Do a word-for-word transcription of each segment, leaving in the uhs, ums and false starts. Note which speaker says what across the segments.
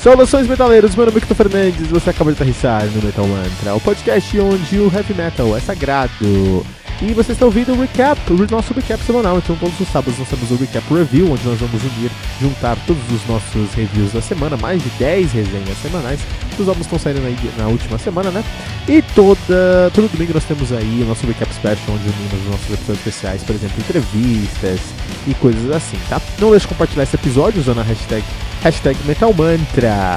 Speaker 1: Saudações metaleiros, meu nome é Victor Fernandes, você acaba de aterrissar no Metal Mantra, o podcast onde o heavy metal é sagrado. E você está ouvindo o recap, o nosso recap semanal. Então todos os sábados nós temos o recap review, onde nós vamos unir, juntar todos os nossos reviews da semana, mais de dez resenhas semanais. Os álbuns estão saindo aí na última semana, né? E toda, todo domingo nós temos aí o nosso recap special, onde unimos os nossos episódios especiais, por exemplo, entrevistas e coisas assim, tá? Não deixe de compartilhar esse episódio usando a hashtag, hashtag Metal Mantra.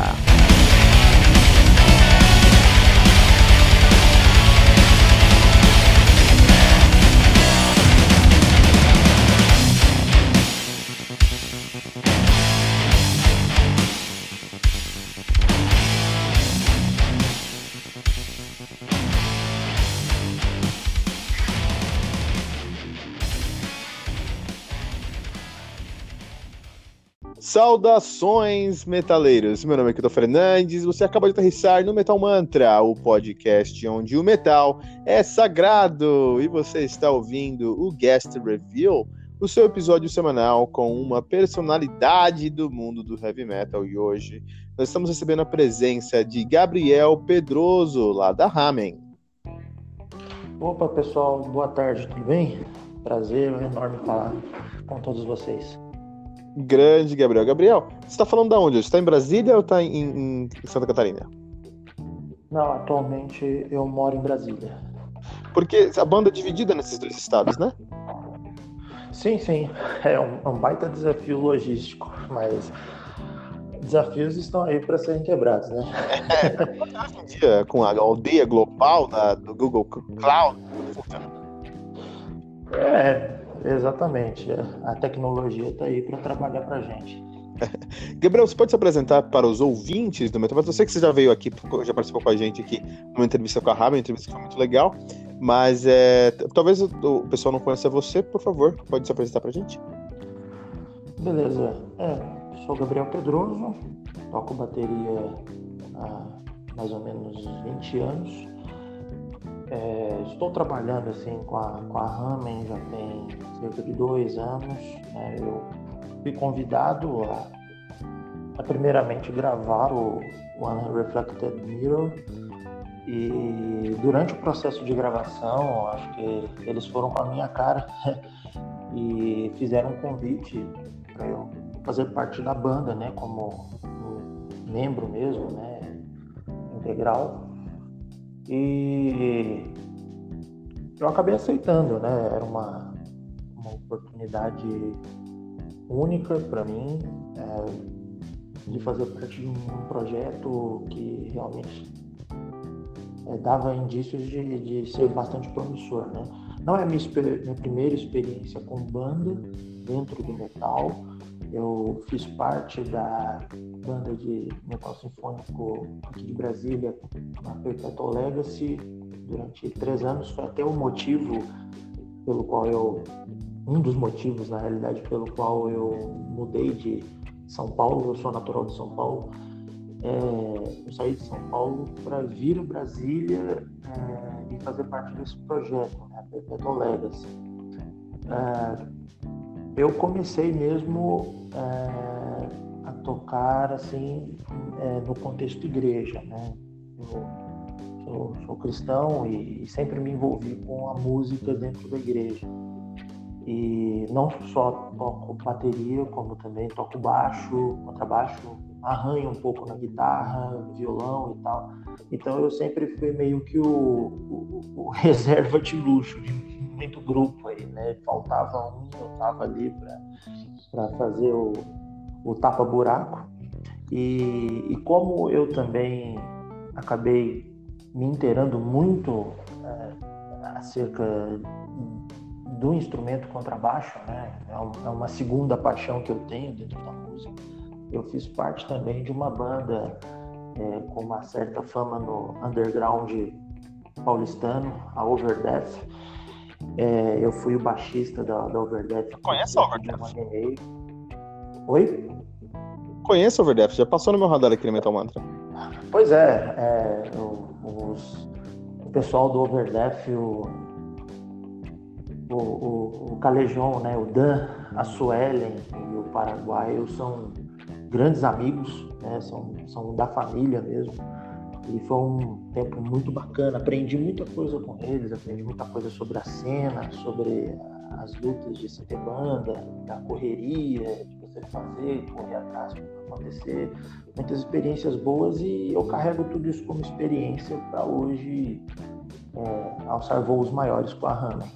Speaker 1: Saudações, metaleiros! Meu nome é Victor Fernandes, você acaba de aterrissar no Metal Mantra, o podcast onde o metal é sagrado, e você está ouvindo o Guest Review, o seu episódio semanal com uma personalidade do mundo do heavy metal. E hoje nós estamos recebendo a presença de Gabriel Pedroso, lá da Ramen.
Speaker 2: Opa, pessoal, boa tarde, tudo bem? Prazer enorme falar com todos vocês.
Speaker 1: Grande Gabriel. Gabriel, você está falando da onde? Você está em Brasília ou está em, em Santa Catarina?
Speaker 2: Não, atualmente eu moro em Brasília.
Speaker 1: Porque a banda é dividida nesses dois estados, né?
Speaker 2: Sim, sim. É um, um baita desafio logístico, mas desafios estão aí para serem quebrados, né?
Speaker 1: É, hoje em dia, com a aldeia global da, do Google Cloud, funciona.
Speaker 2: É, exatamente. A tecnologia está aí para trabalhar para a gente.
Speaker 1: Gabriel, você pode se apresentar para os ouvintes do Metal? Eu sei que você já veio aqui, já participou com a gente aqui numa entrevista com a Ramen, uma entrevista que foi muito legal, mas é, talvez o, o pessoal não conheça você, por favor, pode se apresentar para a gente?
Speaker 2: Beleza. É, sou Gabriel Pedroso, toco bateria há mais ou menos vinte anos. É, estou trabalhando assim com a, com a Ramen já tem cerca de dois anos. Né? Eu fui convidado a, a primeiramente gravar o One Reflected Mirror, e durante o processo de gravação, acho que eles foram com a minha cara e fizeram um convite para eu fazer parte da banda, né, como um membro mesmo, né, integral. E eu acabei aceitando, né? Era uma, uma oportunidade única para mim, é, de fazer parte de um projeto que realmente é, dava indícios de, de ser bastante promissor, né? Não é a minha, minha primeira experiência com banda dentro do metal. Eu fiz parte da banda de metal sinfônico aqui de Brasília, na Perpetual Legacy, durante três anos. Foi até o motivo pelo qual eu, um dos motivos, na realidade, pelo qual eu mudei de São Paulo. Eu sou natural de São Paulo. É, eu saí de São Paulo para vir a Brasília é, e fazer parte desse projeto, né, Perpetual Legacy. É, eu comecei mesmo é, a tocar assim é, no contexto igreja, né? Eu sou, sou cristão e, e sempre me envolvi com a música dentro da igreja. E não só toco bateria, como também toco baixo, contrabaixo, arranho um pouco na guitarra, violão e tal. Então eu sempre fui meio que o, o, o reserva de luxo de muito grupo aí, né? Faltava um, eu tava ali para fazer o, o tapa-buraco. E, e como eu também acabei me inteirando muito é, acerca do instrumento contrabaixo, né? É uma segunda paixão que eu tenho dentro da música. Eu fiz parte também de uma banda é, com uma certa fama no underground paulistano, a Overdeath. É, eu fui o baixista da, da Overdeath.
Speaker 1: Você conhece a Overdeath?
Speaker 2: Oi?
Speaker 1: Conheço a Overdeath, já passou no meu radar aqui no Metal Mantra.
Speaker 2: Pois é, é o, os, o pessoal do Overdeath, o, o, o, o Calejon, né, o Dan, a Suelen e o Paraguaio são grandes amigos, né? São, são da família mesmo. E foi um tempo muito bacana, aprendi muita coisa com eles, aprendi muita coisa sobre a cena, sobre as lutas de se ter banda, da correria, de você fazer, correr atrás para acontecer, muitas experiências boas, e eu carrego tudo isso como experiência para hoje é, alçar voos maiores com a Hammond.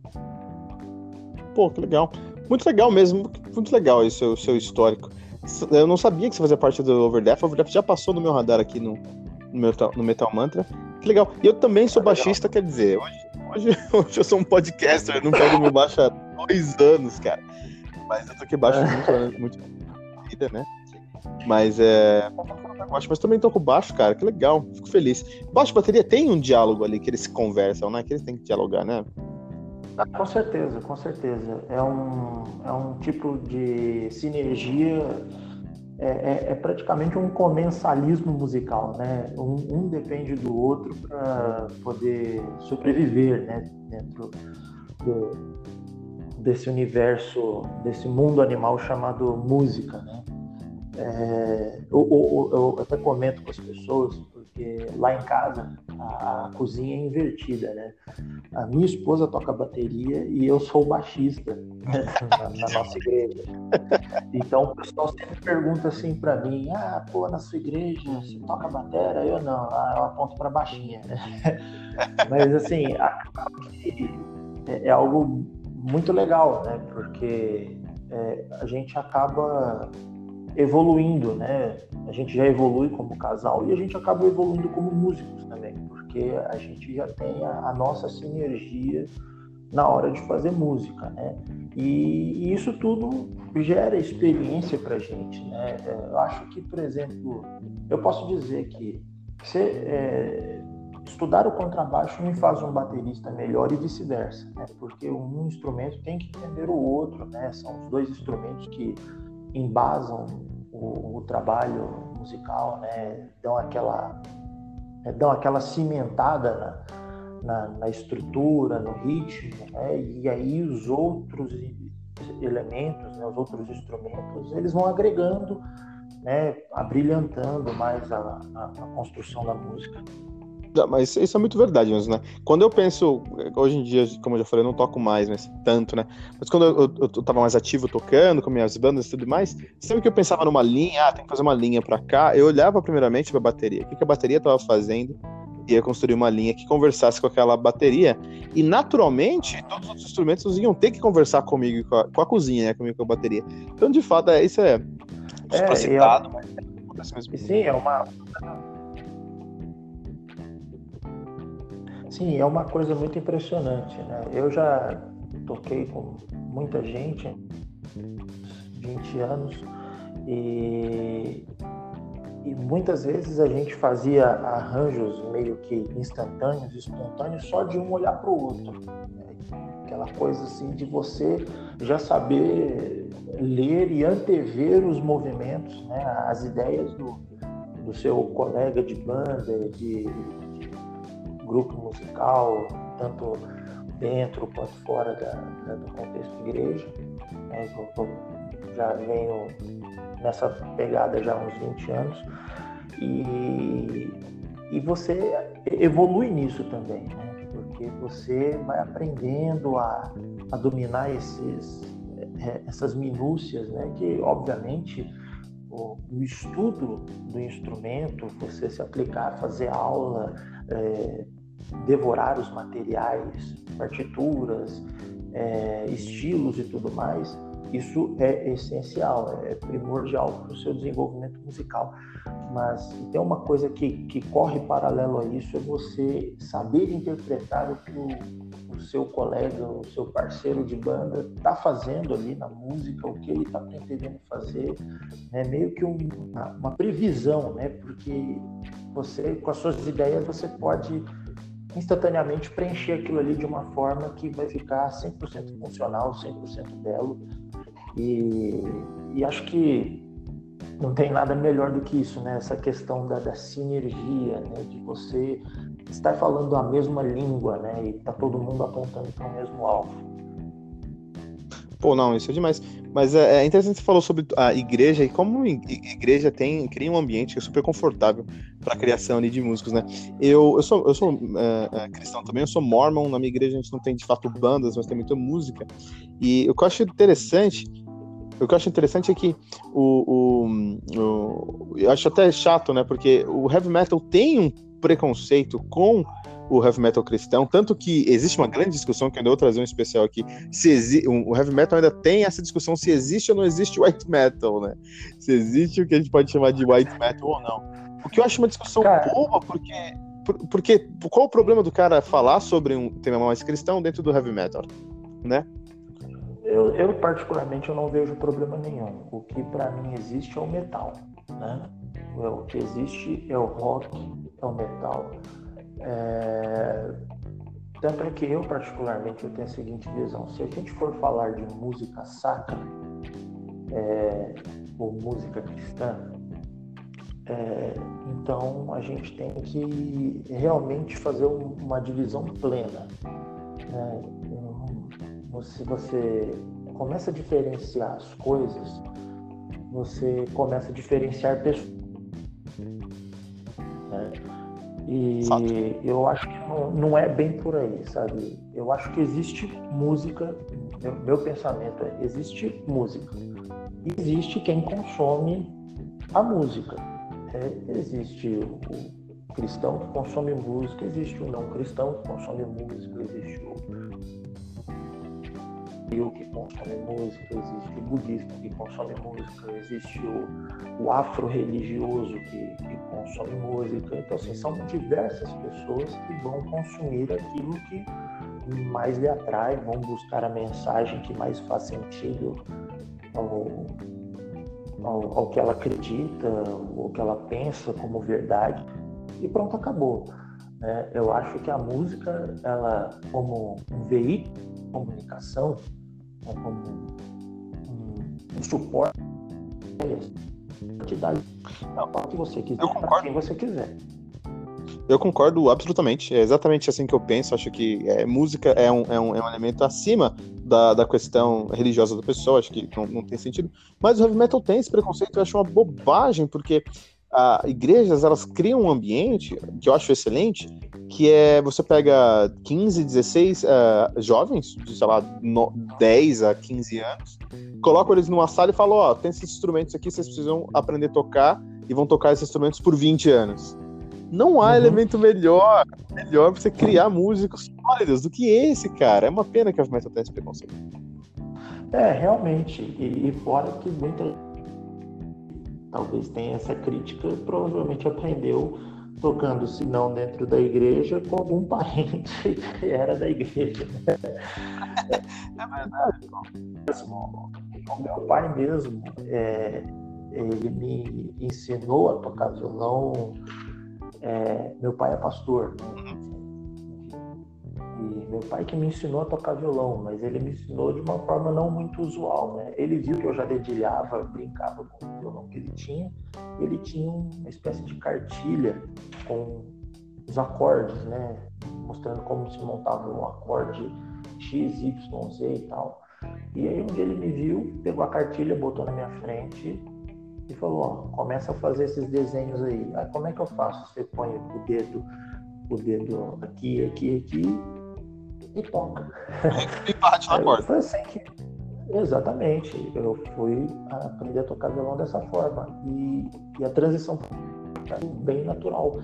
Speaker 3: Pô, que legal. Muito legal mesmo, muito legal esse seu, seu histórico. Eu não sabia que você fazia parte do Overdeath, o Overdeath já passou no meu radar aqui no No Metal, no Metal Mantra. Que legal. E eu também sou baixista, quer dizer, hoje, hoje, hoje eu sou um podcaster, eu não pego meu baixo há dois anos, cara. Mas eu toquei baixo muito, muito na vida, né? Mas é. Mas também toco baixo, cara, que legal, fico feliz. Baixo e bateria tem um diálogo ali que eles se conversam, né? Que eles têm que dialogar, né?
Speaker 2: Ah, com certeza, com certeza. É um, é um tipo de sinergia. É, é, é praticamente um comensalismo musical, né? Um, um depende do outro para poder sobreviver, né? Dentro do, desse universo, desse mundo animal chamado música, né? É, eu, eu, eu até comento com as pessoas, porque lá em casa a, a cozinha é invertida, né? A minha esposa toca bateria e eu sou baixista, né? na, na nossa igreja. Então o pessoal sempre pergunta assim pra mim: ah, pô, na sua igreja você toca bateria? Eu não, ah, eu aponto pra baixinha, né? Mas assim, acaba que é, é algo muito legal, né? Porque é, a gente acaba evoluindo, né? A gente já evolui como casal e a gente acaba evoluindo como músicos também, porque a gente já tem a, a nossa sinergia na hora de fazer música, né? E, e isso tudo gera experiência pra gente, né? Eu acho que, por exemplo, eu posso dizer que você, é, estudar o contrabaixo me faz um baterista melhor e vice-versa, né? Porque um instrumento tem que entender o outro, né? São os dois instrumentos que embasam o, o trabalho musical, né? Dão aquela, dão aquela cimentada na, na, na estrutura, no ritmo, né? E aí os outros elementos, né? Os outros instrumentos, eles vão agregando, né? Abrilhantando mais a, a, a construção da música.
Speaker 3: Mas isso é muito verdade mesmo, né? Quando eu penso, hoje em dia, como eu já falei, eu não toco mais, mas tanto, né? Mas quando eu, eu, eu tava mais ativo tocando com minhas bandas e tudo mais, sempre que eu pensava numa linha, ah, tem que fazer uma linha pra cá, eu olhava primeiramente pra bateria, o que, que a bateria tava fazendo, e ia construir uma linha que conversasse com aquela bateria, e naturalmente, todos os outros instrumentos iam ter que conversar comigo, com a, com a cozinha, né? Comigo com a bateria. Então, de fato, é, isso é
Speaker 2: supracitado, é, mas acontece mesmo. Sim, é uma... Sim, é uma coisa muito impressionante, né? Eu já toquei com muita gente, vinte anos, e, e muitas vezes a gente fazia arranjos meio que instantâneos, espontâneos, só de um olhar para o outro. Né? Aquela coisa assim de você já saber ler e antever os movimentos, né? As ideias do, do seu colega de banda, de grupo musical, tanto dentro quanto fora da, da, do contexto de igreja. Né? Eu já venho nessa pegada já há uns vinte anos e, e você evolui nisso também, né? Porque você vai aprendendo a, a dominar esses, essas minúcias, né? Que obviamente o, o estudo do instrumento, você se aplicar, fazer aula, é, devorar os materiais, partituras, é, estilos e tudo mais, isso é essencial, é primordial para o seu desenvolvimento musical. Mas tem uma coisa que, que corre paralelo a isso, é você saber interpretar o que o, o seu colega, o seu parceiro de banda está fazendo ali na música, o que ele está pretendendo fazer, né? Meio que um, uma, uma previsão, né? Porque você, com as suas ideias, você pode instantaneamente preencher aquilo ali de uma forma que vai ficar cem por cento funcional, cem por cento belo. E, e acho que não tem nada melhor do que isso, né? Essa questão da, da sinergia, né? De você estar falando a mesma língua, né? E tá todo mundo apontando para o mesmo alvo.
Speaker 3: Pô, não, isso é demais. Mas é, é interessante que você falou sobre a igreja e como a igreja tem, cria um ambiente que é super confortável para a criação ali de músicos, né? Eu, eu sou, eu sou é, é, cristão também, eu sou mormon, na minha igreja a gente não tem de fato bandas, mas tem muita música. E o que eu acho interessante, o que eu acho interessante é que o, o, o eu acho até chato, né? Porque o heavy metal tem um preconceito com o heavy metal cristão, tanto que existe uma grande discussão, que eu ainda vou trazer um especial aqui, se exi- o heavy metal ainda tem essa discussão se existe ou não existe white metal, né? Se existe o que a gente pode chamar de white metal ou não. O que eu acho uma discussão
Speaker 2: Cara,
Speaker 3: boa, porque, por- porque qual o problema do cara falar sobre um tema mais cristão dentro do heavy metal, né?
Speaker 2: eu, eu particularmente eu não vejo problema nenhum. O que para mim existe é o metal, né? O que existe é o rock, é o metal. É... Tanto é que eu, particularmente, eu tenho a seguinte visão. Se a gente for falar de música sacra, é... ou música cristã, é... então a gente tem que realmente fazer um, uma divisão plena, né? Se você começa a diferenciar as coisas, você começa a diferenciar pessoas, né? E
Speaker 3: Fato.
Speaker 2: eu acho que não, não é bem por aí, sabe? Eu acho que existe música, meu, meu pensamento é, existe música. E existe quem consome a música. É, existe o cristão que consome música, existe o não cristão que consome música, existe o que consome música, existe o budista que consome música, existe o, o afro-religioso que, que consome música. Então, assim, são diversas pessoas que vão consumir aquilo que mais lhe atrai, vão buscar a mensagem que mais faz sentido ao, ao, ao que ela acredita, ao que ela pensa como verdade, e pronto, acabou. É, eu acho que a música, ela, como um veículo de comunicação, como um, um suporte, te dá o que você quiser, para quem você quiser.
Speaker 3: Eu concordo absolutamente, é exatamente assim que eu penso. Acho que é, música é um, é, um, é um elemento acima da, da questão religiosa da pessoa, acho que não, não tem sentido. Mas o heavy metal tem esse preconceito, eu acho uma bobagem, porque ah, igrejas, elas criam um ambiente que eu acho excelente, que é, você pega quinze, dezesseis uh, jovens, de, sei lá, no, dez a quinze anos, coloca eles numa sala e fala, ó, oh, tem esses instrumentos aqui, vocês precisam aprender a tocar, e vão tocar esses instrumentos por vinte anos. Não há uhum. elemento melhor, melhor pra você criar músicos sólidos do que esse, cara. É uma pena que a Heavy Metal tenha esse preconceito.
Speaker 2: É, realmente. E, e fora que muita talvez tenha essa crítica, provavelmente aprendeu tocando, se não dentro da igreja, com algum parente que era da igreja.
Speaker 3: É verdade.
Speaker 2: O meu pai mesmo, é, ele me ensinou a tocar violão. É, meu pai é pastor, né? E meu pai que me ensinou a tocar violão, mas ele me ensinou de uma forma não muito usual, né? Ele viu que eu já dedilhava, brincava com o violão que ele tinha. Ele tinha uma espécie de cartilha com os acordes, né? Mostrando como se montava um acorde X, Y, Z e tal. E aí um dia ele me viu, pegou a cartilha, botou na minha frente e falou, ó, começa a fazer esses desenhos aí. Ah, como é que eu faço? Você põe o dedo, o dedo aqui, aqui, aqui e toca.
Speaker 3: E bate na corda.
Speaker 2: Foi assim que... Exatamente. Eu fui aprender a tocar violão dessa forma. E, e a transição foi bem natural.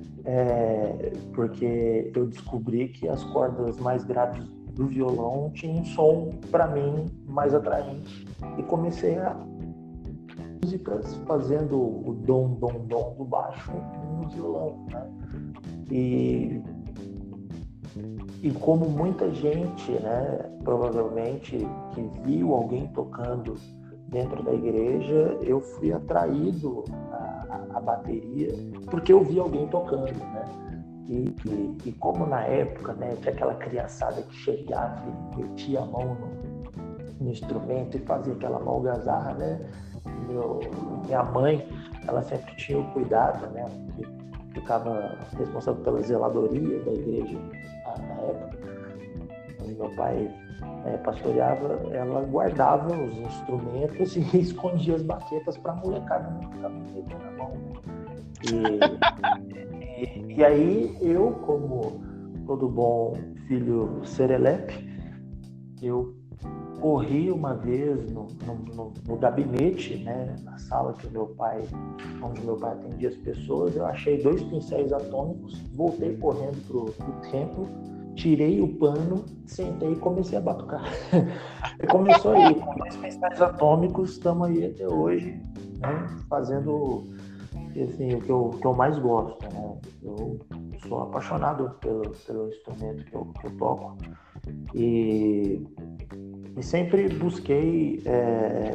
Speaker 2: É, porque eu descobri que as cordas mais graves do violão tinham um som, para mim, mais atraente. E comecei a músicas fazendo o dom, dom, dom do baixo no violão, né? E, e como muita gente, né, provavelmente, que viu alguém tocando dentro da igreja, eu fui atraído à, à bateria porque eu vi alguém tocando, né? E, e, e como na época, né, tinha aquela criançada que chegava e metia a mão no, no instrumento e fazia aquela malgazarra, né? Meu, minha mãe, ela sempre tinha o cuidado, né, que ficava responsável pela zeladoria da igreja na, na época. onde meu pai é, pastoreava, ela guardava os instrumentos e escondia as baquetas para a molecada não ficar metendo na mão. E, e, e aí eu, como todo bom filho serelepe, eu corri uma vez no, no, no, no gabinete, né, na sala que o meu pai, onde meu pai atendia as pessoas, eu achei dois pincéis atômicos, voltei correndo pro, pro templo, tirei o pano, sentei e comecei a batucar. E começou aí, com dois pincéis atômicos, estamos aí até hoje, né, fazendo assim, o que eu, que eu mais gosto, né? Eu sou apaixonado pelo, pelo instrumento que eu, que eu toco e E sempre busquei é...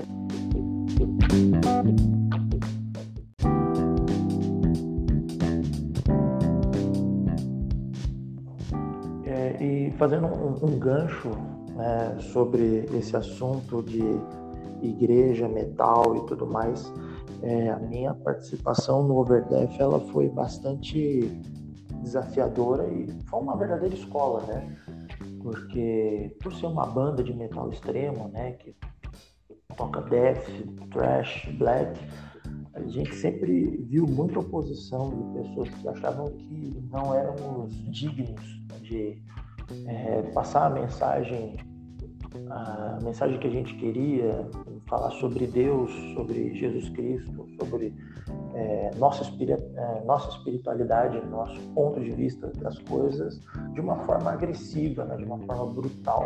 Speaker 2: É, e fazendo um, um gancho, né, sobre esse assunto de igreja, metal e tudo mais, é, a minha participação no Overdeath ela foi bastante desafiadora e foi uma verdadeira escola, né? Porque por ser uma banda de metal extremo, né, que toca death, thrash, black, a gente sempre viu muita oposição de pessoas que achavam que não éramos dignos de é, passar a mensagem, a mensagem que a gente queria, falar sobre Deus, sobre Jesus Cristo, sobre é, nossa, espiri- é, nossa espiritualidade, nosso ponto de vista das coisas, de uma forma agressiva, né, de uma forma brutal.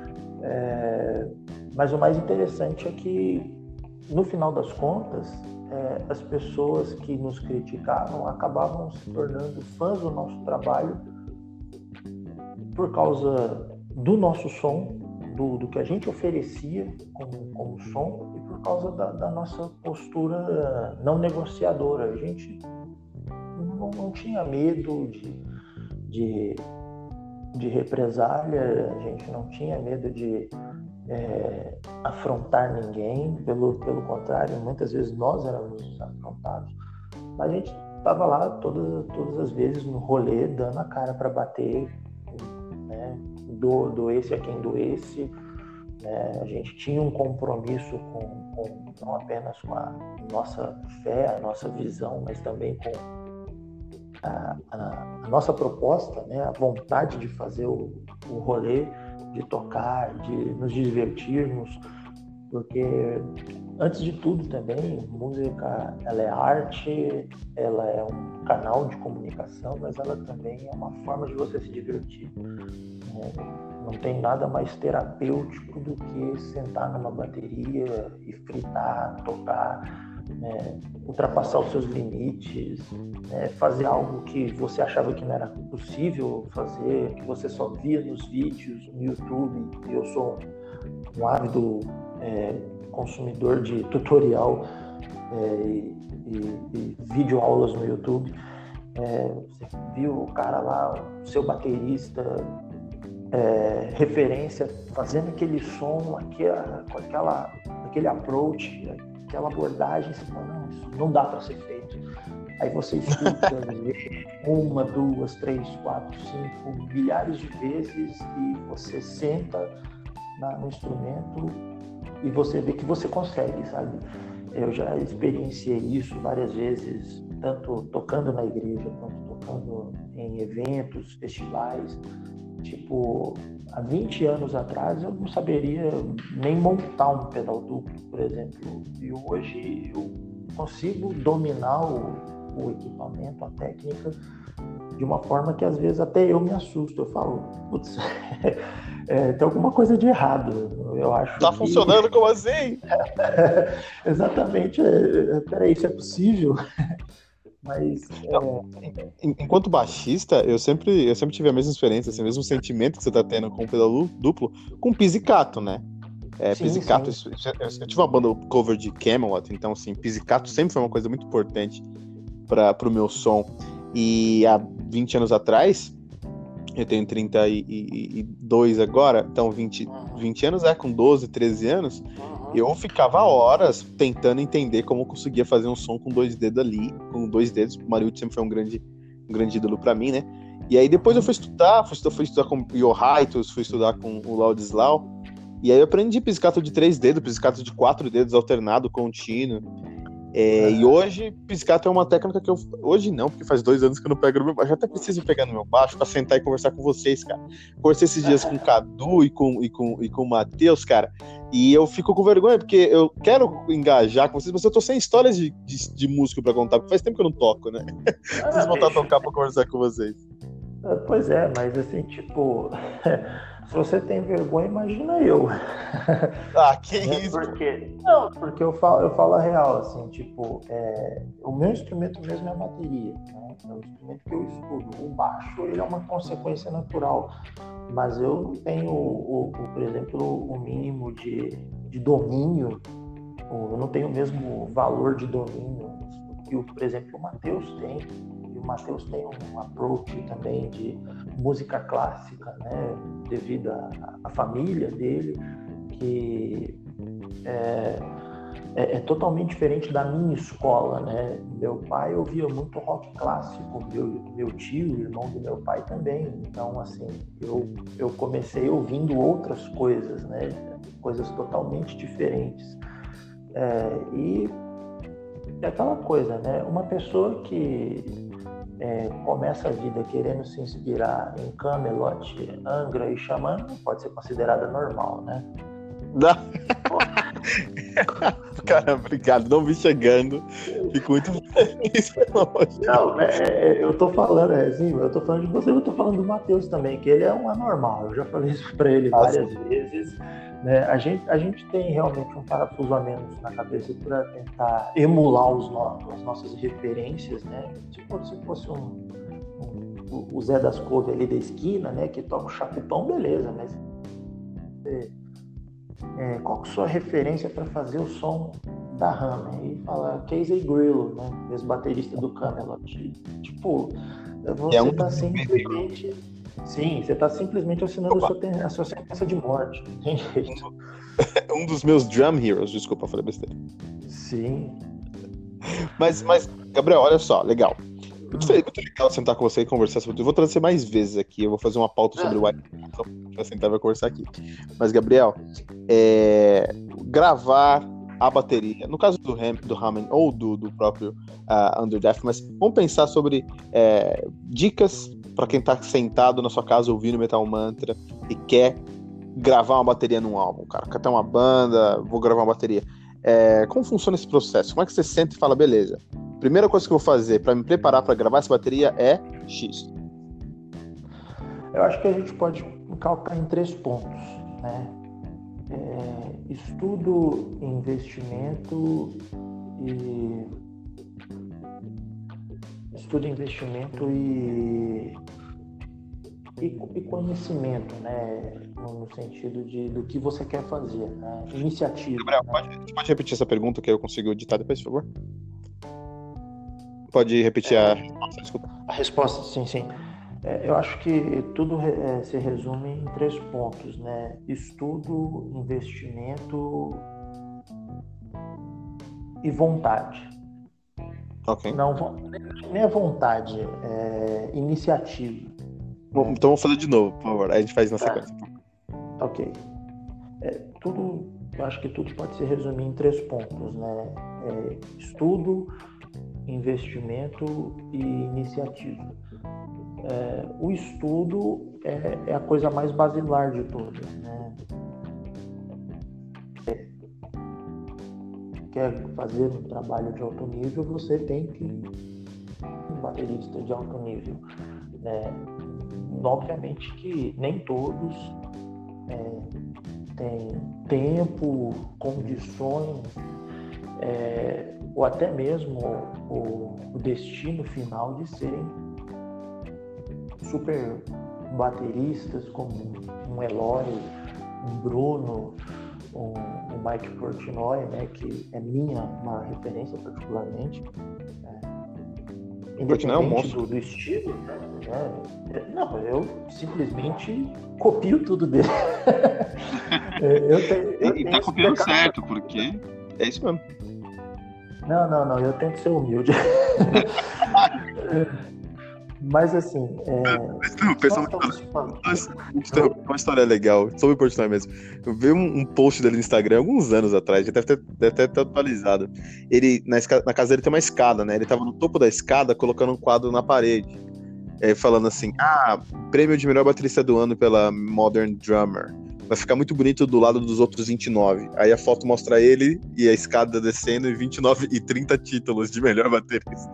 Speaker 2: É, mas o mais interessante é que, no final das contas, é, as pessoas que nos criticavam acabavam se tornando fãs do nosso trabalho por causa do nosso som, do, do que a gente oferecia como, como som e por causa da, da nossa postura não negociadora. A gente não, não tinha medo de, de, de represália, a gente não tinha medo de é, afrontar ninguém, pelo, pelo contrário, muitas vezes nós éramos afrontados, mas a gente estava lá todas, todas as vezes no rolê, dando a cara para bater, né? Do, doesse a quem doesse, né? A gente tinha um compromisso com, com, não apenas com a nossa fé, a nossa visão, mas também com a, a, a nossa proposta, né? A vontade de fazer o, o rolê, de tocar, de nos divertirmos, porque antes de tudo também, música ela é arte, ela é um canal de comunicação, mas ela também é uma forma de você se divertir. Não tem nada mais terapêutico do que sentar numa bateria e fritar, tocar, né, ultrapassar os seus limites, né, fazer algo que você achava que não era possível fazer, que você só via nos vídeos, no YouTube. Eu sou um ávido é, consumidor de tutorial é, e, e, e videoaulas no YouTube. É, você viu o cara lá, o seu baterista, é, referência, fazendo aquele som, aquela, com aquela, aquele approach, aquela abordagem, você fala, não, isso não dá para ser feito. Aí você escuta uma, duas, três, quatro, cinco, milhares de vezes e você senta na, no instrumento e você vê que você consegue, sabe? Eu já experienciei isso várias vezes, tanto tocando na igreja, quanto tocando em eventos, festivais. Tipo, há vinte anos atrás eu não saberia nem montar um pedal duplo, por exemplo. E hoje eu consigo dominar o, o equipamento, a técnica, de uma forma que às vezes até eu me assusto. Eu falo, putz, é, tem alguma coisa de errado. Eu acho
Speaker 3: tá
Speaker 2: que...
Speaker 3: funcionando como assim?
Speaker 2: Exatamente. É, peraí, isso é possível? Mas,
Speaker 3: é... enquanto baixista, eu sempre, eu sempre tive a mesma experiência, assim, o mesmo sentimento que você tá tendo com o pedal duplo, com pizzicato, né? É, sim, pizzicato, sim. Eu, eu, eu tive uma banda cover de Camelot, então assim, pizzicato sempre foi uma coisa muito importante para pro meu som. E há vinte anos atrás, eu tenho trinta e dois agora, então vinte, vinte anos, é, com doze, treze anos, eu ficava horas tentando entender como eu conseguia fazer um som com dois dedos ali, com dois dedos. O Mariucci sempre foi um grande, um grande ídolo pra mim, né? E aí depois eu fui estudar, fui estudar, fui estudar com o Yohaitos, fui estudar com o Ladislau. E aí eu aprendi pizzicato de três dedos, pizzicato de quatro dedos, alternado, contínuo. É, e hoje, pizzicato é uma técnica que eu... Hoje não, porque faz dois anos que eu não pego no meu baixo. Eu até preciso pegar no meu baixo pra sentar e conversar com vocês, cara. Conversei esses dias com o Cadu e com, e com, e com o Matheus, cara. E eu fico com vergonha, porque eu quero engajar com vocês, mas eu tô sem histórias de, de, de música pra contar, porque faz tempo que eu não toco, né? Preciso voltar a tocar pra conversar com vocês.
Speaker 2: Pois é, mas assim, tipo... Se você tem vergonha, imagina eu.
Speaker 3: Ah, que
Speaker 2: é
Speaker 3: isso?
Speaker 2: Porque, não, porque eu falo, eu falo a real, assim, tipo, é, o meu instrumento mesmo é a bateria, né? É o instrumento que eu estudo. O baixo, ele é uma consequência natural, mas eu não tenho, o, o, por exemplo, o mínimo de, de domínio, eu não tenho o mesmo valor de domínio que, o, por exemplo, o Matheus tem. E o Matheus tem um approach também de música clássica, né, devido à família dele, que é, é, é totalmente diferente da minha escola, né? Meu pai ouvia muito rock clássico, meu, meu tio, irmão do meu pai também. Então, assim, eu, eu comecei ouvindo outras coisas, né, coisas totalmente diferentes. É, e é aquela coisa, né? Uma pessoa que É, começa a vida querendo se inspirar em Camelot, Angra e Xamã, pode ser considerada normal, né?
Speaker 3: Não. Cara, obrigado. Não vi chegando. Fico muito feliz.
Speaker 2: Não, é, eu tô falando, é, assim, eu tô falando de você, eu tô falando do Matheus também, que ele é um anormal. Eu já falei isso pra ele várias Nossa. vezes. Né? A, gente, a gente tem realmente um parafuso a menos na cabeça para tentar emular os no, as nossas referências, né? Tipo, se fosse um, um, o Zé das Couve ali da esquina, né? Que toca o chapupão, beleza, mas é, é, qual que é a sua referência para fazer o som da Hammer? E fala Casey Grillo, né? Ex-baterista do Camelot. Tipo, você é um tá simplesmente... Sim, você está simplesmente assinando a sua, a sua sentença de morte. Não tem jeito.
Speaker 3: Um dos meus drum heroes, desculpa, falei besteira.
Speaker 2: Sim.
Speaker 3: Mas, mas, Gabriel, olha só, legal. Muito, hum. muito legal sentar com você e conversar sobre. Eu vou trazer mais vezes aqui. Eu vou fazer uma pauta sobre o White. Então, vai sentar e vai conversar aqui. Mas, Gabriel, é... gravar a bateria, no caso do, Ham, do Hammond ou do, do próprio uh, Underdeath, mas vamos pensar sobre é, dicas para quem tá sentado na sua casa ouvindo Metal Mantra e quer gravar uma bateria num álbum, cara. Quer ter uma banda, vou gravar uma bateria. É, como funciona esse processo? Como é que você senta e fala, beleza, primeira coisa que eu vou fazer para me preparar para gravar essa bateria é X?
Speaker 2: Eu acho que a gente pode calcar em três pontos, né? É, estudo, investimento e... Estudo, investimento e... E, e conhecimento, né? No, no sentido de, do que você quer fazer, né? Iniciativa.
Speaker 3: Gabriel,
Speaker 2: né?
Speaker 3: pode, pode repetir essa pergunta que eu consigo editar depois, por favor? Pode repetir
Speaker 2: é,
Speaker 3: a resposta, desculpa.
Speaker 2: A resposta, sim, sim. É, eu acho que tudo é, se resume em três pontos, né? Estudo, investimento e vontade.
Speaker 3: Ok.
Speaker 2: Não, nem é vontade, é iniciativa.
Speaker 3: Bom, então vamos fazer de novo, por favor. Aí a gente faz na sequência.
Speaker 2: É. Ok. É, tudo, eu acho que tudo pode se resumir em três pontos, né? É, estudo, investimento e iniciativa. É, o estudo é, é a coisa mais basilar de todas, né? É, quer fazer um trabalho de alto nível, você tem que um baterista de alto nível, né? Obviamente que nem todos é, têm tempo, condições, é, ou até mesmo o, o destino final de serem super bateristas como um Eloy, um Bruno, um, um Mike Portnoy, né, que é minha uma referência particularmente. É, independente é um monstro. Do, do estilo, né? Não, eu simplesmente copio tudo dele. eu tenho, eu
Speaker 3: e tá copiando certo, porque é isso mesmo.
Speaker 2: Não, não, não, eu tento ser humilde. Mas assim, é,
Speaker 3: Mas, não, pessoal,
Speaker 2: nós estamos falando.
Speaker 3: uma história legal, sobre o Portnoy mesmo. Eu vi um, um post dele no Instagram alguns anos atrás, já deve ter, deve ter, ter atualizado. Ele, na, esca- na casa dele tem uma escada, né? Ele tava no topo da escada colocando um quadro na parede. É, falando assim, ah, prêmio de melhor baterista do ano pela Modern Drummer. Vai ficar muito bonito do lado dos outros vinte e nove. Aí a foto mostra ele e a escada descendo e vinte e nove e trinta títulos de melhor baterista.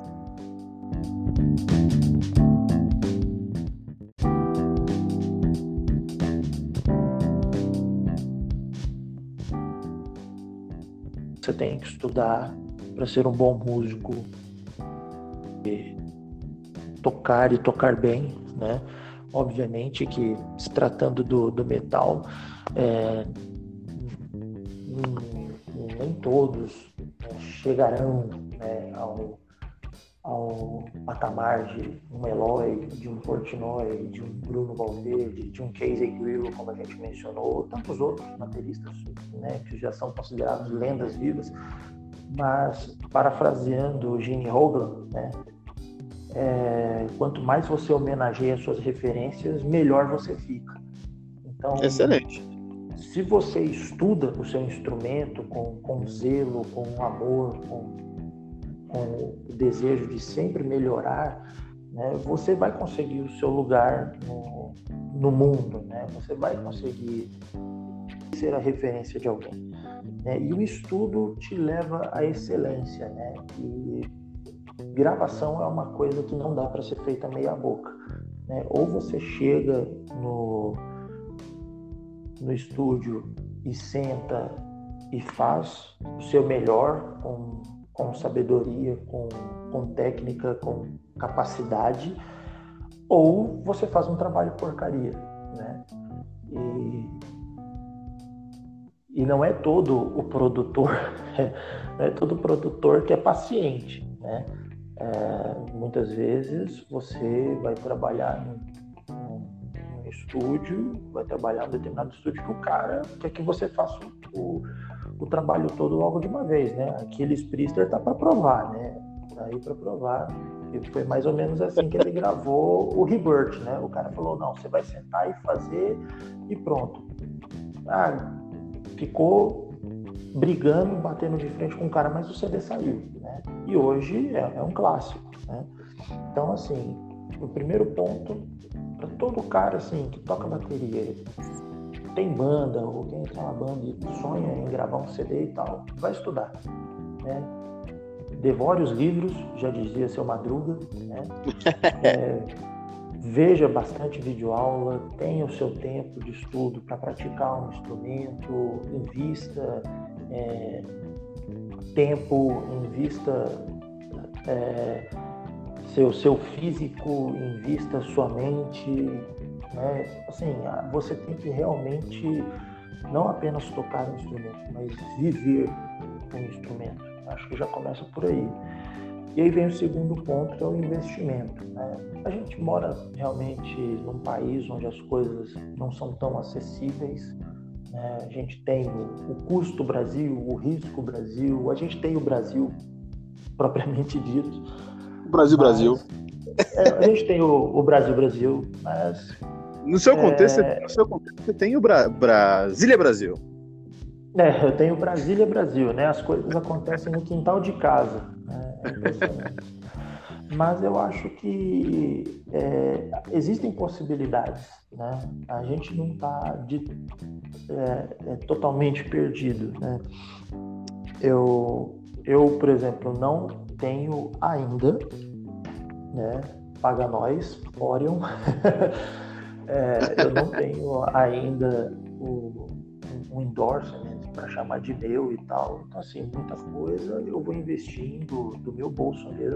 Speaker 2: Você tem que estudar para ser um bom músico, e tocar e tocar bem, né? Obviamente que, se tratando do, do metal, é, nem todos, né, chegarão, né, ao, ao patamar de um Eloy, de um Portnoy, de um Bruno Valverde, de um Casey Grillo, como a gente mencionou, ou tantos outros bateristas, né, que já são considerados lendas vivas. Mas, parafraseando o Gene Hoglan, né, é, quanto mais você homenageia suas referências, melhor você fica. Então,
Speaker 3: excelente.
Speaker 2: Se você estuda o seu instrumento com, com zelo, com amor, com, com o desejo de sempre melhorar, né, você vai conseguir o seu lugar no, no mundo, né? Você vai conseguir ser a referência de alguém, né? E o estudo te leva à excelência, né? E gravação é uma coisa que não dá para ser feita meia boca, né? Ou você chega no, no estúdio e senta e faz o seu melhor com, com sabedoria, com, com técnica, com capacidade, ou você faz um trabalho porcaria, né? E, e não é todo o produtor, não é todo produtor que é paciente, né? É, muitas vezes você vai trabalhar no, no, no estúdio, vai trabalhar em um determinado estúdio que o cara quer que você faça o, o trabalho todo logo de uma vez, né? Aquiles Priester tá para provar, né? Tá aí para provar. E foi mais ou menos assim que ele gravou o Rebirth, né? O cara falou, não, você vai sentar e fazer e pronto. Ah, ficou brigando, batendo de frente com o cara, mas o C D saiu, né? E hoje é, é um clássico, né? Então, assim, o primeiro ponto, para todo cara, assim, que toca bateria, tem banda, ou quem tem uma banda e sonha em gravar um C D e tal, vai estudar, né? Devore os livros, já dizia seu Madruga, né? É, veja bastante videoaula, tenha o seu tempo de estudo para praticar um instrumento, invista é, tempo, invista é, seu, seu físico, invista sua mente, né? Assim, você tem que realmente não apenas tocar um instrumento, mas viver um instrumento. Acho que já começa por aí. E aí vem o segundo ponto, que é o investimento, né? A gente mora realmente num país onde as coisas não são tão acessíveis, né? A gente tem o custo Brasil, o risco Brasil, a gente tem o Brasil propriamente dito.
Speaker 3: Brasil, mas, Brasil.
Speaker 2: É, a gente tem o, o Brasil, Brasil, mas...
Speaker 3: No seu contexto, é... no seu contexto você tem o Bra... Brasília, Brasil.
Speaker 2: É, eu tenho Brasília, Brasil, né? As coisas acontecem no quintal de casa, né? É impressionante. Mas eu acho que é, existem possibilidades, né? A gente não está é, é, totalmente perdido, né? Eu, eu, por exemplo, não tenho ainda, né? Paga nós, Orion. é, eu não tenho ainda o, um endorsement para chamar de meu e tal. Então, assim, muita coisa eu vou investindo do meu bolso mesmo.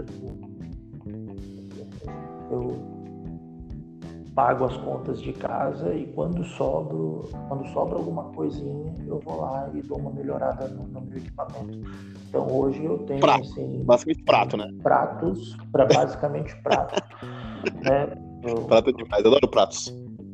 Speaker 2: Eu pago as contas de casa e quando sobra, quando sobra alguma coisinha, eu vou lá e dou uma melhorada no, no meu equipamento. Então, hoje eu tenho,
Speaker 3: prato.
Speaker 2: assim...
Speaker 3: Basicamente prato, né?
Speaker 2: Pratos, para basicamente prato. né? Eu...
Speaker 3: Prato é demais, eu adoro pratos.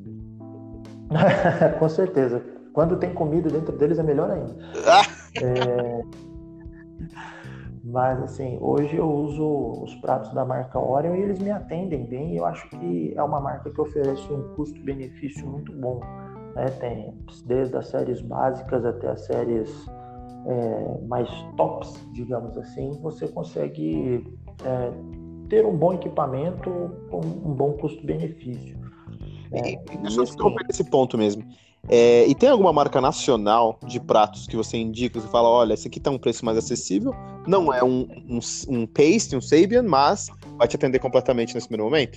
Speaker 2: Com certeza. Quando tem comida dentro deles é melhor ainda. é... Mas assim, hoje eu uso os pratos da marca Orion e eles me atendem bem. Eu acho que é uma marca que oferece um custo-benefício muito bom, né? Tem desde as séries básicas até as séries é, mais tops, digamos assim, você consegue é, ter um bom equipamento com um bom custo-benefício.
Speaker 3: É, e, e deixa eu interromper esse ponto mesmo. É, e tem alguma marca nacional de pratos que você indica, você fala, olha, esse aqui tá um preço mais acessível, não é um, um, um Paste, um Sabian, mas vai te atender completamente nesse primeiro momento?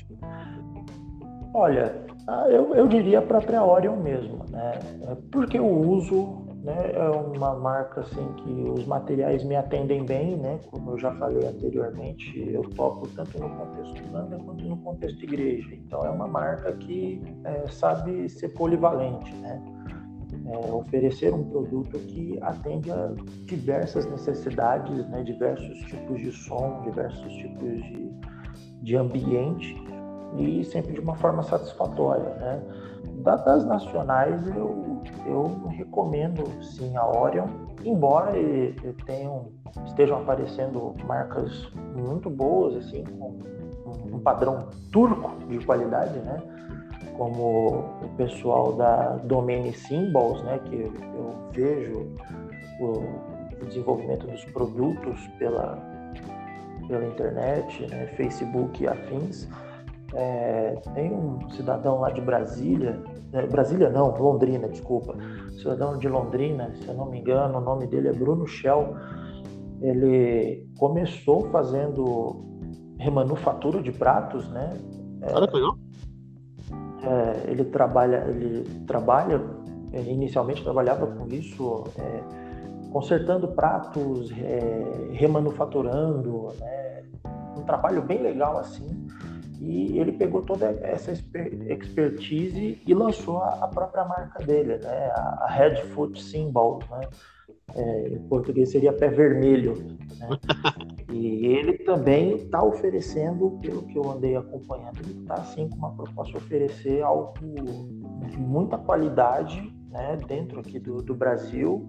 Speaker 2: Olha, eu, eu diria a própria Orion mesmo, né? Porque eu uso, né? É uma marca assim que os materiais me atendem bem, né? Como eu já falei anteriormente, eu toco tanto no contexto banda quanto no contexto igreja. Então é uma marca que é, sabe ser polivalente, né? É, oferecer um produto que atende a diversas necessidades, né? Diversos tipos de som, diversos tipos de, de ambiente, e sempre de uma forma satisfatória, né? Das nacionais eu, eu recomendo sim a Orion, embora tenham, estejam aparecendo marcas muito boas, assim, com um padrão turco de qualidade, né? Como o pessoal da Domain Symbols, né? Que eu vejo o desenvolvimento dos produtos pela, pela internet, né? Facebook e afins. É, tem um cidadão lá de Brasília, é, Brasília não, Londrina, desculpa, cidadão de Londrina, se eu não me engano, o nome dele é Bruno Shell. Ele começou fazendo remanufatura de pratos, né? É,
Speaker 3: Olha que legal.
Speaker 2: É, ele trabalha, ele trabalha, inicialmente trabalhava com isso, é, consertando pratos, é, remanufaturando, né? Um trabalho bem legal assim. E ele pegou toda essa expertise e lançou a própria marca dele, né? A Red Foot Symbol, né? É, em português seria pé vermelho, né? E ele também está oferecendo, pelo que eu andei acompanhando, ele está assim com uma proposta de oferecer algo de muita qualidade, né? Dentro aqui do, do Brasil.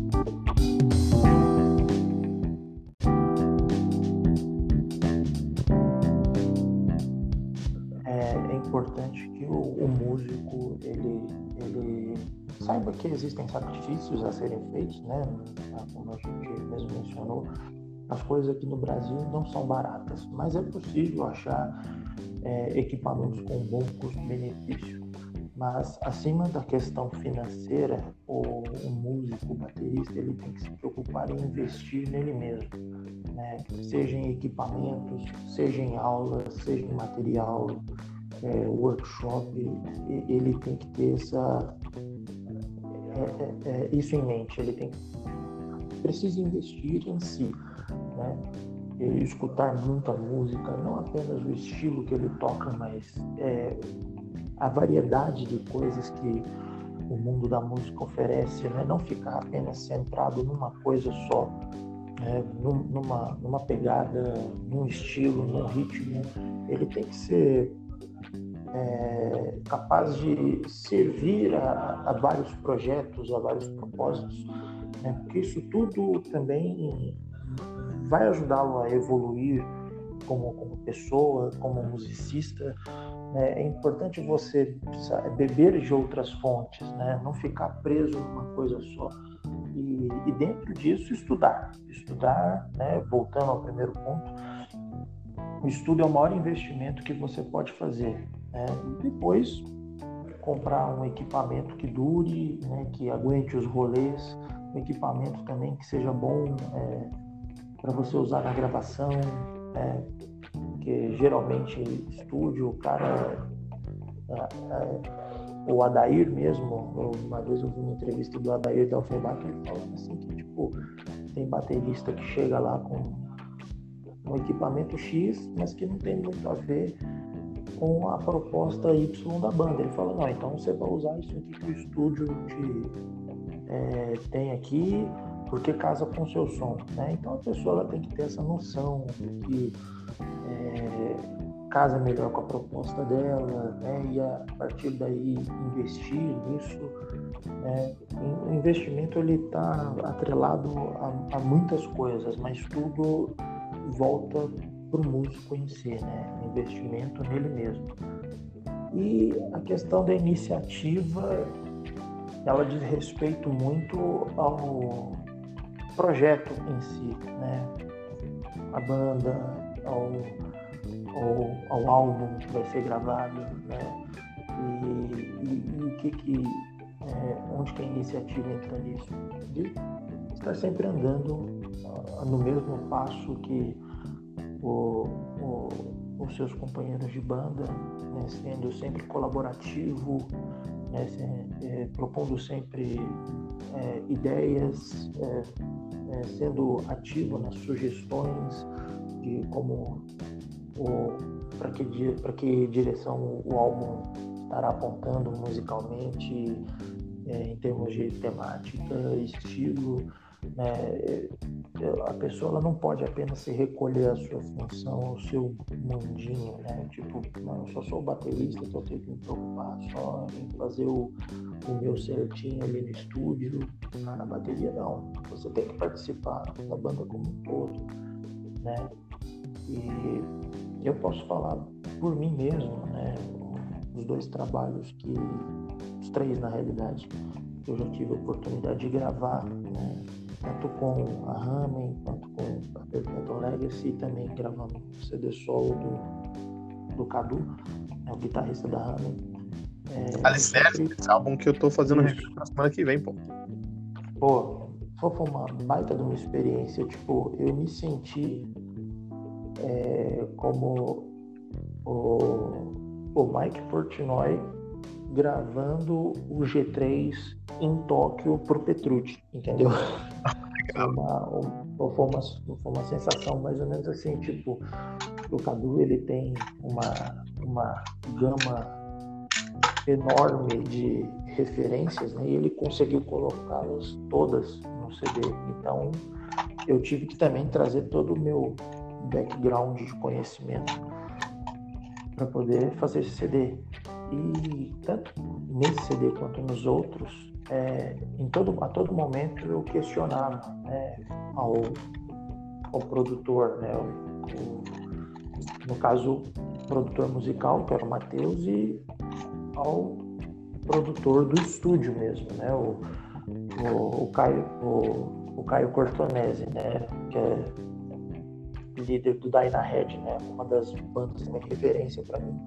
Speaker 2: É importante que o, o músico ele, ele saiba que existem sacrifícios a serem feitos, né? Como a gente mesmo mencionou, as coisas aqui no Brasil não são baratas, mas é possível achar é, equipamentos com bom custo-benefício. Mas acima da questão financeira, o, o músico, o baterista, ele tem que se preocupar em investir nele mesmo, né? Seja em equipamentos, seja em aulas, seja em material, é, workshop, ele tem que ter essa, é, é, é, isso em mente, ele tem precisa investir em si, né? E escutar muita música, não apenas o estilo que ele toca, mas é, a variedade de coisas que o mundo da música oferece, né? Não ficar apenas centrado numa coisa só, né? numa, numa pegada, num estilo, num ritmo. Ele tem que ser é, capaz de servir a, a vários projetos, a vários propósitos, né? Porque isso tudo também vai ajudá-lo a evoluir como, como pessoa, como musicista. É importante você beber de outras fontes, né? Não ficar preso numa coisa só. E, e dentro disso, estudar. Estudar, né? Voltando ao primeiro ponto, o estudo é o maior investimento que você pode fazer, né? E depois, comprar um equipamento que dure, né? Que aguente os rolês, um equipamento também que seja bom é, para você usar na gravação, é, porque geralmente estúdio, o cara, é, é, o Adair mesmo, uma vez eu vi uma entrevista do Adair Delfenbach, ele falando assim que tipo, tem baterista que chega lá com um equipamento X, mas que não tem muito a ver com a proposta Y da banda. Ele fala, não, então você vai usar isso aqui que o estúdio te, é, tem aqui, porque casa com o seu som, né? Então a pessoa ela tem que ter essa noção de que é, casa melhor com a proposta dela, né? E a partir daí investir nisso, né? o investimento ele está atrelado a, a muitas coisas, mas tudo volta para o músico em si, né? Investimento nele mesmo. E a questão da iniciativa, ela diz respeito muito ao projeto em si, né? A banda, ao, ao, ao álbum que vai ser gravado, né? E, e, e o que que, é, onde que a iniciativa entra nisso? De estar sempre andando uh, no mesmo passo que o, o, os seus companheiros de banda, né? Sendo sempre colaborativo, né? Se, é, propondo sempre é, ideias, é, é, sendo ativo nas sugestões de como para que, para que direção o álbum estará apontando musicalmente, é, em termos de temática, estilo, né? A pessoa ela não pode apenas se recolher a sua função, o seu mundinho, né? Tipo, não, eu só sou o baterista, só tenho que me preocupar só em fazer o, o meu certinho ali no estúdio, na bateria não. Você tem que participar da banda como um todo, né? E eu posso falar por mim mesmo, né? Os dois trabalhos que, os três na realidade, que eu já tive a oportunidade de gravar, né? Tanto com a Ramen, quanto com a Perpetual Legacy, e também gravando o C D solo do, do Cadu, né? O guitarrista da Ramen.
Speaker 3: É, Alicerce, sempre... esse álbum que eu tô fazendo review na semana que vem, pô.
Speaker 2: Pô, foi uma baita de uma experiência, tipo, eu me senti é, como o, o Mike Portnoy gravando o G três em Tóquio pro Petrucci, entendeu? Foi uma, uma, foi, uma, foi uma sensação mais ou menos assim, tipo, o Cadu ele tem uma, uma gama enorme de referências, né? E ele conseguiu colocá-las todas no C D. Então eu tive que também trazer todo o meu background de conhecimento para poder fazer esse C D. E tanto nesse C D quanto nos outros, é, em todo, a todo momento eu questionava, né, ao, ao produtor, né, o, o, no caso o produtor musical, que era o Matheus, e ao produtor do estúdio mesmo, né, o, o, o, Caio, o, o Caio Cortonese, né, que é líder do Dyna Head, né, uma das bandas de referência para mim.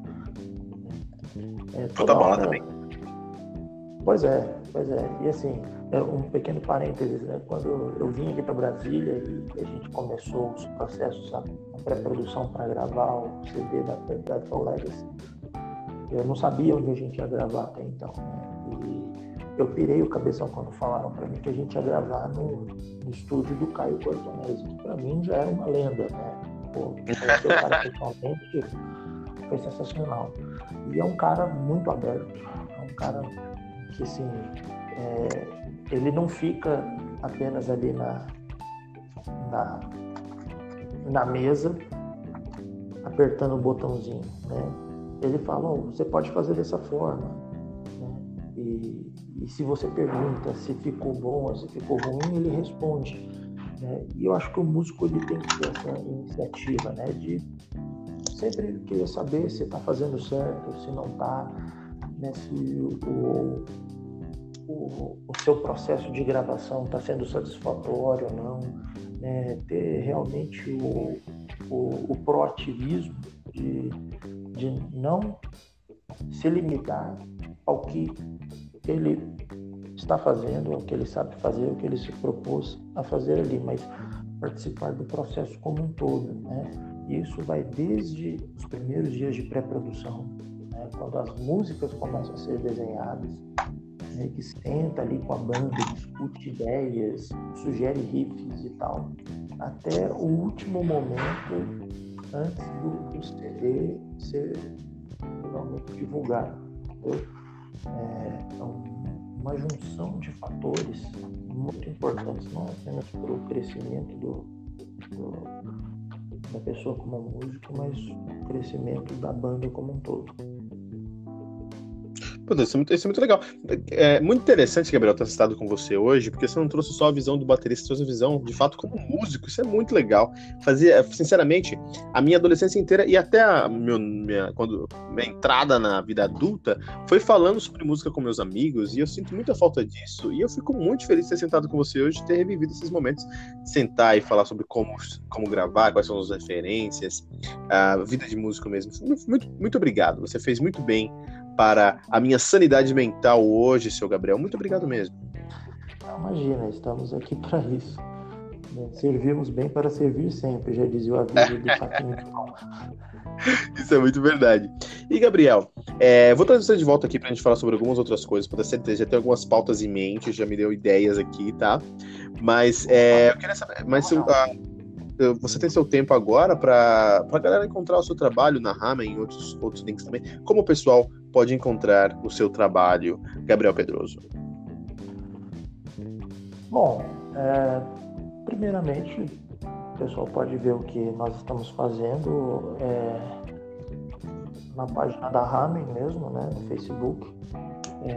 Speaker 2: É,
Speaker 3: toda bola hora... também.
Speaker 2: Pois é, pois é. E assim, um pequeno parênteses, né? Quando eu vim aqui para Brasília e a gente começou os processos, a pré-produção para gravar o C D da Perpetual Legacy, eu não sabia onde a gente ia gravar até então, né? E eu pirei o cabeção quando falaram para mim que a gente ia gravar no, no estúdio do Caio Cortonese, que para mim já era uma lenda, né? Pô, conhecer o cara pessoalmente foi sensacional. E é um cara muito aberto, é um cara que, assim, é, ele não fica apenas ali na, na, na mesa apertando o botãozinho, né? Ele fala, oh, você pode fazer dessa forma, né? E, e se você pergunta se ficou bom ou se ficou ruim, ele responde, né? E eu acho que o músico ele tem que ter essa iniciativa, né? De sempre querer saber se está fazendo certo, se não está, né? Se o, o, o seu processo de gravação está sendo satisfatório ou não, né? Ter realmente o, o, o proativismo de, de não se limitar ao que ele está fazendo, ao que ele sabe fazer, ao que ele se propôs a fazer ali, mas participar do processo como um todo, né? Isso vai desde os primeiros dias de pré-produção, né? Quando as músicas começam a ser desenhadas, né? Que senta ali com a banda, discute ideias, sugere riffs e tal, até o último momento antes do, do C D ser finalmente divulgado. Entendeu? É uma junção de fatores muito importantes, não apenas para o crescimento do, do da pessoa como músico, mas o crescimento da banda como um todo.
Speaker 3: Isso é, muito, isso é muito legal. É muito interessante, Gabriel, ter estado com você hoje, porque você não trouxe só a visão do baterista, você trouxe a visão, de fato, como músico. Isso é muito legal. Fazia, sinceramente, a minha adolescência inteira e até a meu, minha, quando, minha entrada na vida adulta foi falando sobre música com meus amigos, e eu sinto muita falta disso. E eu fico muito feliz de ter sentado com você hoje e ter revivido esses momentos. Sentar e falar sobre como, como gravar, quais são as referências, a vida de músico mesmo. Muito, muito obrigado. Você fez muito bem para a minha sanidade mental hoje, seu Gabriel. Muito obrigado mesmo.
Speaker 2: Imagina, estamos aqui para isso. Servimos bem para servir sempre, já dizia o aviso do Chatinho.
Speaker 3: Isso é muito verdade. E, Gabriel, é, vou trazer você de volta aqui pra gente falar sobre algumas outras coisas. Pode ter certeza, já tem algumas pautas em mente, já me deu ideias aqui, tá? Mas é, eu queria saber, mas se, uh, você tem seu tempo agora para a galera encontrar o seu trabalho na Rama e em outros, outros links também. Como o pessoal pode encontrar o seu trabalho, Gabriel Pedroso?
Speaker 2: Bom, é, primeiramente, o pessoal pode ver o que nós estamos fazendo é, na página da Ramen mesmo, né, no Facebook. É,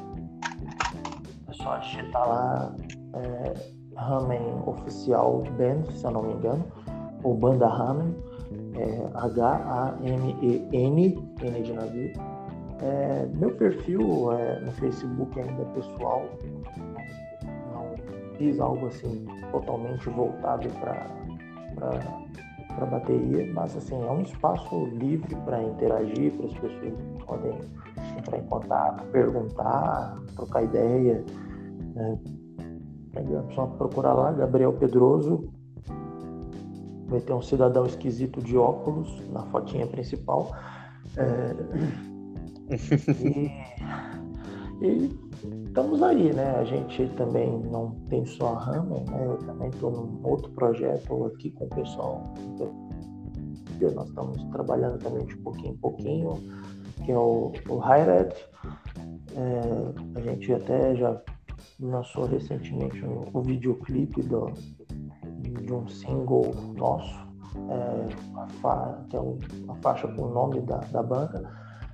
Speaker 2: é só digitar lá é, Ramen Oficial Band, se eu não me engano, ou Banda Ramen, é, H A M E N, N de navio. É, meu perfil é, no Facebook ainda é pessoal, não fiz algo assim totalmente voltado para para bateria, mas assim, é um espaço livre para interagir, para as pessoas que podem entrar em contato, perguntar, trocar ideia, né? É só procurar lá, Gabriel Pedroso, vai ter um cidadão esquisito de óculos na fotinha principal. É... e, e estamos aí, né? A gente também não tem só a Ramen, né? Eu também estou num outro projeto aqui com o pessoal. Nós estamos trabalhando também de pouquinho em pouquinho, que é o, o Hi-Red. É, a gente até já lançou recentemente o um, um videoclipe do, de um single nosso, é, a fa, que é o, a faixa com o nome da, da banda.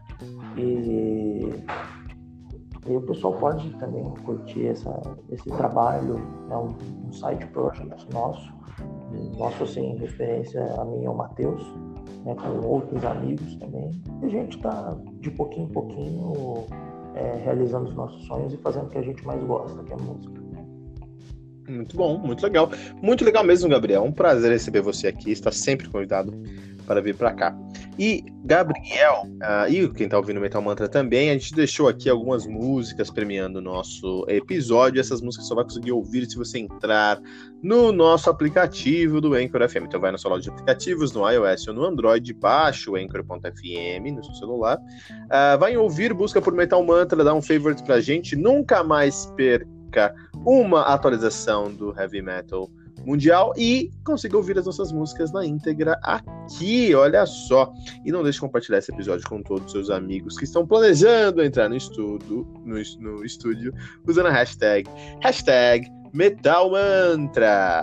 Speaker 2: E, e o pessoal pode também curtir essa, esse trabalho, é um, um side project nosso, nosso assim, referência a mim e ao Matheus, né, com outros amigos também. E a gente está de pouquinho em pouquinho é, realizando os nossos sonhos e fazendo o que a gente mais gosta, que é a música.
Speaker 3: Muito bom, muito legal. Muito legal mesmo, Gabriel. Um prazer receber você aqui. Está sempre convidado para vir para cá. E, Gabriel, uh, e quem está ouvindo Metal Mantra também, a gente deixou aqui algumas músicas premiando o nosso episódio. Essas músicas só vai conseguir ouvir se você entrar no nosso aplicativo do Anchor F M. Então vai na sua loja de aplicativos, no iOS ou no Android, baixa o Anchor ponto F M no seu celular. Uh, vai ouvir, busca por Metal Mantra, dá um favorite pra gente. Nunca mais perca uma atualização do Heavy Metal Mundial e consiga ouvir as nossas músicas na íntegra aqui, olha só. E não deixe de compartilhar esse episódio com todos os seus amigos que estão planejando entrar no estúdio, no, no estúdio usando a hashtag, hashtag Metal Mantra.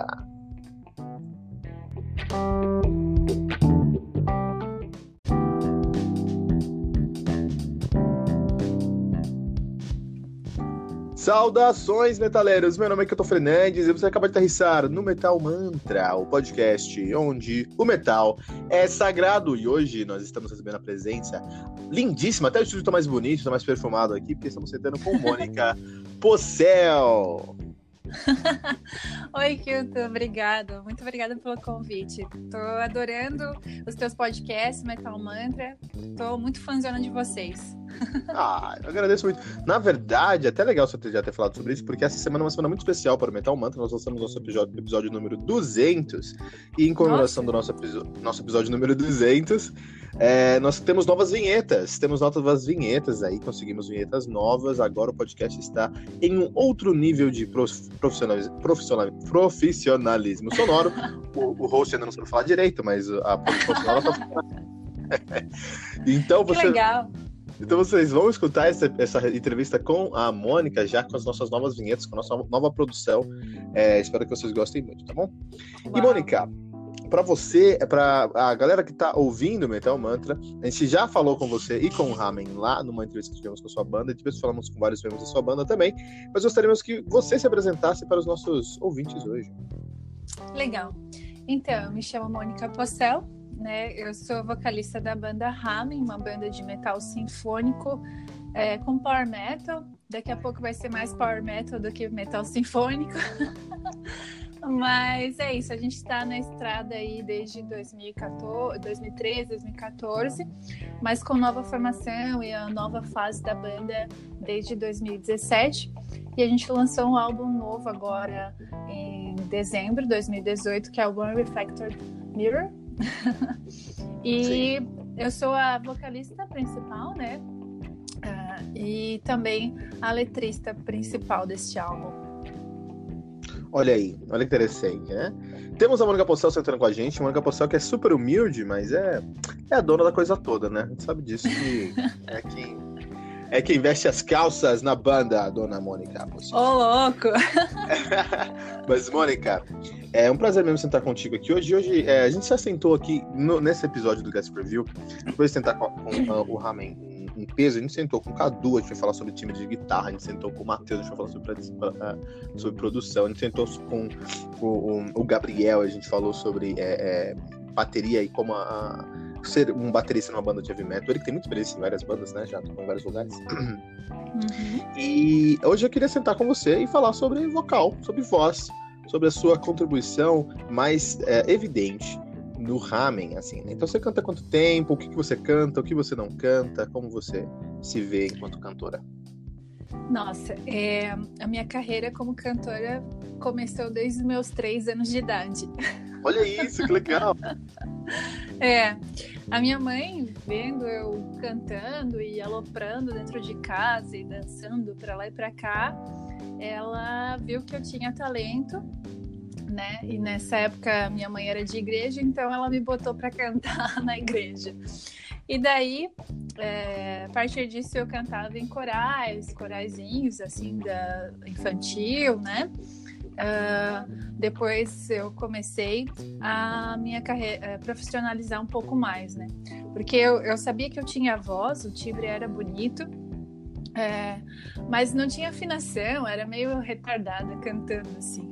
Speaker 3: Saudações, metaleiros! Meu nome é Kilton Fernandes e você acaba de aterrissar no Metal Mantra, o podcast onde o metal é sagrado. E hoje nós estamos recebendo a presença lindíssima, até o estúdio está mais bonito, está mais perfumado aqui, porque estamos sentando com Mônica Pocel.
Speaker 4: Oi, Kilton, obrigada. Muito obrigada pelo convite. Tô adorando os teus podcasts, Metal Mantra. Tô muito fãzona de vocês.
Speaker 3: Ah, eu agradeço muito. Na verdade, é até legal você já ter falado sobre isso, porque essa semana é uma semana muito especial para o Metal Mantra. Nós lançamos nosso episódio, episódio número duzentos, e em comemoração Nossa. do nosso, episódio, nosso episódio número duzentos, é, nós temos novas vinhetas. Temos novas vinhetas aí, conseguimos vinhetas novas. Agora o podcast está em um outro nível de profissionalismo, profissionalismo sonoro. o, o host ainda não sabe falar direito, mas a profissional está funcionando. Então você...
Speaker 4: Que legal!
Speaker 3: Então vocês vão escutar essa, essa entrevista com a Mônica, já com as nossas novas vinhetas, com a nossa nova produção. É, espero que vocês gostem muito, tá bom? Uau. E Mônica, pra você, pra a galera que tá ouvindo o Metal Mantra, a gente já falou com você e com o Ramen lá numa entrevista que tivemos com a sua banda, depois falamos com vários membros da sua banda também, mas gostaríamos que você se apresentasse para os nossos ouvintes hoje.
Speaker 4: Legal. Então, eu me chamo Mônica Possel, né? Eu sou vocalista da banda Ramen, uma banda de metal sinfônico é, com power metal. Daqui a pouco vai ser mais power metal do que metal sinfônico. Mas é isso, a gente está na estrada aí desde dois mil e quatorze, dois mil e treze, dois mil e quatorze, mas com nova formação e a nova fase da banda desde dois mil e dezessete. E a gente lançou um álbum novo agora em dezembro de dois mil e dezoito, que é o One Reflected Mirror. E Sim. eu sou a vocalista principal, né? Uh, e também a letrista principal deste álbum.
Speaker 3: Olha aí, olha que interessante, né? Temos a Mônica Possel sentando com a gente, a Mônica Possel que é super humilde, mas é, é a dona da coisa toda, né? A gente sabe disso, que é quem, é quem veste as calças na banda, a dona Mônica Possel.
Speaker 4: Ô, oh, louco!
Speaker 3: Mas, Mônica, é um prazer mesmo sentar contigo aqui hoje. Hoje é, a gente já sentou aqui no, nesse episódio do Guest Preview, depois de sentar com, com uh, o Ramen em peso, a gente sentou com o Cadu, a gente foi falar sobre time de guitarra, a gente sentou com o Matheus, a gente foi falar sobre, uh, sobre produção, a gente sentou com o, o, o Gabriel, a gente falou sobre é, é, bateria e como a, a, ser um baterista numa banda de heavy metal. Ele que tem muita experiência em várias bandas, né, já tocou em vários lugares. Uhum. E hoje eu queria sentar com você e falar sobre vocal, sobre voz, sobre a sua contribuição mais é, evidente no Ramen, assim, né? Então você canta há quanto tempo? O que, que você canta? O que você não canta? Como você se vê enquanto cantora?
Speaker 4: Nossa, é, a minha carreira como cantora começou desde os meus três anos de idade.
Speaker 3: Olha isso, que legal!
Speaker 4: É, a minha mãe vendo eu cantando e aloprando dentro de casa e dançando pra lá e pra cá, ela viu que eu tinha talento, né? E nessa época minha mãe era de igreja, então ela me botou para cantar na igreja. E daí, é, a partir disso eu cantava em corais, coraizinhos assim da infantil, né? Uh, depois eu comecei a minha carreira a profissionalizar um pouco mais, né? Porque eu, eu sabia que eu tinha voz, o timbre era bonito. É, mas não tinha afinação, era meio retardada cantando assim.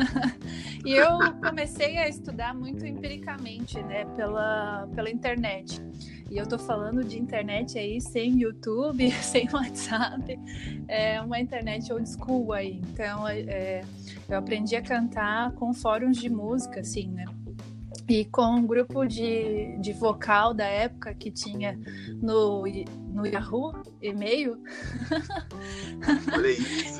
Speaker 4: E eu comecei a estudar muito empiricamente, né, pela, pela internet. E eu tô falando de internet aí sem YouTube, sem WhatsApp, é uma internet old school aí. Então é, eu aprendi a cantar com fóruns de música, assim, né? E com um grupo de, de vocal da época que tinha no, no Yahoo, e-mail.
Speaker 3: Olha isso.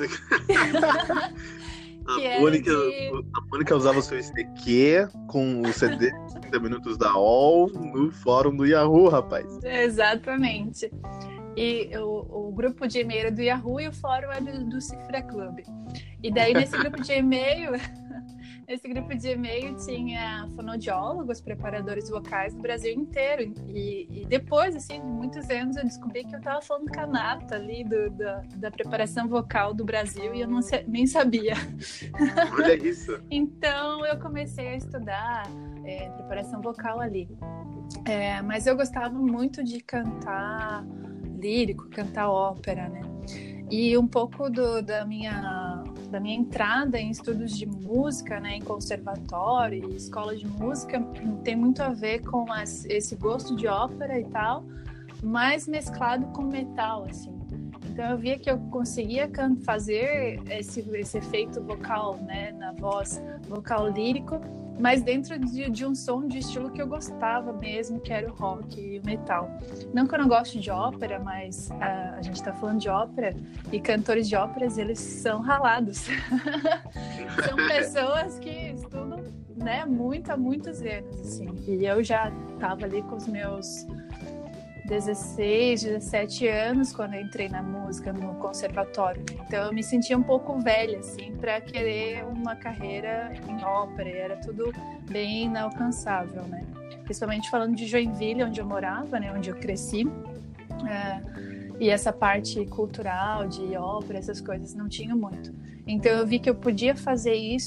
Speaker 3: a, Mônica, de... a Mônica usava o seu S D Q com o C D de trinta minutos da O L no fórum do Yahoo, rapaz.
Speaker 4: Exatamente. E o, o grupo de e-mail era do Yahoo e o fórum era do, do Cifra Club. E daí nesse grupo de e-mail... Nesse grupo de e-mail tinha fonoaudiólogos, preparadores vocais do Brasil inteiro. E, e depois, assim, de muitos anos, eu descobri que eu estava falando com a nata ali do, da, da preparação vocal do Brasil e eu não, nem sabia.
Speaker 3: Olha isso!
Speaker 4: Então, eu comecei a estudar é, preparação vocal ali. É, mas eu gostava muito de cantar lírico, cantar ópera, né? E um pouco do, da, minha, da minha entrada em estudos de música, né, em conservatório e escola de música, tem muito a ver com as, esse gosto de ópera e tal, mas mesclado com metal, assim. Então eu via que eu conseguia fazer esse, esse efeito vocal, né, na voz, vocal lírico, mas dentro de, de um som de estilo que eu gostava mesmo, que era o rock e o metal. Não que eu não goste de ópera, mas a, a gente tá falando de ópera e cantores de óperas, eles são ralados. São pessoas que estudam, né, muito há muitos anos, assim. E eu já tava ali com os meus dezesseis, dezessete anos quando eu entrei na música no conservatório. Então eu me sentia um pouco velha, assim, para querer uma carreira em ópera. E era tudo bem inalcançável, né? Principalmente falando de Joinville, onde eu morava, né? Onde eu cresci. É, e essa parte cultural de ópera, essas coisas, não tinha muito. Então eu vi que eu podia fazer isso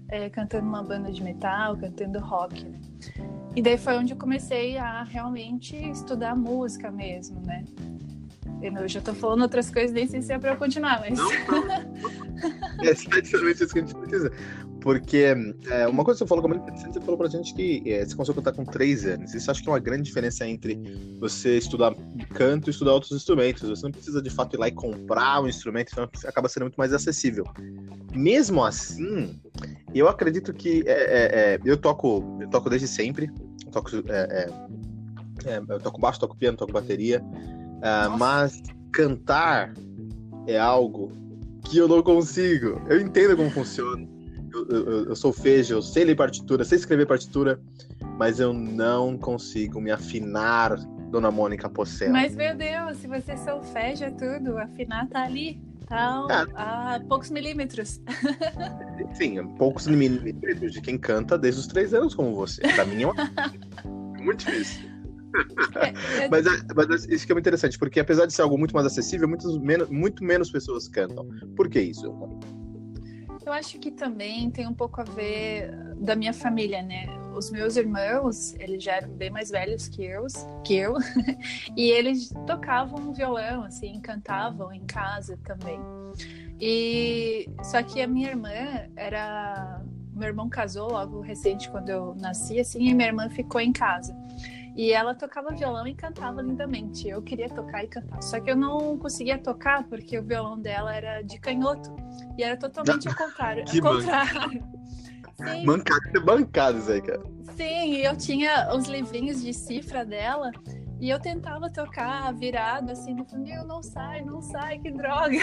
Speaker 4: é, cantando uma banda de metal, cantando rock, né? E daí foi onde eu comecei a realmente estudar música mesmo, né? Eu já tô falando outras coisas, nem sei se é pra eu continuar, mas...
Speaker 3: Não, não. É exatamente isso que a gente precisa. Porque é, uma coisa que você falou que é muito interessante, você falou pra gente que é, você começou a cantar com três anos. Isso acho que é uma grande diferença entre você estudar canto e estudar outros instrumentos. Você não precisa de fato ir lá e comprar um instrumento, então acaba sendo muito mais acessível. Mesmo assim, eu acredito que é, é, é, eu toco eu toco desde sempre. Eu toco, é, é, é, eu toco baixo, toco piano, toco bateria. Uh, mas cantar é algo que eu não consigo. Eu entendo como funciona. Eu, eu, eu sou fejo, eu sei ler partitura, sei escrever partitura, mas eu não consigo me afinar, Dona Mônica Pocella.
Speaker 4: Mas, meu Deus, se você solfeja tudo, afinar tá ali, tá
Speaker 3: Ah.
Speaker 4: a poucos milímetros.
Speaker 3: Sim, poucos milímetros de quem canta desde os três anos como você. Pra mim é uma... muito difícil. mas, mas isso que é muito interessante, porque apesar de ser algo muito mais acessível, muitos menos, muito menos pessoas cantam. Por que isso?
Speaker 4: Eu acho que também tem um pouco a ver da minha família, né? Os meus irmãos, eles já eram bem mais velhos que eu, que eu e eles tocavam violão, assim, cantavam em casa também. E só que a minha irmã era... Meu irmão casou logo recente, quando eu nasci, assim, e minha irmã ficou em casa. E ela tocava violão e cantava lindamente. Eu queria tocar e cantar. Só que eu não conseguia tocar porque o violão dela era de canhoto. E era totalmente ao contrário.
Speaker 3: Que
Speaker 4: ao contrário. Sim.
Speaker 3: Mancada, bancadas aí, cara.
Speaker 4: Sim, e eu tinha os livrinhos de cifra dela. E eu tentava tocar virado, assim, eu falei, meu, não sai, não sai, que droga.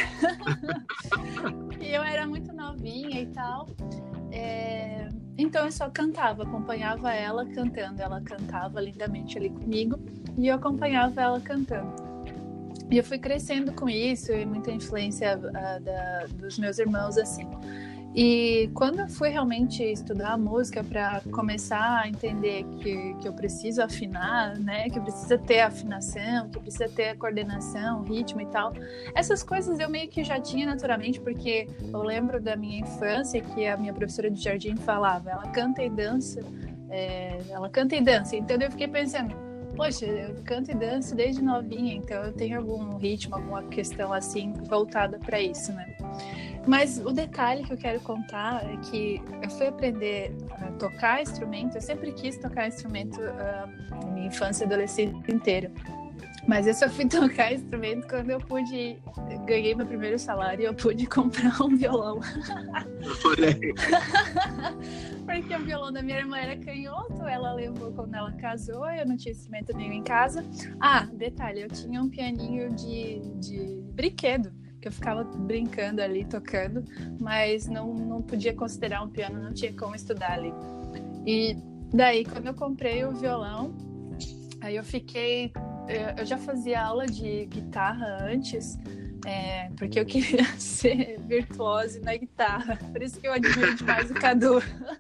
Speaker 4: E eu era muito novinha e tal. É... Então eu só cantava, acompanhava ela cantando. Ela cantava lindamente ali comigo e eu acompanhava ela cantando. E eu fui crescendo com isso e muita influência uh, da, dos meus irmãos, assim. E quando eu fui realmente estudar música para começar a entender que, que eu preciso afinar, né, que eu preciso ter afinação, que precisa ter coordenação, ritmo e tal, essas coisas eu meio que já tinha naturalmente, porque eu lembro da minha infância que a minha professora de jardim falava, ela canta e dança, é, ela canta e dança, então eu fiquei pensando, poxa, eu canto e danço desde novinha, então eu tenho algum ritmo, alguma questão assim voltada para isso, né? Mas o detalhe que eu quero contar é que eu fui aprender a tocar instrumento, eu sempre quis tocar instrumento uh, na minha infância e adolescência inteira. Mas eu só fui tocar instrumento quando eu pude, ganhei meu primeiro salário e eu pude comprar um violão.
Speaker 3: Olha aí.
Speaker 4: Porque o violão da minha irmã era canhoto, ela levou quando ela casou, eu não tinha instrumento nenhum em casa. Ah, detalhe, eu tinha um pianinho de, de brinquedo, que eu ficava brincando ali, tocando, mas não, não podia considerar um piano, não tinha como estudar ali. E daí, quando eu comprei o violão, aí eu fiquei... Eu já fazia aula de guitarra antes, é, porque eu queria ser virtuosa na guitarra. Por isso que eu admiro demais o Cadu.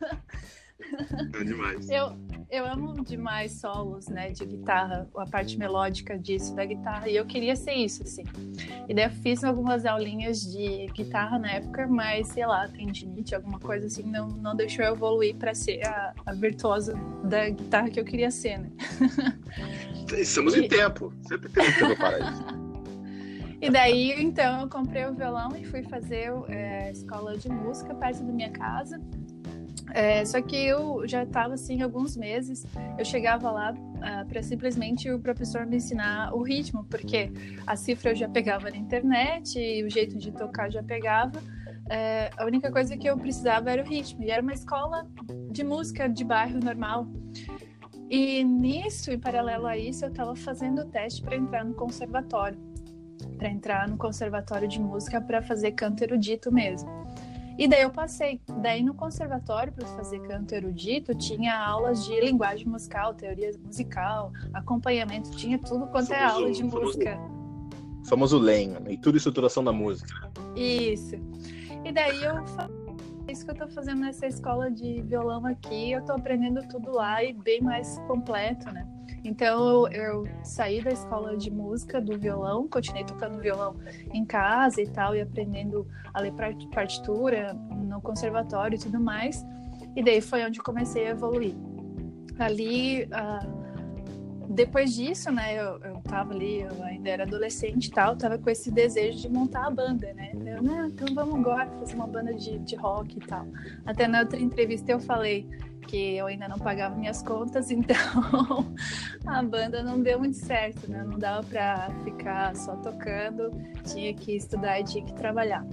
Speaker 3: É demais.
Speaker 4: Eu, eu amo demais solos, né, de guitarra, a parte melódica disso, da guitarra, e eu queria ser isso, assim. E daí eu fiz algumas aulinhas de guitarra na época, mas, sei lá, tendinite, alguma coisa assim, não, não deixou eu evoluir para ser a, a virtuosa da guitarra que eu queria ser, né?
Speaker 3: Estamos e... em tempo, sempre temos tempo para isso.
Speaker 4: E daí, então, eu comprei o violão e fui fazer é, escola de música perto da minha casa. É, só que eu já estava assim alguns meses, eu chegava lá uh, para simplesmente o professor me ensinar o ritmo, porque a cifra eu já pegava na internet e o jeito de tocar eu já pegava. É, a única coisa que eu precisava era o ritmo, e era uma escola de música de bairro normal. E nisso, em paralelo a isso, eu estava fazendo o teste para entrar no conservatório, para entrar no conservatório de música para fazer canto erudito mesmo. E daí eu passei. Daí no conservatório, para fazer canto erudito, tinha aulas de linguagem musical, teoria musical, acompanhamento, tinha tudo quanto famoso, é aula de famoso, música.
Speaker 3: Famoso L E M, leitura e estruturação da música.
Speaker 4: Isso. E daí eu é isso que eu tô fazendo nessa escola de violão aqui, eu tô aprendendo tudo lá e bem mais completo, né? Então eu, eu saí da escola de música do violão, continuei tocando violão em casa e tal, e aprendendo a ler partitura no conservatório e tudo mais. E daí foi onde comecei a evoluir. Ali, uh, depois disso, né, eu, eu tava ali, eu ainda era adolescente e tal, tava com esse desejo de montar a banda, né? Eu, não, então vamos agora fazer uma banda de, de rock e tal. Até na outra entrevista eu falei que eu ainda não pagava minhas contas, então a banda não deu muito certo, né? Não dava pra ficar só tocando, tinha que estudar e tinha que trabalhar.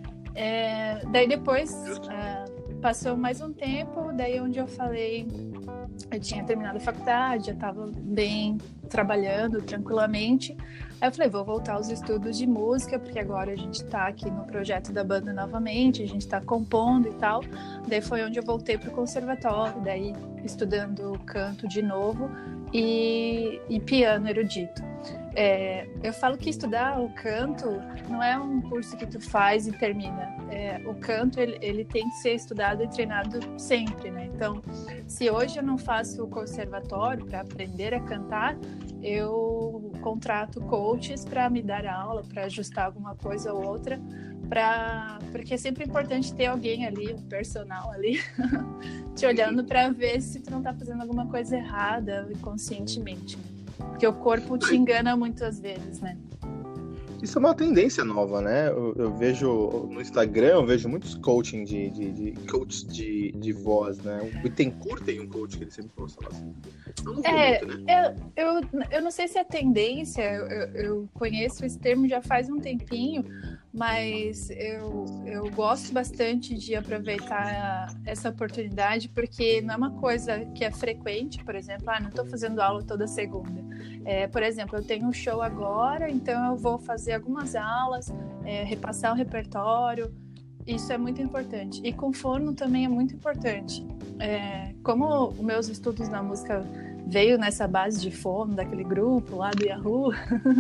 Speaker 4: É, daí depois, uh, passou mais um tempo, daí onde eu falei... Eu tinha terminado a faculdade, já estava bem trabalhando tranquilamente. Aí eu falei, vou voltar aos estudos de música, porque agora a gente está aqui no projeto da banda novamente, a gente está compondo e tal. Daí foi onde eu voltei para o conservatório, daí estudando canto de novo e, e piano erudito. É, eu falo que estudar o canto não é um curso que tu faz e termina. É, o canto ele, ele tem que ser estudado e treinado sempre, né? Então, se hoje eu não faço o conservatório para aprender a cantar, eu contrato coaches para me dar aula, para ajustar alguma coisa ou outra, pra, porque é sempre importante ter alguém ali, um personal ali, te olhando para ver se tu não tá fazendo alguma coisa errada inconscientemente, né? Porque o corpo te engana muitas vezes, né?
Speaker 3: Isso é uma tendência nova, né? Eu, eu vejo no Instagram, eu vejo muitos coaching de, de, de coaches de, de voz, né? O Bittencourt tem um coach que ele sempre posta lá assim. Eu não vi
Speaker 4: é,
Speaker 3: muito, né?
Speaker 4: eu, eu, eu não sei se é tendência, eu, eu conheço esse termo já faz um tempinho, mas eu, eu gosto bastante de aproveitar essa oportunidade, porque não é uma coisa que é frequente, por exemplo, ah, não estou fazendo aula toda segunda. É, por exemplo, eu tenho um show agora, então eu vou fazer algumas aulas, é, repassar o repertório, isso é muito importante. E com fono também é muito importante. É, como os meus estudos na música veio nessa base de fono, daquele grupo lá do Yahoo,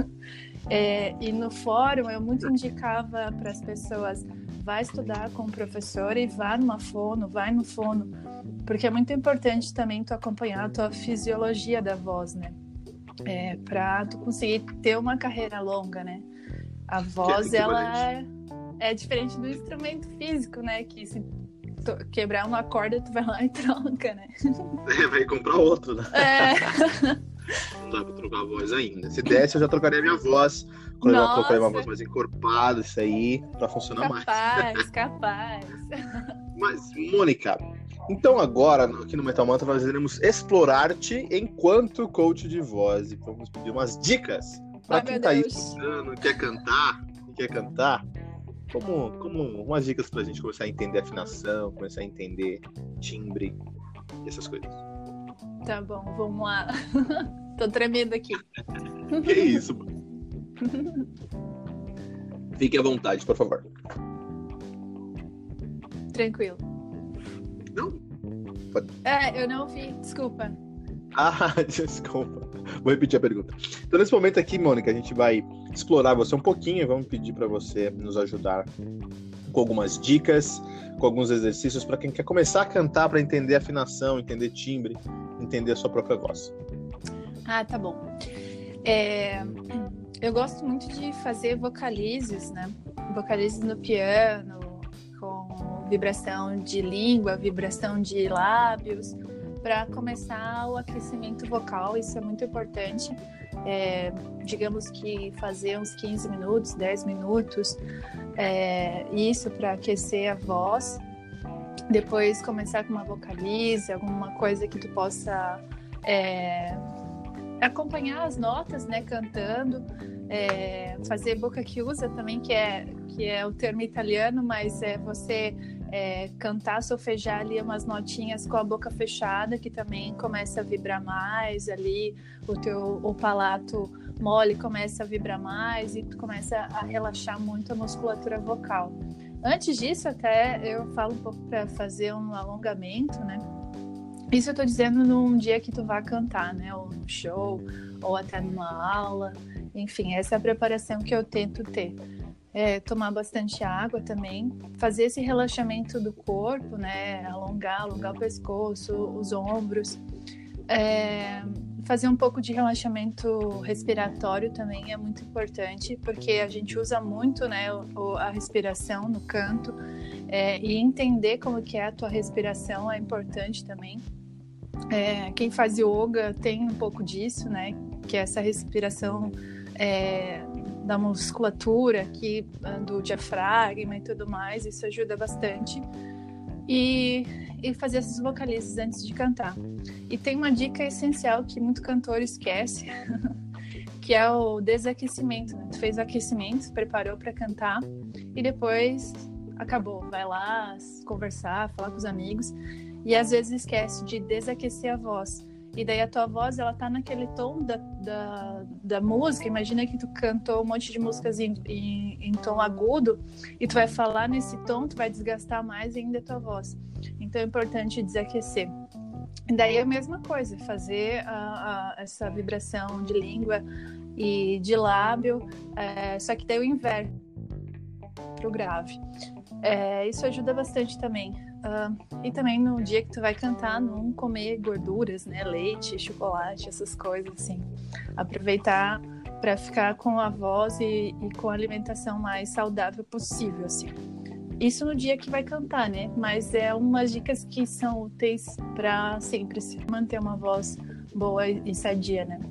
Speaker 4: é, e no fórum eu muito indicava para as pessoas, vai estudar com o professor e vá numa fono, vai no fono, porque é muito importante também tu acompanhar a tua fisiologia da voz, né? É, para tu conseguir ter uma carreira longa, né? A voz, ela é, é diferente do instrumento físico, né? Que se tu quebrar uma corda, tu vai lá e troca, né?
Speaker 3: É, vai comprar outro, né?
Speaker 4: É.
Speaker 3: Não dá pra trocar a voz ainda. Se desse, eu já trocaria a minha voz. Quando eu colocaria uma voz mais encorpada, isso aí, pra funcionar
Speaker 4: capaz,
Speaker 3: mais.
Speaker 4: Capaz, capaz.
Speaker 3: Mas, Mônica, então agora, aqui no Metal Mantra, nós iremos explorar-te enquanto coach de voz. E vamos pedir umas dicas pra
Speaker 4: Ai,
Speaker 3: quem
Speaker 4: meu
Speaker 3: tá aí
Speaker 4: Deus.
Speaker 3: escutando, quer cantar, quer cantar. Como, como umas dicas pra gente começar a entender afinação, começar a entender timbre e essas coisas.
Speaker 4: Tá bom, vamos lá. Tô tremendo aqui.
Speaker 3: Que isso, mano? Fique à vontade, por favor.
Speaker 4: Tranquilo.
Speaker 3: Não?
Speaker 4: É, eu não ouvi, desculpa.
Speaker 3: Ah, desculpa. Vou repetir a pergunta. Então, nesse momento aqui, Mônica, a gente vai explorar você um pouquinho e vamos pedir para você nos ajudar com algumas dicas, com alguns exercícios para quem quer começar a cantar, para entender afinação, entender timbre, entender a sua própria voz.
Speaker 4: Ah, tá bom. É, eu gosto muito de fazer vocalizes, né? Vocalizes no piano, com vibração de língua, vibração de lábios, para começar o aquecimento vocal, isso é muito importante. É, digamos que fazer uns quinze minutos, dez minutos, é, isso para aquecer a voz. Depois começar com uma vocalize, alguma coisa que tu possa é, acompanhar as notas, né, cantando. É, fazer boca chiusa também, que é, que é o termo italiano, mas é você é, cantar, solfejar ali umas notinhas com a boca fechada, que também começa a vibrar mais ali, o teu o palato mole começa a vibrar mais e tu começa a relaxar muito a musculatura vocal. Antes disso, até eu falo um pouco para fazer um alongamento, né? Isso eu tô dizendo num dia que tu vai cantar, né? Ou num show, ou até numa aula. Enfim, essa é a preparação que eu tento ter. É, tomar bastante água também, fazer esse relaxamento do corpo, né? Alongar, alongar o pescoço, os ombros. É, Fazer um pouco de relaxamento respiratório também é muito importante, porque a gente usa muito, né, o, a respiração no canto, é, e entender como que é a tua respiração é importante também. É, quem faz yoga tem um pouco disso, né, que é essa respiração é, da musculatura, aqui, do diafragma e tudo mais, isso ajuda bastante. E, e fazer essas vocalizes antes de cantar. E tem uma dica essencial que muito cantor esquece, que é o desaquecimento. Né? Tu fez o aquecimento, se preparou para cantar e depois acabou. Vai lá conversar, falar com os amigos e às vezes esquece de desaquecer a voz. E daí a tua voz, ela tá naquele tom da, da, da música. Imagina que tu cantou um monte de músicas em, em, em tom agudo e tu vai falar nesse tom, tu vai desgastar mais ainda a tua voz. Então é importante desaquecer. E daí é a mesma coisa, fazer a, a, essa vibração de língua e de lábio, é, só que daí o inverno pro grave. É, isso ajuda bastante também. Uh, e também no dia que tu vai cantar, não comer gorduras, né? Leite, chocolate, essas coisas assim. Aproveitar para ficar com a voz e, e com a alimentação mais saudável possível, assim. Isso no dia que vai cantar, né? Mas é umas dicas que são úteis para sempre manter uma voz boa e sadia, né?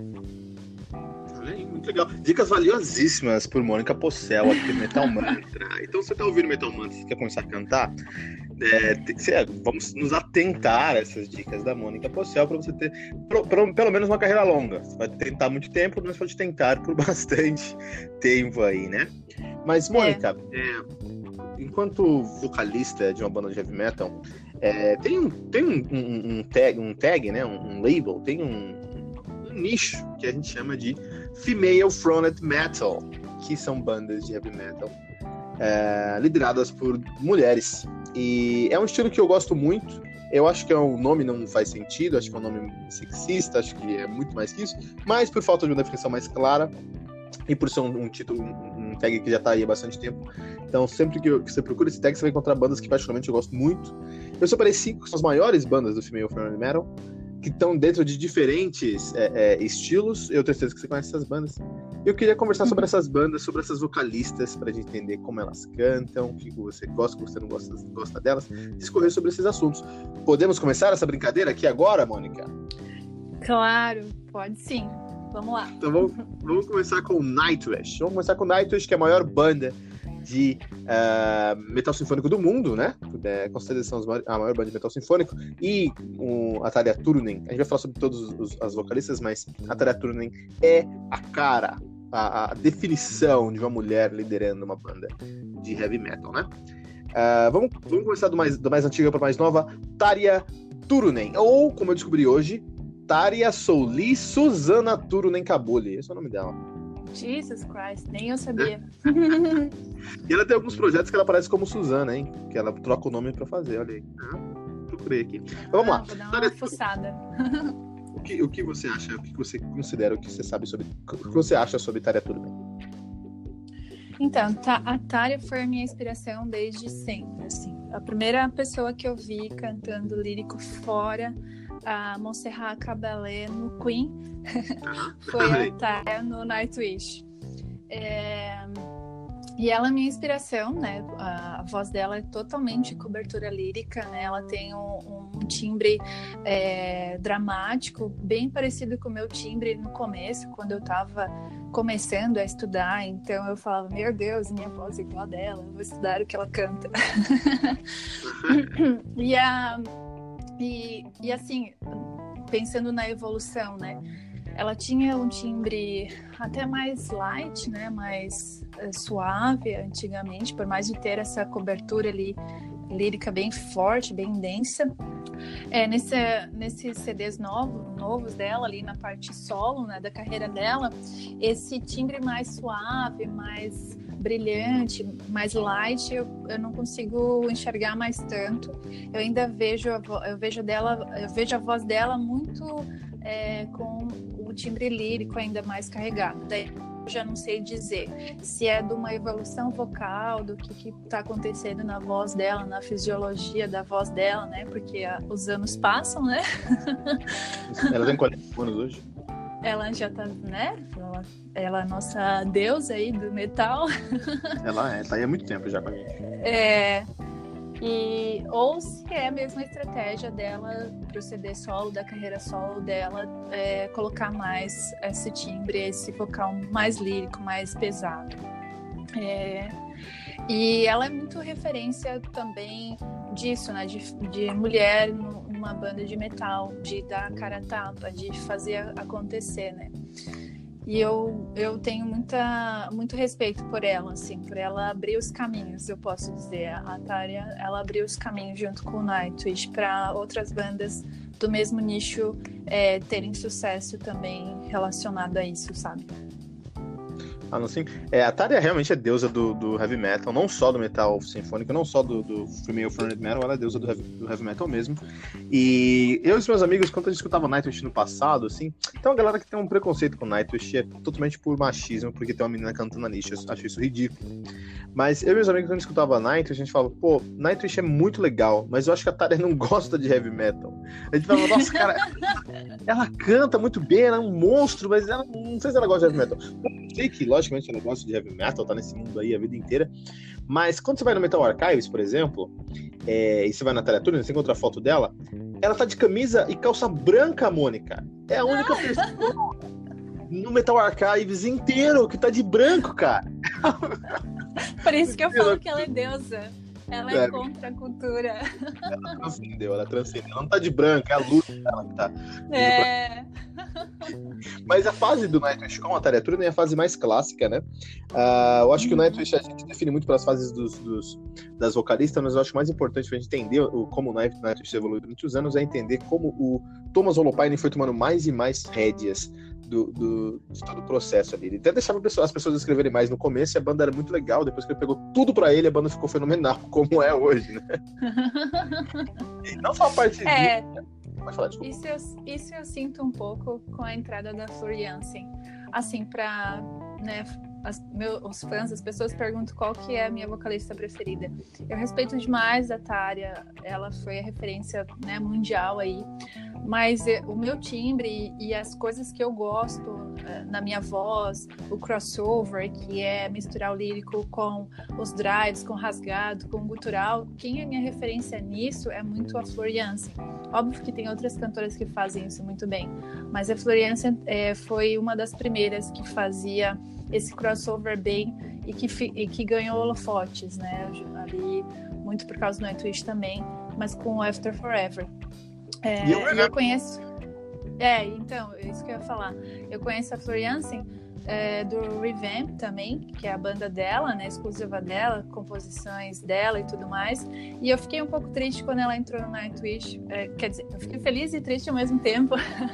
Speaker 3: Muito legal. Dicas valiosíssimas por Mônica Pocel aqui no Metal Mantra. Então, você tá ouvindo Metal Mantra, você quer começar a cantar? É, tem, cê, vamos nos atentar a essas dicas da Mônica Pocel para você ter pro, pro, pelo menos uma carreira longa. Você vai tentar muito tempo, mas pode tentar por bastante tempo aí, né? Mas, Mônica, é. É, enquanto vocalista de uma banda de heavy metal, é, tem, um, tem um, um, um, tag, um tag, né? Um, um label, tem um, um nicho que a gente chama de Female Fronted Metal, que são bandas de heavy metal é, lideradas por mulheres. E é um estilo que eu gosto muito. Eu acho que o é nome não faz sentido, acho que é um nome sexista, acho que é muito mais que isso, mas por falta de uma definição mais clara e por ser um, um título, um, um tag que já tá aí há bastante tempo. Então, sempre que, eu, que você procura esse tag, você vai encontrar bandas que particularmente eu gosto muito. Eu separei cinco, que são as maiores bandas do Female Fronted Metal, que estão dentro de diferentes é, é, estilos. Eu tenho certeza que você conhece essas bandas. Eu queria conversar sobre essas bandas, sobre essas vocalistas, pra gente entender como elas cantam, o que você gosta, o que você não gosta, gosta delas, discorrer sobre esses assuntos. Podemos começar essa brincadeira aqui agora, Mônica?
Speaker 4: Claro, pode sim. Vamos lá.
Speaker 3: Então vamos, vamos começar com Nightwish. Vamos começar com Nightwish, que é a maior banda de uh, metal sinfônico do mundo, né? É consideração a maior banda de metal sinfônico. E um, a Tarja Turunen, a gente vai falar sobre todas as vocalistas, mas a Tarja Turunen é a cara, a, a definição de uma mulher liderando uma banda de heavy metal, né? Uh, vamos, vamos começar do mais, do mais antiga para mais nova, Tarja Turunen, ou, como eu descobri hoje, Tarja Souli Susana Turunen Kabuli. Esse é o nome dela.
Speaker 4: Jesus Christ, nem eu sabia.
Speaker 3: E ela tem alguns projetos que ela aparece como Susana, hein? Que ela troca o nome pra fazer, olha aí. Ah, procurei aqui. Mas vamos
Speaker 4: ah,
Speaker 3: lá.
Speaker 4: Vou dar uma fuçada.
Speaker 3: O que, o que você acha, o que você considera, o que você sabe sobre, o que você acha sobre Tarja Turunen?
Speaker 4: Então, tá, a Tarja foi a minha inspiração desde sempre, assim. A primeira pessoa que eu vi cantando lírico fora a Montserrat Caballé no Queen foi a Tarja no Nightwish. É... E ela é minha inspiração, né? A voz dela é totalmente cobertura lírica, né? Ela tem um, um timbre é, dramático, bem parecido com o meu timbre no começo, quando eu tava começando a estudar. Então eu falava, meu Deus, minha voz é igual a dela, vou estudar o que ela canta. e, a, e, e assim, pensando na evolução, né? Ela tinha um timbre até mais light, né? Mais é, suave antigamente, por mais de ter essa cobertura ali lírica bem forte, bem densa. É, nesse, nesses C Ds novos, novos dela, ali na parte solo, né, da carreira dela, esse timbre mais suave, mais brilhante, mais light, eu, eu não consigo enxergar mais tanto. Eu ainda vejo a, vo- eu vejo dela, eu vejo a voz dela muito é, com o timbre lírico ainda mais carregado. Daí já não sei dizer se é de uma evolução vocal, do que que tá acontecendo na voz dela, na fisiologia da voz dela, né? Porque a, os anos passam, né?
Speaker 3: Ela tem quarenta anos hoje.
Speaker 4: Ela já tá, né? Ela, ela é a nossa deusa aí do metal.
Speaker 3: Ela é, tá aí há muito tempo já com a gente.
Speaker 4: É, e, ou se é a mesma estratégia dela pro C D solo, da carreira solo dela, é, colocar mais esse timbre, esse vocal mais lírico, mais pesado. É, e ela é muito referência também disso, né? De, de mulher numa banda de metal, de dar a cara a tapa, de fazer acontecer, né? E eu, eu tenho muita, muito respeito por ela, assim, por ela abrir os caminhos, eu posso dizer. A Tária, ela abriu os caminhos junto com o Nightwish para outras bandas do mesmo nicho é, terem sucesso também relacionado a isso, sabe?
Speaker 3: Ah, não, sim. É, a Tária realmente é deusa do, do heavy metal, não só do metal sinfônico, não só do, do female fronted metal, ela é deusa do heavy, do heavy metal mesmo. E eu e os meus amigos, quando a gente escutava Nightwish no passado, assim, tem uma galera que tem um preconceito com Nightwish, é totalmente por machismo, porque tem uma menina cantando na nicho, eu acho isso ridículo. Mas eu e meus amigos, quando escutava Nightwish, a gente falava, pô, Nightwish é muito legal, mas eu acho que a Tária não gosta de heavy metal. A gente falava, nossa, cara, ela canta muito bem, ela é um monstro, mas ela não sei se ela gosta de heavy metal. Eu sei que, logicamente, ela gosta de heavy metal, tá nesse mundo aí a vida inteira, mas quando você vai no Metal Archives, por exemplo, é, e você vai na Tária Tuner, você encontra a foto dela, ela tá de camisa e calça branca, Mônica. É a única pessoa no Metal Archives inteiro que tá de branco, cara.
Speaker 4: Por isso que eu falo que ela é deusa. Ela é,
Speaker 3: é
Speaker 4: contra a cultura.
Speaker 3: Ela transcendeu, ela transcendeu. Ela não tá de branco, é a luz dela que tá.
Speaker 4: É.
Speaker 3: Mas a fase do Nightwish com a Tária Tuner é a fase mais clássica, né? Uh, eu acho que o Nightwish a gente define muito pelas fases dos, dos, das vocalistas, mas eu acho mais importante pra gente entender o, como o Nightwish evoluiu durante os anos é entender como o Thomas Holopainen foi tomando mais e mais rédeas Do, do, de todo o processo ali. Ele até deixava as pessoas escreverem mais no começo e a banda era muito legal. Depois que ele pegou tudo pra ele, a banda ficou fenomenal, como é hoje, né? E não só a parte
Speaker 4: é,
Speaker 3: de... Pode falar, desculpa.
Speaker 4: Isso eu, isso eu sinto um pouco com a entrada da Floor Jansen. Assim, pra... Né, as, meus, os fãs, as pessoas perguntam qual que é a minha vocalista preferida. Eu respeito demais a Tária. Ela foi a referência, né, mundial aí. Mas o meu timbre e as coisas que eu gosto uh, na minha voz, o crossover, que é misturar o lírico com os drives, com rasgado, com gutural, quem é minha referência nisso é muito a Floor Jansen. Óbvio que tem outras cantoras que fazem isso muito bem, mas a Floor Jansen é, foi uma das primeiras que fazia esse crossover bem e que, e que ganhou holofotes, né? Ali, muito por causa do Nightwish também, mas com o After Forever. É, eu, eu conheço. É, então, é isso que eu ia falar. Eu conheço a Floor Jansen é, do Revamp também, que é a banda dela, né, exclusiva dela, composições dela e tudo mais. E eu fiquei um pouco triste quando ela entrou no Nightwish. É, quer dizer, eu fiquei feliz e triste ao mesmo tempo.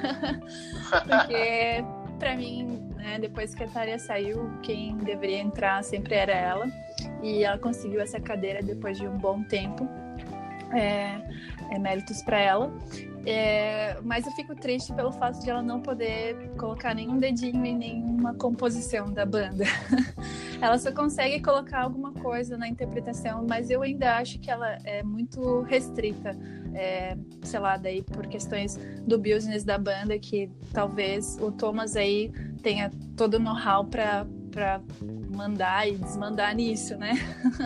Speaker 4: Porque, pra mim, né, depois que a Tária saiu, quem deveria entrar sempre era ela. E ela conseguiu essa cadeira depois de um bom tempo. É, é méritos para ela, é, mas eu fico triste pelo fato de ela não poder colocar nenhum dedinho em nenhuma composição da banda. Ela só consegue colocar alguma coisa na interpretação, mas eu ainda acho que ela é muito restrita, é, sei lá, daí por questões do business da banda, que talvez o Thomas aí tenha todo o know-how para para mandar e desmandar nisso, né?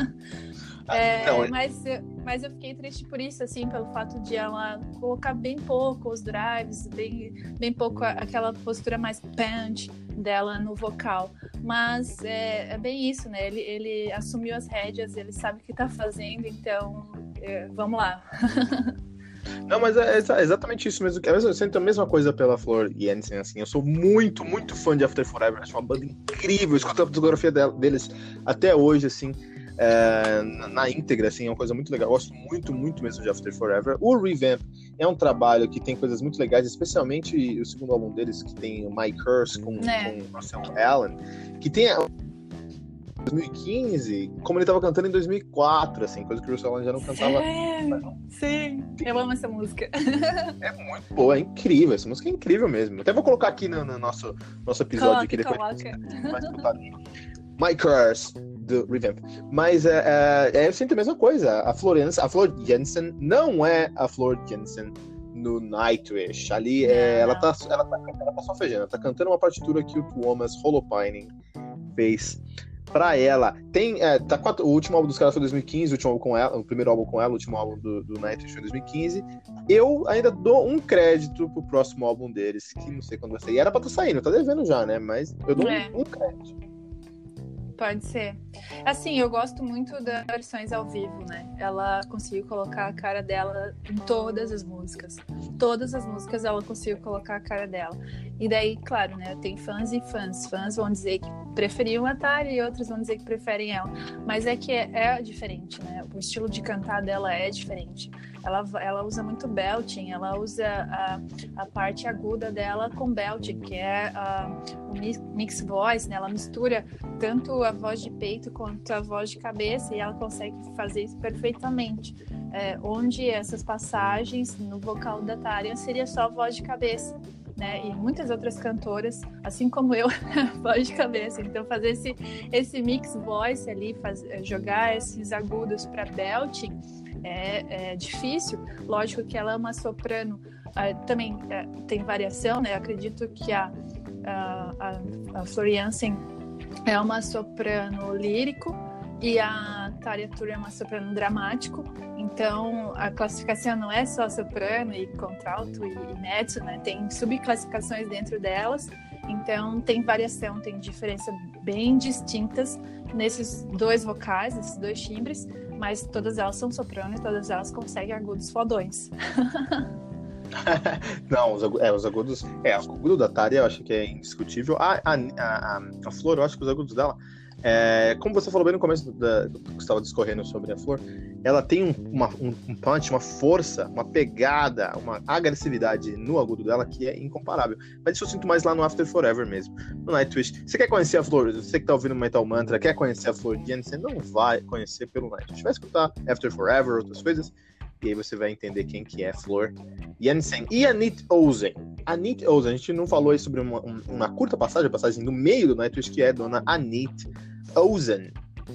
Speaker 4: É, não, é... Mas, mas eu fiquei triste por isso, assim, pelo fato de ela colocar bem pouco os drives, bem, bem pouco aquela postura mais punch dela no vocal. Mas é, é bem isso, né? Ele, ele assumiu as rédeas, ele sabe o que tá fazendo, então é, vamos lá.
Speaker 3: Não, mas é, é exatamente isso mesmo. Eu sinto a mesma coisa pela Floor Jansen, assim. Eu sou muito, muito fã de After Forever. Acho uma banda incrível. Eu escuto a discografia deles até hoje, assim. É, na, na íntegra, assim, é uma coisa muito legal. Eu gosto muito, muito mesmo de After Forever. O Revamp é um trabalho que tem coisas muito legais, especialmente o segundo álbum deles, que tem o My Curse com, é. com Russell Allen, que tem dois mil e quinze, como ele tava cantando em dois mil e quatro, assim, coisa que o Russell Allen já não cantava.
Speaker 4: É, sim, eu amo essa música.
Speaker 3: É muito boa, é incrível, essa música é incrível mesmo. Até vou colocar aqui no, no nosso, nosso episódio aqui depois.
Speaker 4: Coloca.
Speaker 3: My Curse, do Revamp. Mas é, é, é sempre a mesma coisa. A Florence, a Flor Jensen não é a Flor Jensen no Nightwish. Ali é, ela, tá, ela, tá, ela tá só fejando, ela tá cantando uma partitura que o Tuomas Holopainen fez pra ela. Tem, é, tá quatro, o último álbum dos caras foi dois mil e quinze, o, último álbum com ela, o primeiro álbum com ela, o último álbum do, do Nightwish foi dois mil e quinze. Eu ainda dou um crédito pro próximo álbum deles, que não sei quando vai sair. E era pra tá saindo, tá devendo já, né? Mas eu dou
Speaker 4: É.
Speaker 3: um, um crédito.
Speaker 4: Pode ser. Assim, eu gosto muito das versões ao vivo, né? Ela conseguiu colocar a cara dela em todas as músicas. Todas as músicas ela conseguiu colocar a cara dela. E daí, claro, né? Tem fãs e fãs. Fãs vão dizer que preferiam a Tara e outros vão dizer que preferem ela. Mas é que é, é diferente, né? O estilo de cantar dela é diferente. Ela, ela usa muito belting, ela usa a, a parte aguda dela com belting, que é uh, o mix, mix voice, né? Ela mistura tanto a voz de peito quanto a voz de cabeça e ela consegue fazer isso perfeitamente. É, onde essas passagens no vocal da Tarja seria só voz de cabeça, né? E muitas outras cantoras, assim como eu, voz de cabeça. Então fazer esse, esse mix voice ali, faz, jogar esses agudos para belting é, é difícil. Lógico que ela é uma soprano, uh, também uh, tem variação, né? Eu acredito que a, a, a, a Flor Jensen é uma soprano lírico e a Tarja Turer é uma soprano dramático. Então a classificação não é só soprano e contralto e, e mezzo, né? Tem subclassificações dentro delas. Então tem variação, tem diferença bem distintas nesses dois vocais, nesses dois timbres, mas todas elas são soprano e todas elas conseguem agudos fodões.
Speaker 3: Não, os agudos, é, os agudos. É, o agudo da Tarja eu acho que é indiscutível. A, a, a, a Flor, eu acho que os agudos dela. É, como você falou bem no começo da, do que você estava discorrendo sobre a Flor, ela tem um, uma, um, um punch, uma força, uma pegada, uma agressividade no agudo dela que é incomparável. Mas isso eu sinto mais lá no After Forever mesmo, no Nightwish. Você quer conhecer a Flor, você que tá ouvindo Metal Mantra, quer conhecer a Flor Jensen, não vai conhecer pelo Nightwish. Vai escutar After Forever, outras coisas, e aí você vai entender quem que é Flor Jensen. E a Anit Ozen. A Anit Ozen, a gente não falou aí sobre uma, uma curta passagem, a passagem no meio do Nightwish, que é Dona Anit Ozen.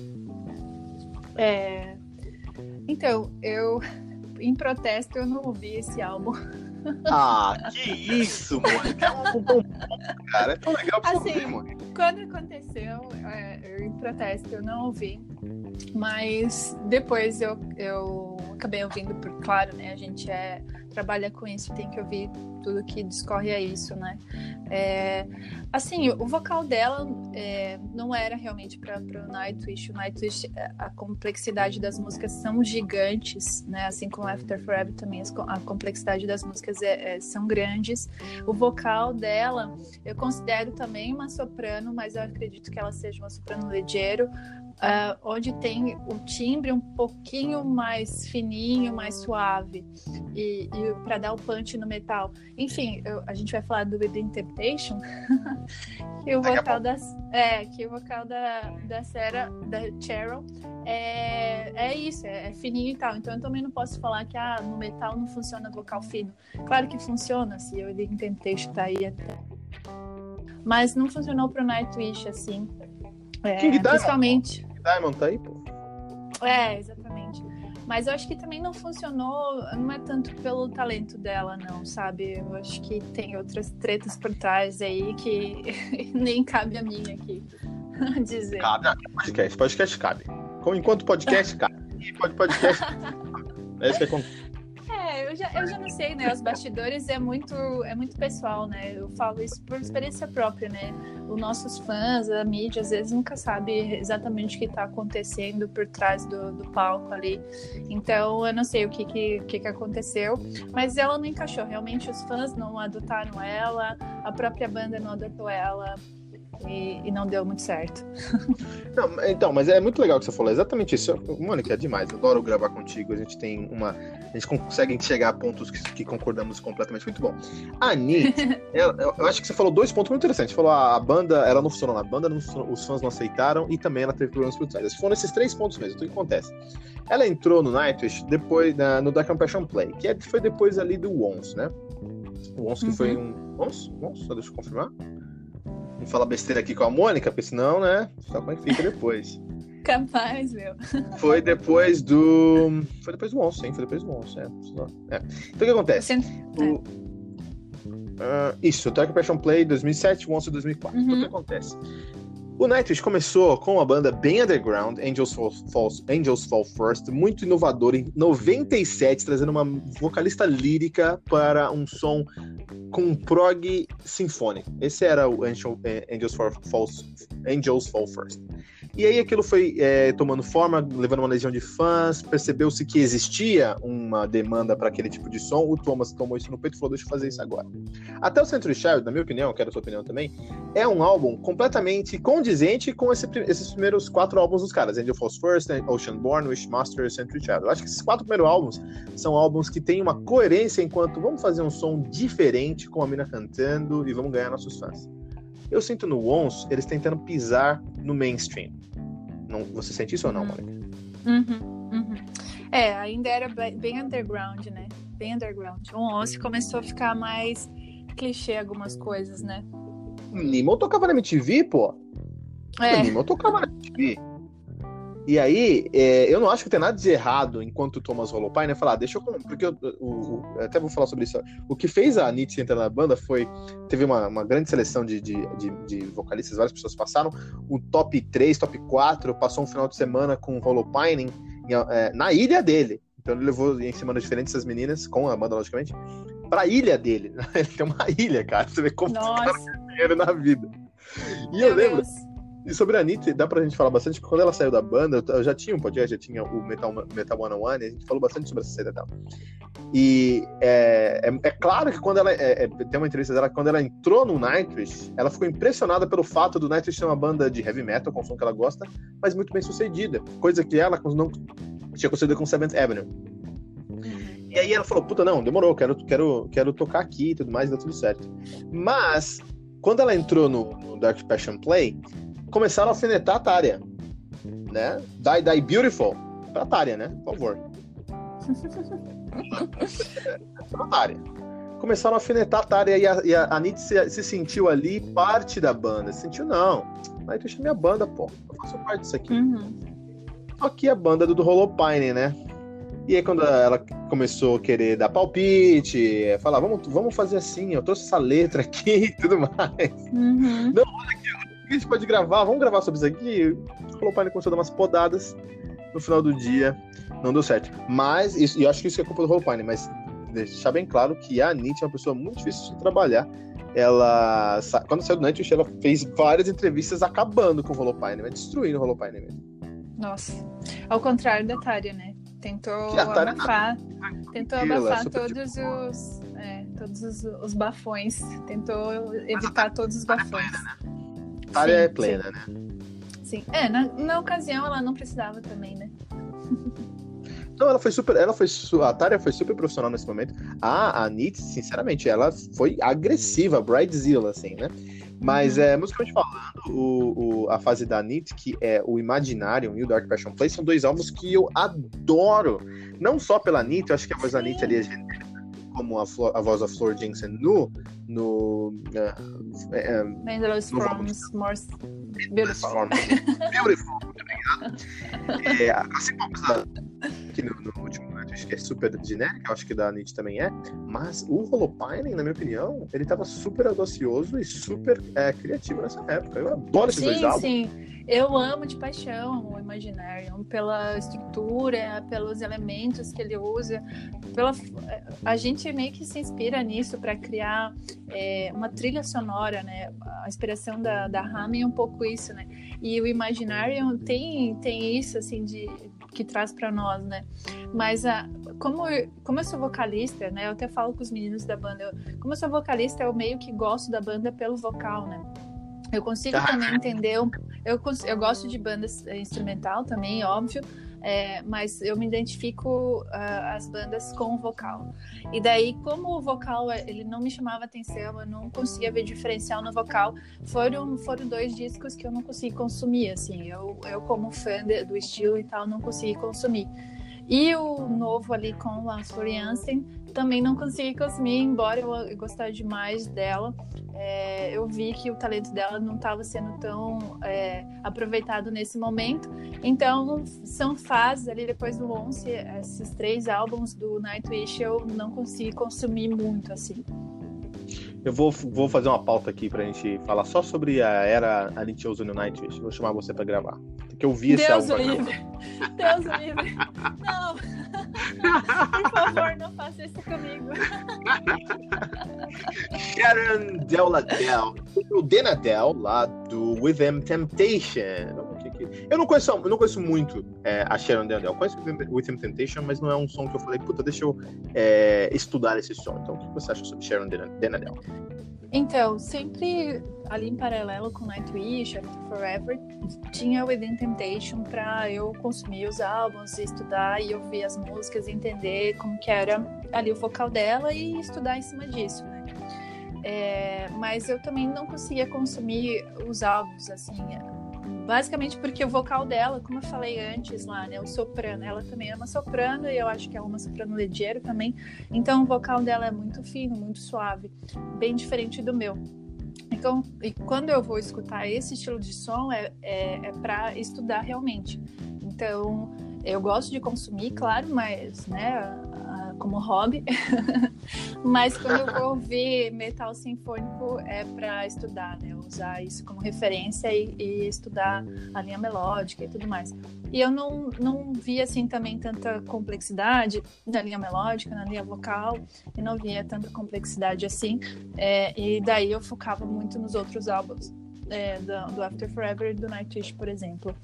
Speaker 4: É... Então, eu, em protesto, eu não ouvi esse álbum.
Speaker 3: Ah, que isso, mano. É um tão bom, cara. É tão legal pra
Speaker 4: Assim,
Speaker 3: ouvir, mano.
Speaker 4: Quando aconteceu, é, eu, em protesto, eu não ouvi. Mas depois eu, eu acabei ouvindo, por claro, né? A gente é, trabalha com isso, tem que ouvir tudo que discorre a isso, né? É, assim, o vocal dela é, não era realmente para o Nightwish. O Nightwish, a complexidade das músicas são gigantes, né? Assim como After Forever também, a complexidade das músicas é, é, são grandes. O vocal dela, eu considero também uma soprano, mas eu acredito que ela seja uma soprano ligeiro, Uh, onde tem o timbre um pouquinho mais fininho, mais suave, e, e para dar o punch no metal. Enfim, eu, a gente vai falar do Within Temptation, que o vocal da, é, que o vocal da, da Sarah, da Cheryl, é, é isso, é, é fininho e tal. Então eu também não posso falar que ah, no metal não funciona vocal fino. Claro que funciona, se o Within Temptation tá aí até. Mas não funcionou pro Nightwish, assim. É,
Speaker 3: King
Speaker 4: principalmente.
Speaker 3: Diamond. Diamond tá aí, pô.
Speaker 4: É, exatamente. Mas eu acho que também não funcionou, não é tanto pelo talento dela, não, sabe? Eu acho que tem outras tretas por trás aí que nem cabe a mim aqui dizer.
Speaker 3: Cabe, ah, podcast, podcast cabe. Como enquanto podcast cabe. E pode podcast. É isso que acontece.
Speaker 4: É, eu já, eu já não sei, né? Os bastidores é muito, é muito pessoal, né? Eu falo isso por experiência própria, né? Os nossos fãs, a mídia, às vezes nunca sabe exatamente o que está acontecendo por trás do, do palco ali. Então, eu não sei o que, que, que, que aconteceu, mas ela não encaixou. Realmente, os fãs não adotaram ela, a própria banda não adotou ela. e, e não deu muito certo.
Speaker 3: Não, então, mas é muito legal o que você falou, é exatamente isso. Mônica, é demais, eu adoro gravar contigo, a gente tem uma... A gente consegue chegar a pontos que, que concordamos completamente, muito bom. A Anitta, ela, eu acho que você falou dois pontos muito interessantes. Você falou a, a banda, ela não funcionou na banda, não funcionou, os fãs não aceitaram e também ela teve problemas por trás. Foram esses três pontos mesmo, tudo que acontece. Ela entrou no Nightwish depois, na, no Dark Compassion Play, que é, foi depois ali do Once, né? O Once que uhum. foi um... Once? Once? Só deixa eu confirmar. Não fala besteira aqui com a Mônica, porque senão, né? Só como é que fica depois.
Speaker 4: Capaz, meu.
Speaker 3: Foi depois do... Foi depois do Once, hein? Foi depois do Once, é. é. Então o que acontece?
Speaker 4: Você...
Speaker 3: O... Uh, isso, o Dark Compassion Play dois mil e sete, o Once dois mil e quatro. Uhum. Então o que acontece? O Nightwish começou com uma banda bem underground, Angels Fall, Falls, Angels Fall First, muito inovador, em noventa e sete, trazendo uma vocalista lírica para um som com um prog sinfônico. Esse era o Angel, eh, Angels, Fall, Falls, Angels Fall First. E aí aquilo foi é, tomando forma, levando uma legião de fãs, percebeu-se que existia uma demanda para aquele tipo de som, o Thomas tomou isso no peito e falou, deixa eu fazer isso agora. Até o Century Child, na minha opinião, quero a sua opinião também, é um álbum completamente condizente com esse, esses primeiros quatro álbuns dos caras, Angel Falls First, Oceanborn, Wishmaster e Century Child. Eu acho que esses quatro primeiros álbuns são álbuns que têm uma coerência enquanto vamos fazer um som diferente com a mina cantando e vamos ganhar nossos fãs. Eu sinto no Once eles tentando pisar no mainstream. Não, você sente isso ou não, Mônica?
Speaker 4: Uhum, uhum. É, ainda era bem underground, né? Bem underground. O Once começou a ficar mais clichê algumas coisas, né?
Speaker 3: O Nemo tocava na M T V, pô.
Speaker 4: É.
Speaker 3: O Nemo tocava na M T V. E aí, é, eu não acho que tem nada de errado enquanto o Thomas Holopainen, né? Falar, ah, deixa eu... Porque eu, o, o, até vou falar sobre isso. O que fez a Anitta entrar na banda foi... Teve uma, uma grande seleção de, de, de, de vocalistas, várias pessoas passaram. O top três, top quatro, passou um final de semana com o Holopainen é, na ilha dele. Então ele levou em semanas diferentes essas meninas, com a banda, logicamente, pra ilha dele. Ele tem uma ilha, cara. Você vê como
Speaker 4: Nossa.
Speaker 3: o cara tem dinheiro na vida. E
Speaker 4: Meu
Speaker 3: eu lembro...
Speaker 4: Deus.
Speaker 3: E sobre a Anitta, dá pra gente falar bastante, porque quando ela saiu da banda, eu já tinha um podcast, já tinha o Metal, Metal cento e um, e a gente falou bastante sobre essa saída dela. E é, é, é claro que quando ela, é, é, tem uma entrevista dela, quando ela entrou no Nightwish, ela ficou impressionada pelo fato do Nightwish ser uma banda de heavy metal, com o som que ela gosta, mas muito bem sucedida, coisa que ela não tinha conseguido com Seventh Avenue. E aí ela falou, puta, não, demorou, quero, quero, quero tocar aqui e tudo mais, dá tudo certo. Mas, quando ela entrou no, no Dark Passion Play, começaram a alfinetar a Tária, né? Die, Die Beautiful pra Tária, né? Por favor. Pra Tária. Começaram a alfinetar a Tária e a, e a Anitta se, se sentiu ali parte da banda. Se sentiu, não. Aí tu chama minha banda, pô. Eu faço parte disso aqui.
Speaker 4: Uhum.
Speaker 3: Só que a banda do, do Holopainen, né? E aí quando ela começou a querer dar palpite, falar, vamos, vamos fazer assim, eu trouxe essa letra aqui e tudo mais.
Speaker 4: Uhum.
Speaker 3: Não, olha aqui, a gente pode gravar, vamos gravar sobre isso aqui. O Holopainen começou a dar umas podadas no final do dia, não deu certo. Mas, isso, e eu acho que isso é culpa do Holopainen, mas deixar bem claro que a Anitta é uma pessoa muito difícil de trabalhar. Ela, quando saiu do Nightwish, ela fez várias entrevistas acabando com o Holopainen, destruindo o Holopainen mesmo.
Speaker 4: Nossa, ao contrário da Tária, né? Tentou
Speaker 3: Tária
Speaker 4: abafar, tentou
Speaker 3: Ela,
Speaker 4: abafar
Speaker 3: super
Speaker 4: todos
Speaker 3: tipo...
Speaker 4: os, é, todos os, os bafões, tentou evitar todos os bafões.
Speaker 3: A área
Speaker 4: Sim,
Speaker 3: é plena,
Speaker 4: sim.
Speaker 3: né?
Speaker 4: Sim, é, na, na ocasião ela não precisava também, né?
Speaker 3: Não, ela foi super, ela foi, a Tária foi super profissional nesse momento. A Anitta, sinceramente, ela foi agressiva, bridezilla, assim, né? Mas, é, musicalmente falando, o, o, a fase da Anitta, que é o Imaginarium e o Dark Passion Play, são dois álbuns que eu adoro. Não só pela Anitta, eu acho que a voz da Anitta ali é genérica, como a, Flor, a voz da Flor Jensen no... no uh, é,
Speaker 4: Dangerous
Speaker 3: no
Speaker 4: Forms, More Beautiful.
Speaker 3: Beautiful, muito obrigado. É, assim como a que no, no último, né, acho que é super genérica, acho que da Anitta também é, mas o Holopainen, na minha opinião, ele tava super audacioso e super é, criativo nessa época. Eu adoro esses
Speaker 4: sim,
Speaker 3: dois álbuns.
Speaker 4: Sim, eu amo de paixão o Imaginarium, pela estrutura, pelos elementos que ele usa, pela... a gente meio que se inspira nisso para criar é, uma trilha sonora, né? A inspiração da, da Rami é um pouco isso, né? E o Imaginarium tem, tem isso, assim, de que traz para nós, né? Mas a, como, como eu sou vocalista, né? Eu até falo com os meninos da banda, eu, como eu sou vocalista, eu meio que gosto da banda pelo vocal, né? Eu consigo também entender, eu, cons- eu gosto de bandas eh, instrumental também, óbvio, é, mas eu me identifico ah, as bandas com o vocal. E daí, como o vocal ele não me chamava atenção, eu não conseguia ver diferencial no vocal, foram, foram dois discos que eu não consegui consumir, assim, eu, eu como fã de, do estilo e tal, não consegui consumir. E o novo ali com a Flori Jansen também não consegui consumir, embora eu gostasse demais dela. É, eu vi que o talento dela não estava sendo tão é, aproveitado nesse momento. Então, são fases ali, depois do onze, esses três álbuns do Nightwish eu não consegui consumir muito, assim.
Speaker 3: Eu vou, vou fazer uma pauta aqui pra gente falar só sobre a era Alice Ozo no Nightwish. Vou chamar você pra gravar. Porque eu vi esse
Speaker 4: Deus
Speaker 3: álbum.
Speaker 4: o livre! Deus o livre! Não! Por favor, não faça isso comigo.
Speaker 3: Sharon Del-Adel. O Denadel, lá do With Them Temptation. Eu não conheço, eu não conheço muito é, a Sharon Del-Adel. Eu conheço With Them Temptation, mas não é um som que eu falei, puta, deixa eu é, estudar esse som. Então, o que você acha sobre Sharon Denadel?
Speaker 4: Então, sempre ali em paralelo com Nightwish, After Forever, tinha Within Temptation para eu consumir os álbuns, estudar e ouvir as músicas, entender como que era ali o vocal dela e estudar em cima disso, né? É, mas eu também não conseguia consumir os álbuns, assim, basicamente porque o vocal dela, como eu falei antes lá, né, o soprano, ela também é uma soprano e eu acho que é uma soprano ligeiro também, então o vocal dela é muito fino, muito suave, bem diferente do meu. Então, e quando eu vou escutar esse estilo de som é, é, é para estudar realmente. Então, eu gosto de consumir, claro, mas, né, como hobby, mas quando eu vou ouvir metal sinfônico é para estudar, né? Usar isso como referência e, e estudar a linha melódica e tudo mais. E eu não, não vi assim também tanta complexidade na linha melódica, na linha vocal, e não via tanta complexidade assim, é, e daí eu focava muito nos outros álbuns. É, do, do After Forever e do Nightwish, por exemplo.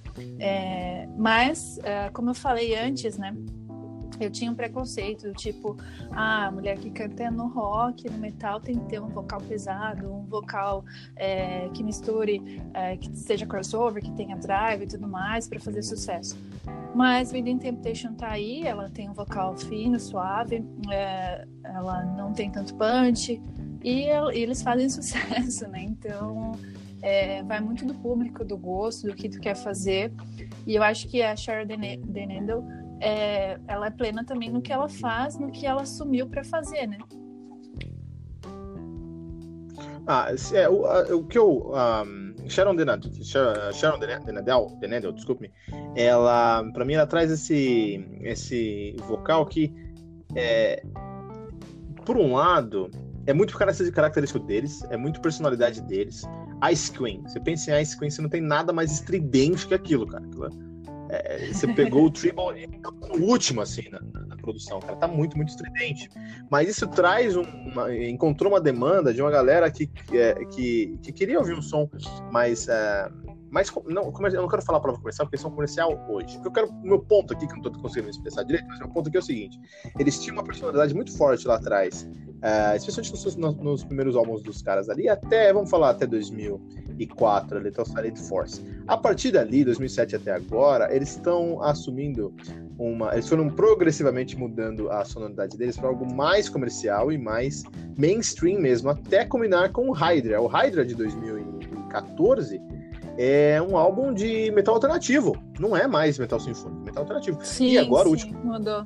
Speaker 4: É, mas, é, como eu falei antes, né? Eu tinha um preconceito, tipo, ah, a mulher que canta no rock, no metal, tem que ter um vocal pesado, um vocal é, que misture, é, que seja crossover, que tenha drive e tudo mais, para fazer sucesso. Mas Within Temptation tá aí, ela tem um vocal fino, suave, é, ela não tem tanto punch, e, e eles fazem sucesso, né? Então, é, vai muito do público, do gosto, do que tu quer fazer. E eu acho que a Sharon Denadel, É, ela é plena também no que ela faz, no que ela assumiu para fazer, né?
Speaker 3: Ah, é, o, a, o que eu... Um, Sharon Denadel, Sharon Denadel, Denadel, desculpe-me, ela, pra mim, ela traz esse, esse vocal que, é, por um lado, é muito característico deles, é muito personalidade deles. Ice Queen, você pensa em Ice Queen, você não tem nada mais estridente que aquilo, cara. Aquilo É, você pegou o treble o último, assim, na, na, na produção, cara, tá muito, muito estridente. Mas isso traz um, uma, encontrou uma demanda de uma galera que, que, que, que queria ouvir um som mais, é, mais não, eu não quero falar a palavra comercial, porque eles são comercial hoje. O que eu quero, o meu ponto aqui, que eu não tô conseguindo me expressar direito, mas o meu ponto aqui é o seguinte: eles tinham uma personalidade muito forte lá atrás, é, especialmente nos, nos, nos primeiros álbuns dos caras ali, até, vamos falar, até dois mil e quatro, Lethal Silent Force. A partir dali, dois mil e sete até agora, eles estão assumindo uma... Eles foram progressivamente mudando a sonoridade deles para algo mais comercial e mais mainstream mesmo, até combinar com o Hydra. O Hydra de dois mil e quatorze é um álbum de metal alternativo, não é mais metal sinfônico, metal alternativo.
Speaker 4: Sim,
Speaker 3: e agora
Speaker 4: sim,
Speaker 3: o último...
Speaker 4: mudou.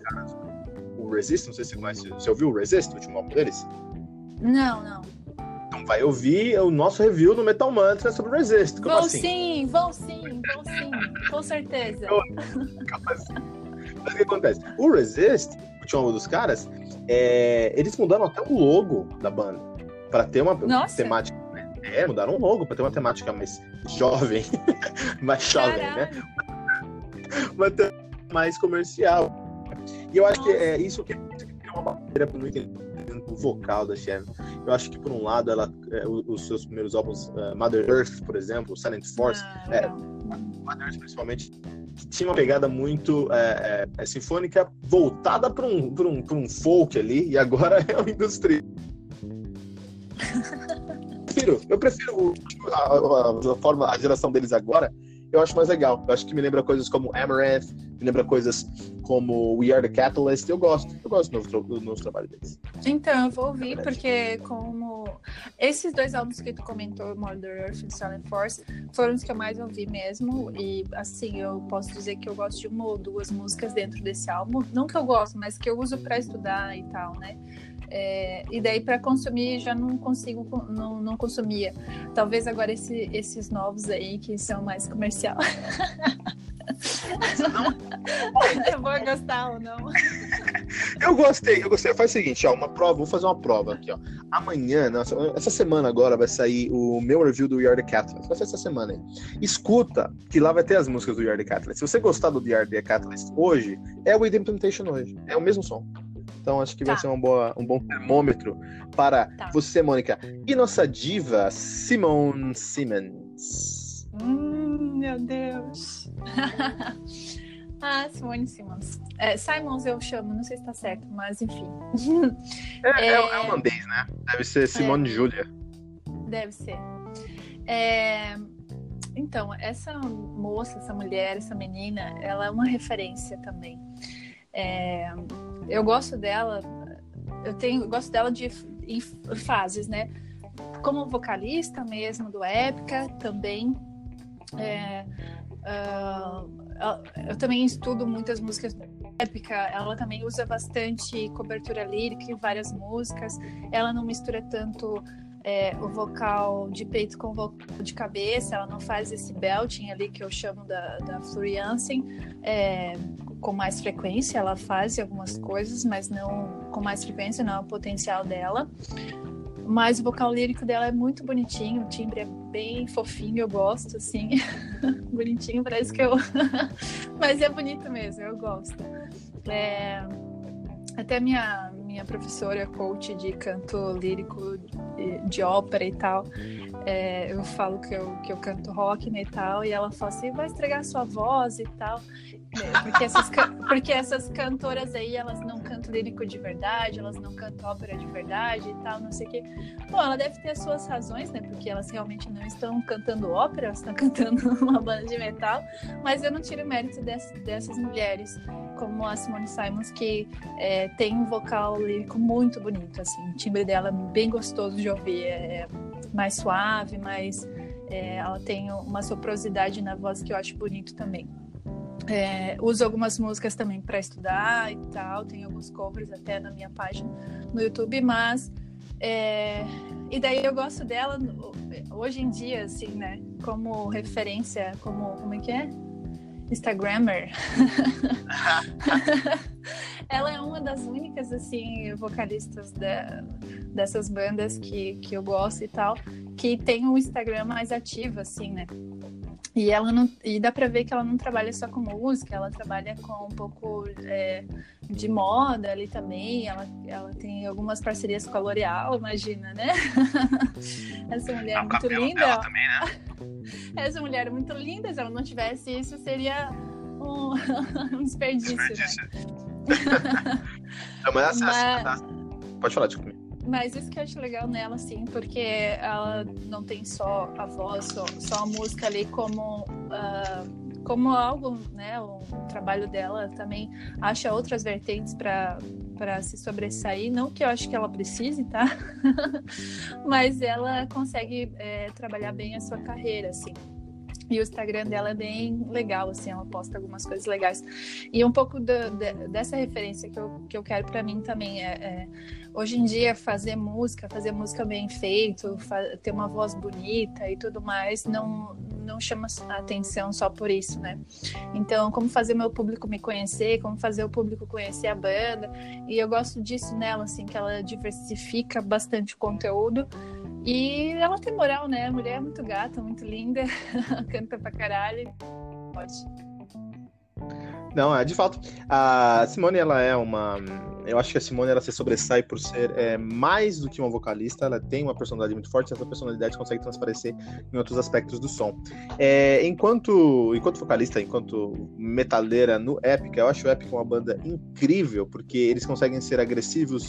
Speaker 3: O Resist, não sei se você conhece, você ouviu o Resist, o último álbum deles?
Speaker 4: Não, não.
Speaker 3: Então vai ouvir o nosso review no Metal Mantra sobre o Resist. Como
Speaker 4: vão
Speaker 3: assim?
Speaker 4: sim, vão sim, vão sim, com certeza.
Speaker 3: Mas o que acontece? O Resist, o último álbum dos caras, é... eles mudaram até o logo da banda para ter uma
Speaker 4: Nossa.
Speaker 3: temática. É, mudaram o logo para ter uma temática mais jovem, mais jovem,
Speaker 4: Caralho.
Speaker 3: né? Uma temática mais comercial. E eu acho Nossa. que é isso que é uma barreira para muito o vocal da Sharon. Eu acho que por um lado ela, é, os seus primeiros álbuns, uh, Mother Earth, por exemplo, Silent Force,
Speaker 4: Ah,
Speaker 3: é, Mother Earth principalmente, que tinha uma pegada muito é, é, sinfônica voltada para um, um, um folk ali, e agora é um industrial. prefiro, eu prefiro a, a, a forma, a geração deles agora, eu acho mais legal. Eu acho que me lembra coisas como Amaranth, me lembra coisas como We Are The Catalyst. Eu gosto, eu gosto do novo, do novo trabalho deles.
Speaker 4: Então, eu vou ouvir, porque como esses dois álbuns que tu comentou, Mother Earth e Silent Force, foram os que eu mais ouvi mesmo. E assim, eu posso dizer que eu gosto de uma ou duas músicas dentro desse álbum. Não que eu gosto, mas que eu uso pra estudar e tal, né? É, e daí para consumir já não consigo, não, não consumia. Talvez agora esse, esses novos aí que são mais comercial. Eu vou gostar ou não?
Speaker 3: Eu gostei, eu gostei. Faz o seguinte, ó, uma prova, vou fazer uma prova aqui, ó. Amanhã, nossa, essa semana agora vai sair o meu review do We Are The Catalyst. Vai ser essa semana aí. Escuta, que lá vai ter as músicas do We Are The Catalyst. Se você gostar do We Are The Catalyst hoje, é o With Implementation hoje. É o mesmo som. Então acho que tá. Vai ser uma boa, um bom termômetro para tá. Você, Mônica. E nossa diva, Simone Simons.
Speaker 4: Hum, meu Deus. Ah, Simone Simons. É, Simons eu chamo, não sei se tá certo, mas enfim.
Speaker 3: É, é... é, é holandês, né? Deve ser Simone é. Julia.
Speaker 4: Deve ser. É... Então, essa moça, essa mulher, essa menina, ela é uma referência também. É, eu gosto dela, eu tenho, eu gosto dela de em fases, né? Como vocalista mesmo do Épica também. É, uh, eu também estudo muitas músicas do Épica. Ela também usa bastante cobertura lírica em várias músicas. Ela não mistura tanto é, o vocal de peito com o vocal de cabeça. Ela não faz esse belting ali que eu chamo da, da Flori Jansen. É, com mais frequência, ela faz algumas coisas, mas não com mais frequência, não é o potencial dela. Mas o vocal lírico dela é muito bonitinho, o timbre é bem fofinho, eu gosto, assim. Bonitinho, parece que eu... Mas é bonito mesmo, eu gosto. É... Até minha, minha professora, coach de canto lírico, de, de ópera e tal, é, eu falo que eu, que eu canto rock, né, e tal, e ela fala assim, vai estragar a sua voz e tal. Porque essas, porque essas cantoras aí, elas não cantam lírico de verdade, elas não cantam ópera de verdade e tal, não sei o quê. Bom, ela deve ter as suas razões, né? Porque elas realmente não estão cantando ópera, elas estão cantando uma banda de metal. Mas eu não tiro mérito dessas, dessas mulheres, como a Simone Simons, que é, tem um vocal lírico muito bonito, assim. O timbre dela é bem gostoso de ouvir, é mais suave, mais... É, ela tem uma soprosidade na voz que eu acho bonito também. É, uso algumas músicas também para estudar e tal, tem alguns covers até na minha página no YouTube, mas é, e daí eu gosto dela hoje em dia, assim, né, como referência, como, como é que é? Instagrammer. Ela é uma das únicas, assim, vocalistas da, dessas bandas que, que eu gosto e tal, que tem um Instagram mais ativo, assim, né? E, ela não, e dá pra ver que ela não trabalha só com música, ela trabalha com um pouco é, de moda ali também. Ela, ela tem algumas parcerias com a L'Oréal, imagina, né? Essa mulher é muito linda.
Speaker 3: Também, né?
Speaker 4: Essa mulher é muito linda. Se ela não tivesse isso, seria um, um desperdício, desperdício. Né?
Speaker 3: Não, mas essa, mas... Essa... Pode falar, desculpa.
Speaker 4: Mas isso que eu acho legal nela, assim, porque ela não tem só a voz, só, só a música ali como, uh, como algo, né? O, o trabalho dela também acha outras vertentes para para se sobressair. Não que eu acho que ela precise, tá? Mas ela consegue é, trabalhar bem a sua carreira, assim. E o Instagram dela é bem legal, assim, ela posta algumas coisas legais. E um pouco do, de, dessa referência que eu, que eu quero pra mim também é, é hoje em dia, fazer música, fazer música bem feito, ter uma voz bonita e tudo mais, não, não chama a atenção só por isso, né? Então, como fazer meu público me conhecer, como fazer o público conhecer a banda, e eu gosto disso nela, assim, que ela diversifica bastante o conteúdo. E ela tem moral, né? A mulher é muito gata, muito linda, canta pra caralho. Pode.
Speaker 3: Não, é de fato. A Simone, ela é uma... Eu acho que a Simone, ela se sobressai por ser é, mais do que uma vocalista. Ela tem uma personalidade muito forte. Essa personalidade consegue transparecer em outros aspectos do som. É, enquanto, enquanto vocalista, enquanto metaleira no Épica, eu acho o Épica uma banda incrível, porque eles conseguem ser agressivos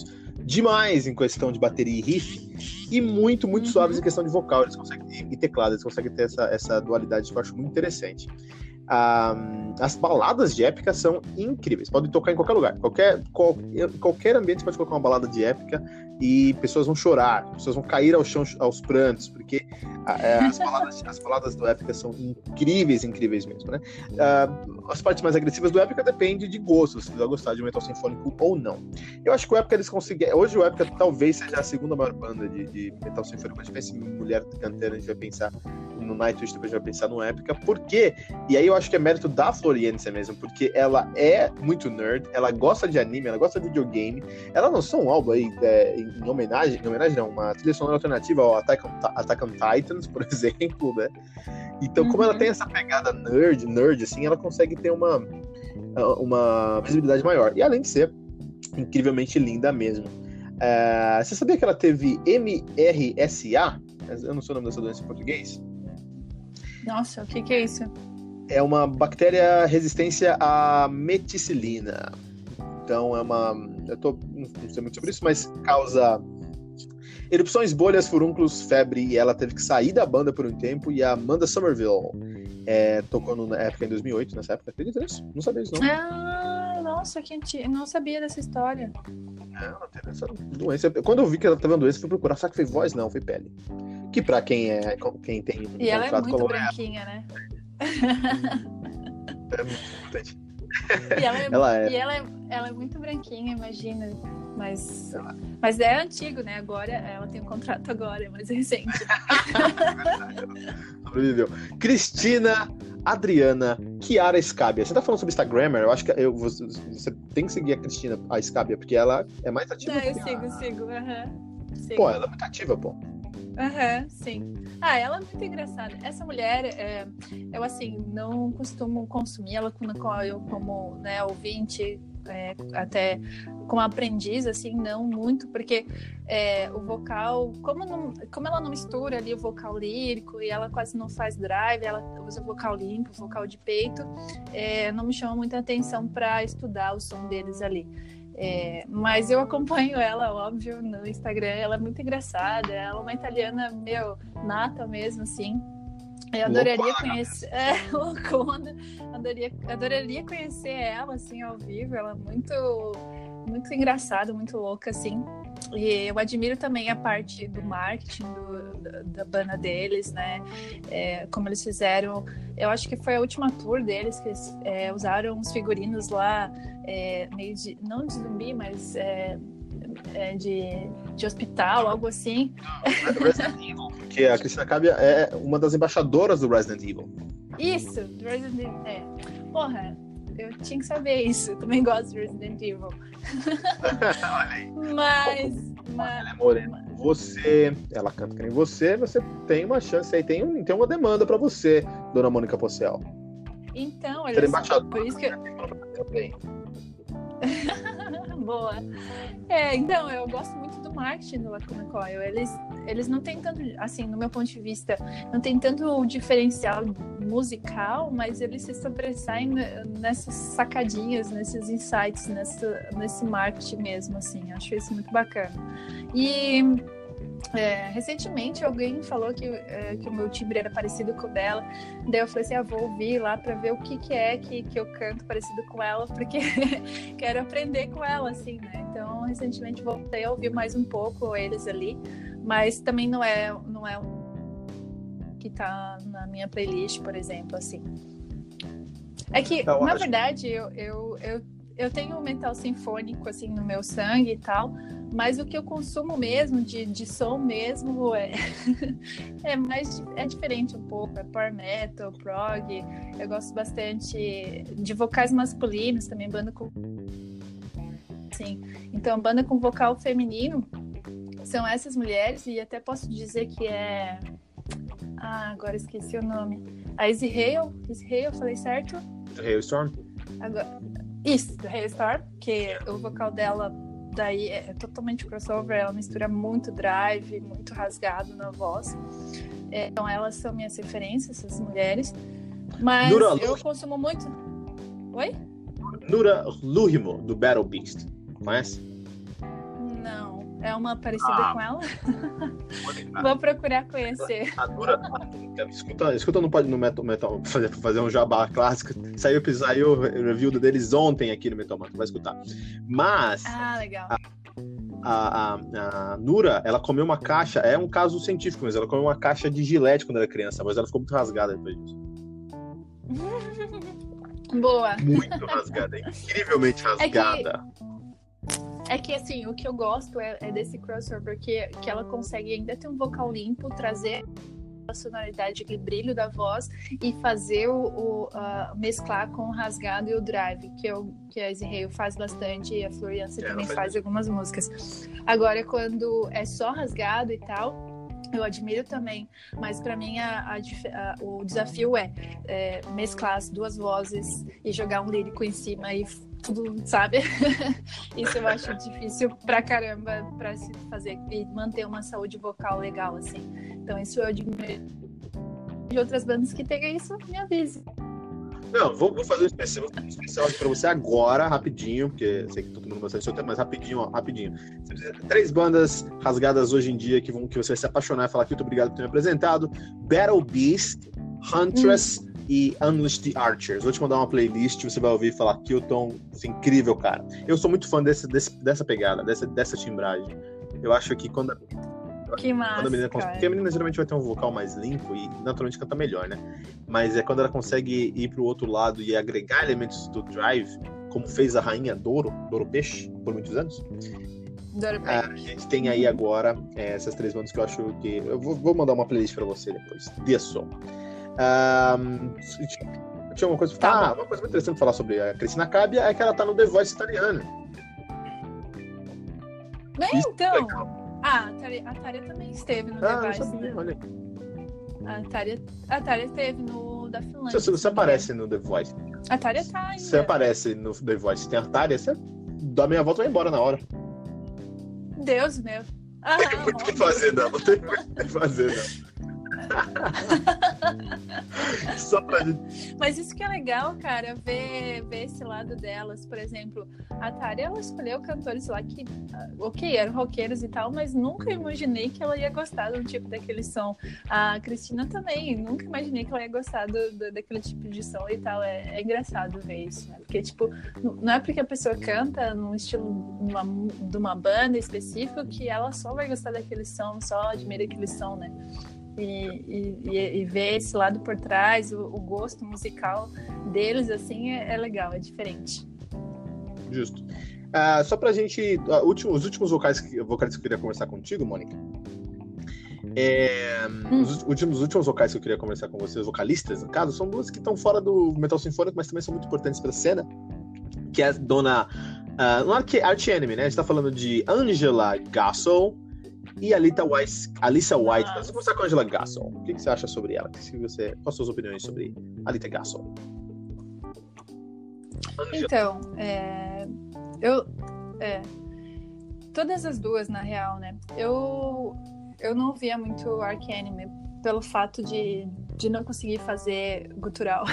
Speaker 3: demais em questão de bateria e riff, e muito, muito
Speaker 4: Uhum.
Speaker 3: suaves em questão de vocal, eles conseguem, e teclado, eles conseguem ter essa, essa dualidade que eu acho muito interessante. Ah, as baladas de épica são incríveis, podem tocar em qualquer lugar, qualquer, qual, qualquer ambiente você pode colocar uma balada de épica e pessoas vão chorar, pessoas vão cair ao chão aos prantos, porque ah, é, as, baladas, as baladas do épica são incríveis, incríveis mesmo, né? Ah, as partes mais agressivas do épica depende de gosto, se você vai gostar de um metal sinfônico ou não. Eu acho que o épica eles conseguiram, hoje o épica talvez seja a segunda maior banda de, de metal sinfônico. A gente pensa em mulher cantando, a gente vai pensar no Nightwish, depois a gente vai pensar no épica, porque, e aí eu acho que é mérito da Floriência mesmo, porque ela é muito nerd, ela gosta de anime, ela gosta de videogame, ela lançou um álbum aí é, em homenagem, em homenagem não, uma trilha sonora alternativa ao Attack on, Attack on Titans, por exemplo, né? Então, como
Speaker 4: Uhum.
Speaker 3: ela tem essa pegada nerd, nerd, assim, ela consegue ter uma, uma visibilidade maior. E além de ser incrivelmente linda mesmo. É, você sabia que ela teve M R S A? Eu não sei o nome dessa doença em português.
Speaker 4: Nossa, o que que é isso?
Speaker 3: É uma bactéria resistência à meticilina. Então é uma... Eu tô, não sei muito sobre isso, mas causa erupções, bolhas, furúnculos, febre, e ela teve que sair da banda por um tempo, e a Amanda Somerville é, tocou na época em dois mil e oito, nessa época. Acredita nisso? Não sabia disso, não.
Speaker 4: Ah, nossa, que antigo. Não sabia dessa história.
Speaker 3: Não, ela teve essa doença. Quando eu vi que ela teve uma doença, eu fui procurar. Será que foi voz? Não, foi pele. Que pra quem, é, quem tem um
Speaker 4: E ela é
Speaker 3: contrato
Speaker 4: muito
Speaker 3: com a
Speaker 4: branquinha, né?
Speaker 3: é muito importante.
Speaker 4: E ela é,
Speaker 3: Ela é.
Speaker 4: e ela é, ela é muito branquinha, imagina. Mas, mas é antigo, né? Agora ela tem um contrato agora, é mais recente.
Speaker 3: Sobreviveu. Cristina Adriana Chiara Scabia. Você tá falando sobre Instagrammer? Eu acho que eu, você, você tem que seguir a Cristina, a Scabia, porque ela é mais ativa.
Speaker 4: Não, eu
Speaker 3: que a-
Speaker 4: sigo, sigo. aham. Sigo.
Speaker 3: Pô, ela é muito ativa, pô.
Speaker 4: Aham, sim. Ah, ela é muito engraçada. Essa mulher, é, eu assim, não costumo consumir ela como, eu como né, ouvinte, é, até como aprendiz, assim, não muito, porque é, o vocal, como, não, como ela não mistura ali o vocal lírico e ela quase não faz drive, ela usa vocal limpo, vocal de peito, é, não me chama muita atenção para estudar o som deles ali. É, mas eu acompanho ela, óbvio, no Instagram. Ela é muito engraçada. Ela é uma italiana, meu, nata mesmo, assim. Eu adoraria
Speaker 3: Loucona,
Speaker 4: conhecer. É, loucona. Adoraria, adoraria conhecer ela, assim, ao vivo. Ela é muito, muito engraçada, muito louca, assim. E eu admiro também a parte do marketing do, da, da banda deles, né? É, como eles fizeram. Eu acho que foi a última tour deles que eles é, usaram uns figurinos lá, é, meio de. Não de zumbi, mas é, é de, de hospital, algo assim.
Speaker 3: Resident Evil, porque a Cristina Scabia é uma das embaixadoras do Resident Evil.
Speaker 4: Isso, do Resident Evil. É. Porra, eu tinha que saber isso. Eu também gosto de Resident Evil.
Speaker 3: Olha aí.
Speaker 4: Mas. mas
Speaker 3: Ela é morena. Você, ela canta que nem você, você tem uma chance aí, tem, um, tem uma demanda pra você, dona Mônica Pocel.
Speaker 4: então,
Speaker 3: Ser
Speaker 4: olha só,
Speaker 3: embaixadora.
Speaker 4: por isso que eu.
Speaker 3: Também.
Speaker 4: Boa. É, então, eu gosto muito do marketing do Lacuna Coil. Eles, eles não têm tanto, assim, no meu ponto de vista, não tem tanto diferencial musical, mas eles se sobressaem nessas sacadinhas, nesses insights, nessa, nesse marketing mesmo, assim. Acho isso muito bacana. E é, recentemente alguém falou que, é, que o meu timbre era parecido com o dela. Daí eu falei assim, ah, vou ouvir lá pra ver o que, que é que, que eu canto parecido com ela, porque quero aprender com ela, assim, né? Então, recentemente voltei a ouvir mais um pouco eles ali, mas também não é, não é um que tá na minha playlist, por exemplo, assim. É que,
Speaker 3: Eu
Speaker 4: na
Speaker 3: acho-
Speaker 4: verdade, eu, eu, eu, eu tenho metal sinfônico, assim, no meu sangue e tal, mas o que eu consumo mesmo, de, de som mesmo, é, é mais é diferente um pouco. É power metal, prog. Eu gosto bastante de vocais masculinos, também banda com... Sim. Então, banda com vocal feminino são essas mulheres, e até posso dizer que é... Ah, agora esqueci o nome. A Izzy Hale, Izzy Hale, eu falei certo?
Speaker 3: Hailstorm?
Speaker 4: Agora... Isso, do Hailstorm, que o vocal dela daí é totalmente crossover, ela mistura muito drive, muito rasgado na voz. É, então elas são minhas referências, essas mulheres. Mas
Speaker 3: Nura
Speaker 4: eu
Speaker 3: Luhimo.
Speaker 4: consumo muito... Oi?
Speaker 3: Nura Luhimo, do Battle Beast. Conhece?
Speaker 4: Não. é uma parecida
Speaker 3: Ah.
Speaker 4: com ela. Vou procurar conhecer.
Speaker 3: A Nura, a- escuta, escuta no, pod- no Metal, Metal fazer, fazer um jabá clássico. Saiu, saiu o review deles ontem aqui no Metal Mantra, vai escutar. Mas
Speaker 4: Ah, legal.
Speaker 3: a, a, a Nura, ela comeu uma caixa, é um caso científico, mas ela comeu uma caixa de gilete quando era criança, mas ela ficou muito rasgada depois disso.
Speaker 4: Boa.
Speaker 3: Muito rasgada, incrivelmente
Speaker 4: É que-
Speaker 3: rasgada.
Speaker 4: É que, assim, o que eu gosto é, é desse crossover, que, que ela consegue ainda ter um vocal limpo, trazer a sonoridade, aquele brilho da voz e fazer o, o uh, mesclar com o rasgado e o drive, que, eu, que a Israel faz bastante e a Floriança
Speaker 3: É,
Speaker 4: também
Speaker 3: ela
Speaker 4: faz
Speaker 3: faz
Speaker 4: algumas músicas. Agora, quando é só rasgado e tal, eu admiro também, mas pra mim a, a dif- a- o desafio é, é mesclar as duas vozes e jogar um lírico em cima e tudo, sabe? Isso eu acho difícil pra caramba pra se fazer e manter uma saúde vocal legal, assim. Então isso eu admiro. De outras bandas que tenham isso, me avise.
Speaker 3: Não, vou, vou fazer um especial, um especial aqui pra você agora, rapidinho, porque sei que todo mundo gosta do seu tempo, mas rapidinho, ó, rapidinho. Você precisa- Três bandas rasgadas hoje em dia que, vão, que você vai se apaixonar e falar que muito obrigado por ter me apresentado. Battle Beast, Huntress e Unleash the Archers. Vou te mandar uma playlist, você vai ouvir e falar Kilton, isso é incrível, cara. Eu sou muito fã desse, desse- dessa pegada, dessa, dessa timbragem. Eu acho que quando a,
Speaker 4: Que massa,
Speaker 3: quando a menina consegue,
Speaker 4: cara.
Speaker 3: porque a menina geralmente vai ter um vocal mais limpo e naturalmente canta melhor, né? Mas é quando ela consegue ir pro outro lado e agregar elementos do drive, como fez a rainha Douro, Douro Peixe, por muitos anos.
Speaker 4: Adoro
Speaker 3: Ah,
Speaker 4: bem.
Speaker 3: a gente tem aí agora é, essas três bandas que eu acho que. Eu vou, vou mandar uma playlist pra você depois. Dia só. Um, tinha uma coisa.
Speaker 4: Tá
Speaker 3: ah,
Speaker 4: bom.
Speaker 3: uma coisa muito interessante falar sobre a Cristina Cabia é que ela tá no The Voice italiano.
Speaker 4: Bem,
Speaker 3: Isso é
Speaker 4: então.
Speaker 3: legal.
Speaker 4: Ah, a Tária, a Tária também esteve no
Speaker 3: Ah, eu
Speaker 4: Device,
Speaker 3: sabia,
Speaker 4: né?
Speaker 3: olha.
Speaker 4: A Tária, a Tária esteve no da Finlândia.
Speaker 3: Você, você
Speaker 4: se não me
Speaker 3: aparece no The Voice.
Speaker 4: engano. A Tária tá ainda.
Speaker 3: Você aparece no The Voice, tem a Tária, você dá meia volta e vai embora na hora.
Speaker 4: Deus meu. Ah,
Speaker 3: Não tem muito o que fazer, não. Não tem muito o que fazer, não. Só pra gente.
Speaker 4: Mas isso que é legal, cara, ver, ver esse lado delas. Por exemplo, a Tária, ela escolheu cantores lá que, ah, ok, eram roqueiros e tal, mas nunca imaginei que ela ia gostar de um tipo daquele som. A Cristina também, nunca imaginei que ela ia gostar do, do- daquele tipo de som e tal. É, é engraçado ver isso, né? Porque, tipo, n- não é porque a pessoa canta num estilo numa, de uma banda específica que ela só vai gostar daquele som, só admira aquele som, né? E, e, e- e ver esse lado por trás, o, o gosto musical deles, assim, é, é legal, é diferente.
Speaker 3: Justo. Ah, só pra gente. ah, último- os últimos vocais que, vocais que eu queria conversar contigo, Mônica. É, os, últimos, os últimos vocais que eu queria conversar com vocês, vocalistas, no caso, são duas que estão fora do metal sinfônico, mas também são muito importantes pra cena. Que é a dona. Uh, não é que Arch Enemy, né? A gente tá falando de Angela Gassel e Alita Weiss, Alissa White.
Speaker 4: Nossa.
Speaker 3: Vamos começar com a Angela Gassel. O que, que você acha sobre ela? Que você, quais as suas opiniões sobre Alita Gassel? Angela.
Speaker 4: Então, é, eu. É, todas as duas, na real, né? Eu, eu não via muito Arch Enemy pelo fato de, de não conseguir fazer gutural.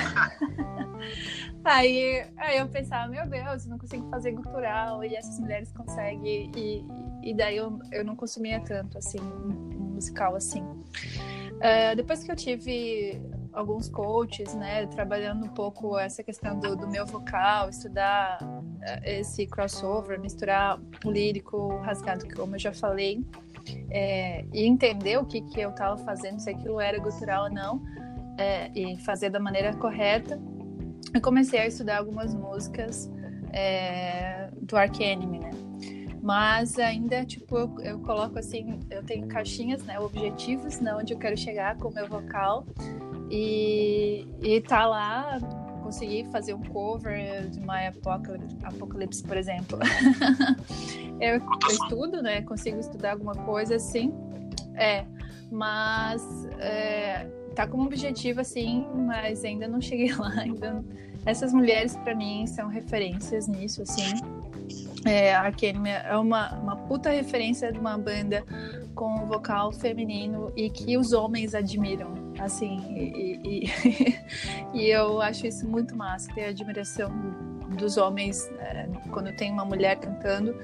Speaker 4: Aí, aí eu pensava, meu Deus, eu não consigo fazer gutural e essas mulheres conseguem. E, e daí eu, eu não consumia tanto, assim, um musical assim. É, depois que eu tive alguns coaches, né, trabalhando um pouco essa questão do, do meu vocal, estudar é, esse crossover, misturar o lírico, o rasgado, como eu já falei, é, e entender o que, que eu estava fazendo, se aquilo era gutural ou não, é, e fazer da maneira correta, eu comecei a estudar algumas músicas é, do Arch Enemy, né? Mas ainda, tipo, eu, eu coloco assim, eu tenho caixinhas, né, objetivos, né, onde eu quero chegar com o meu vocal e, e tá lá, conseguir fazer um cover de My Apocalypse, Apocalypse, por exemplo. eu, eu estudo, né, consigo estudar alguma coisa assim, é, mas é, tá como objetivo assim, mas ainda não cheguei lá, ainda. Essas mulheres pra mim são referências nisso, assim. É, a Arch Enemy é uma, uma puta referência de uma banda com vocal feminino e que os homens admiram, assim, e, e, e eu acho isso muito massa, ter a admiração dos homens é, quando tem uma mulher cantando,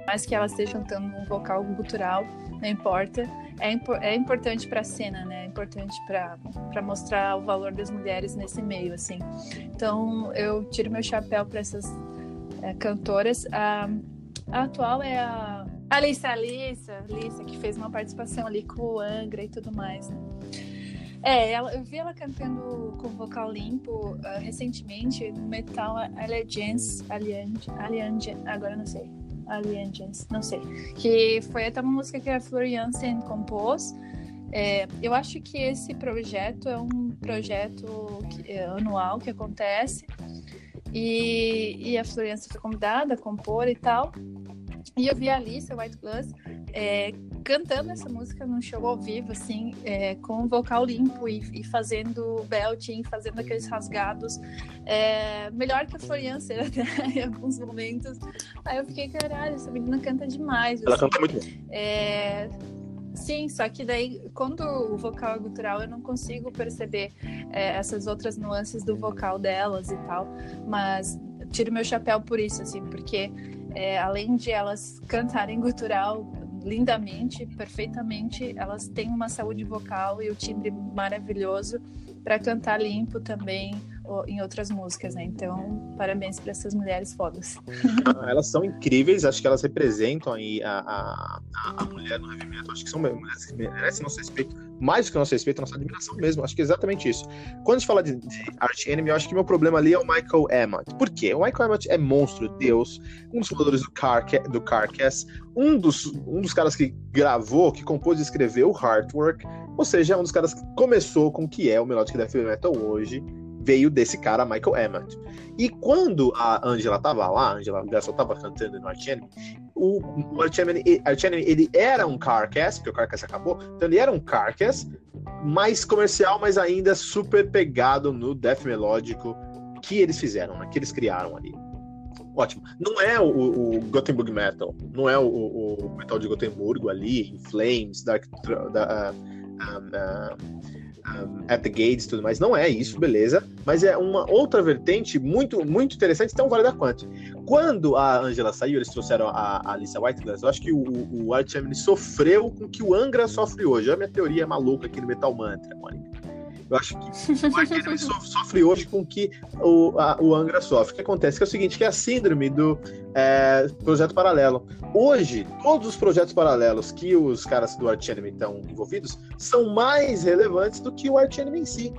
Speaker 4: mais que ela esteja cantando um vocal gutural, não importa. É, impo- é importante para a cena, né? É importante para mostrar o valor das mulheres nesse meio, assim. Então, eu tiro meu chapéu para essas é, cantoras. A, a atual é a Alissa, Alissa, Alissa, que fez uma participação ali com o Angra e tudo mais, né? É, ela, eu vi ela cantando com vocal limpo uh, recentemente no Metal Alliance, Alliance, Alliance, agora eu não sei. Alliance, não sei, que foi até uma música que a Florian Jansen compôs. É, eu acho que esse projeto é um projeto que, é, anual que acontece e, e a Florian foi convidada a compor e tal, e eu vi a Alissa White Glass é, cantando essa música num show ao vivo, assim, é, com um vocal limpo e, e fazendo belting, fazendo aqueles rasgados, é, melhor que a Florian até em alguns momentos. Aí eu fiquei, caralho, essa menina canta demais.
Speaker 3: Ela
Speaker 4: assim.
Speaker 3: canta muito bem.
Speaker 4: É, sim, só que daí, quando o vocal é gutural, eu não consigo perceber é, essas outras nuances do vocal delas e tal, mas tiro meu chapéu por isso, assim, porque é, além de elas cantarem gutural lindamente, perfeitamente, elas têm uma saúde vocal e o timbre maravilhoso para cantar limpo também ou, em outras músicas, né? Então, parabéns para essas mulheres fodas.
Speaker 3: Elas são incríveis, acho que elas representam aí a, a, a mulher no heavy metal. Acho que são mulheres que merecem nosso respeito, mais do que nosso respeito, nossa admiração mesmo. Acho que é exatamente isso. Quando a gente fala de, de Arch Enemy, eu acho que meu problema ali é o Michael Amott. Por quê? O Michael Amott é monstro, Deus, um dos fundadores do, Carca- do Carcass, um dos, um dos caras que gravou, que compôs e escreveu o Heartwork, ou seja, um dos caras que começou com o que é o Melodic Death Metal hoje, veio desse cara, Michael Amott. E quando a Angela tava lá, a Angela Gassel tava cantando no Arch Enemy, o, o Arch Enemy, Arch Enemy, ele era um Carcass, porque o Carcass acabou, então ele era um Carcass, mais comercial, mas ainda super pegado no death melódico que eles fizeram, né, que eles criaram ali. Ótimo. Não é o, o Gothenburg Metal, não é o, o, o metal de Gotemburgo ali, In Flames, Dark, da, uh, um, uh, Um, At the Gates e tudo mais, não é isso, beleza, mas é uma outra vertente muito, muito interessante, então vale da quanto. Quando a Angela saiu, eles trouxeram a, a Alissa White Glass, eu acho que o, o Arch Enemy sofreu com o que o Angra sofre hoje. A minha teoria é maluca aqui no Metal Mantra, Mônica. Eu acho que o Arch Enemy sofre hoje com o que o, a, o Angra sofre. O que acontece? Que é o seguinte, que é a síndrome do é, projeto paralelo. Hoje, todos os projetos paralelos que os caras do Arch Enemy estão envolvidos são mais relevantes do que o Arch Enemy em si.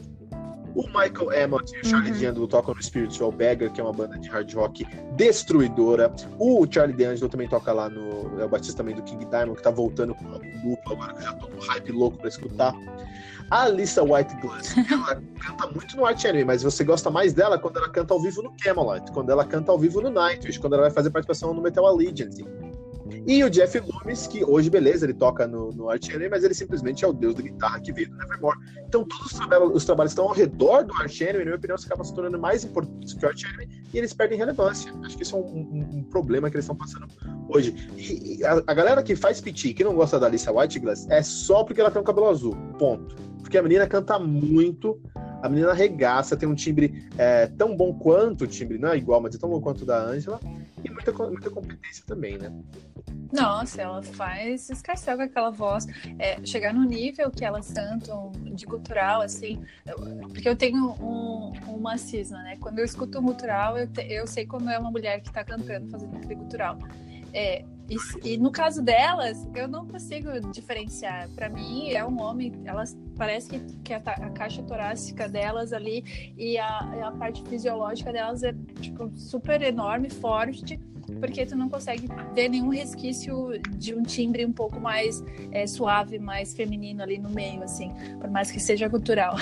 Speaker 3: O Michael Amott e o Charlie uhum. D'Angelo tocam no Spiritual Beggar, que é uma banda de hard rock destruidora. O Charlie D'Angelo também toca lá no... É o baixista também do King Diamond, que tá voltando com o duplo agora, que eu já tô no hype louco pra escutar. A Alissa White Glass, ela canta muito no Arch Enemy, mas você gosta mais dela quando ela canta ao vivo no Camelot, quando ela canta ao vivo no Nightwish, quando ela vai fazer participação no Metal Allegiance. E o Jeff Loomis, que hoje, beleza, ele toca no, no Arch Enemy, mas ele simplesmente é o deus da guitarra que veio do Nevermore. Então todos os, traba- os trabalhos estão ao redor do Arch Enemy, na minha opinião, acabam se tornando mais importantes que o Arch Enemy, e eles perdem relevância. Acho que isso é um, um, um problema que eles estão passando hoje. E, e a, a galera que faz piti, que não gosta da Alissa White Glass, é só porque ela tem um cabelo azul, ponto. Porque a menina canta muito, a menina arregaça, tem um timbre é, tão bom quanto o timbre, não é igual, mas é tão bom quanto o da Angela, e muita, muita competência também, né?
Speaker 4: Nossa, ela faz escarcel com aquela voz, é, chegar no nível que elas cantam de gutural, assim, eu, porque eu tenho um, uma cisma, né? Quando eu escuto um gutural, eu, te, eu sei quando é uma mulher que tá cantando, fazendo aquele gutural. É, e, e no caso delas, eu não consigo diferenciar. Para mim, é um homem, elas parece que, que a, a caixa torácica delas ali e a, a parte fisiológica delas é tipo, super enorme, forte, porque tu não consegue ver nenhum resquício de um timbre um pouco mais é, suave, mais feminino ali no meio, assim, por mais que seja cultural.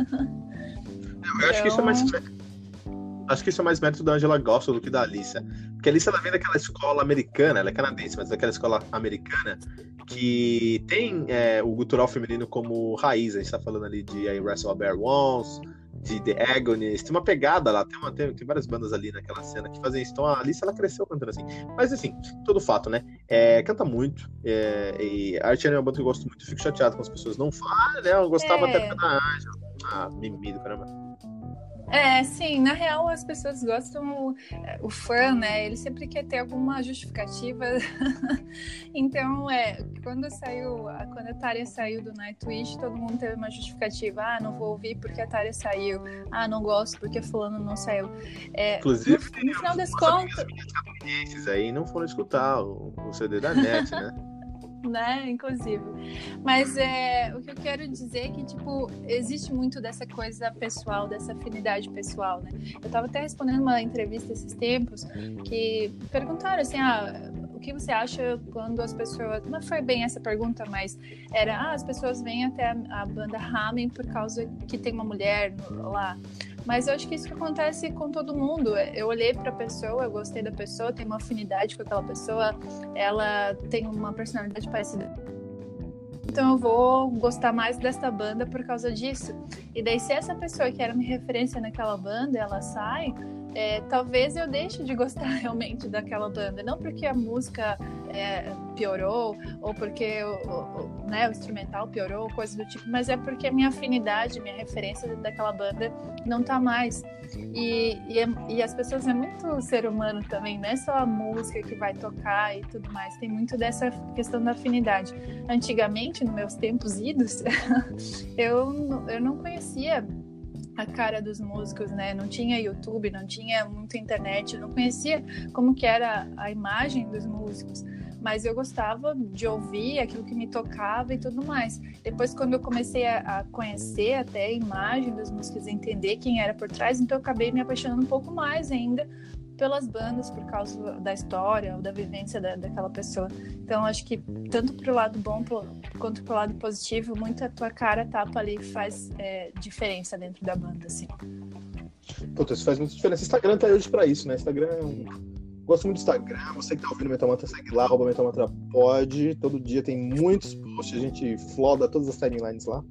Speaker 3: Eu então... acho que isso é mais acho que isso é mais mérito da Angela Gospel do que da Alissa, porque a Alissa ela vem daquela escola americana, ela é canadense, mas daquela escola americana que tem é, o gutural feminino como raiz. A gente tá falando ali de I Wrestle a Bear Once, de The Agonist, tem uma pegada lá, tem, uma, tem, tem várias bandas ali naquela cena que fazem isso, então a Alissa ela cresceu cantando assim, mas assim, todo fato, né, é, canta muito, é, e a Arch Enemy é uma banda que eu gosto muito, eu fico chateado com as pessoas não falam, né, eu gostava é. até da Angela, ah, mimimi do caramba.
Speaker 4: É, sim, na real as pessoas gostam, o fã, né, ele sempre quer ter alguma justificativa. Então, é, quando saiu, quando a Tária saiu do Nightwish, todo mundo teve uma justificativa. Ah, não vou ouvir porque a Tária saiu. Ah, não gosto porque fulano não saiu. É,
Speaker 3: Inclusive,
Speaker 4: no, no final das contas...
Speaker 3: Esses aí não foram escutar o, o C D da Net, né?
Speaker 4: Né, inclusive. Mas é, o que eu quero dizer é que, tipo, existe muito dessa coisa pessoal, dessa afinidade pessoal, né? Eu tava até respondendo uma entrevista esses tempos que perguntaram assim, ah, o que você acha quando as pessoas... Não foi bem essa pergunta, mas era, ah, as pessoas vêm até a, a banda Hamen por causa que tem uma mulher no, lá. Mas eu acho que isso que acontece com todo mundo. Eu olhei pra pessoa, eu gostei da pessoa, tenho uma afinidade com aquela pessoa, ela tem uma personalidade parecida. Então eu vou gostar mais dessa banda por causa disso. E daí se essa pessoa que era minha referência naquela banda, ela sai, é, talvez eu deixe de gostar realmente daquela banda. Não porque a música é, piorou, ou porque o, o, né, o instrumental piorou, coisa do tipo, mas é porque a minha afinidade, minha referência daquela banda não tá mais. E, e, é, e as pessoas é muito ser humano também, não é só a música que vai tocar e tudo mais, tem muito dessa questão da afinidade. Antigamente, nos meus tempos idos, eu, eu não conhecia a cara dos músicos, né? Não tinha YouTube, não tinha muita internet, eu não conhecia como que era a imagem dos músicos. Mas eu gostava de ouvir aquilo que me tocava e tudo mais. Depois, quando eu comecei a, a conhecer até a imagem das músicas, entender quem era por trás, então eu acabei me apaixonando um pouco mais ainda pelas bandas, por causa da história ou da vivência da, daquela pessoa. Então, acho que tanto pro lado bom pro, quanto pro lado positivo, muito a tua cara tapa ali faz é, diferença dentro da banda, assim.
Speaker 3: Puta, isso faz muita diferença. Instagram tá hoje pra isso, né? Instagram é um... Gosto muito do Instagram, você que tá ouvindo Metal Mantra, segue lá, arroba Metal Mantra Pod. Todo dia tem muitos posts, a gente floda todas as timelines lá.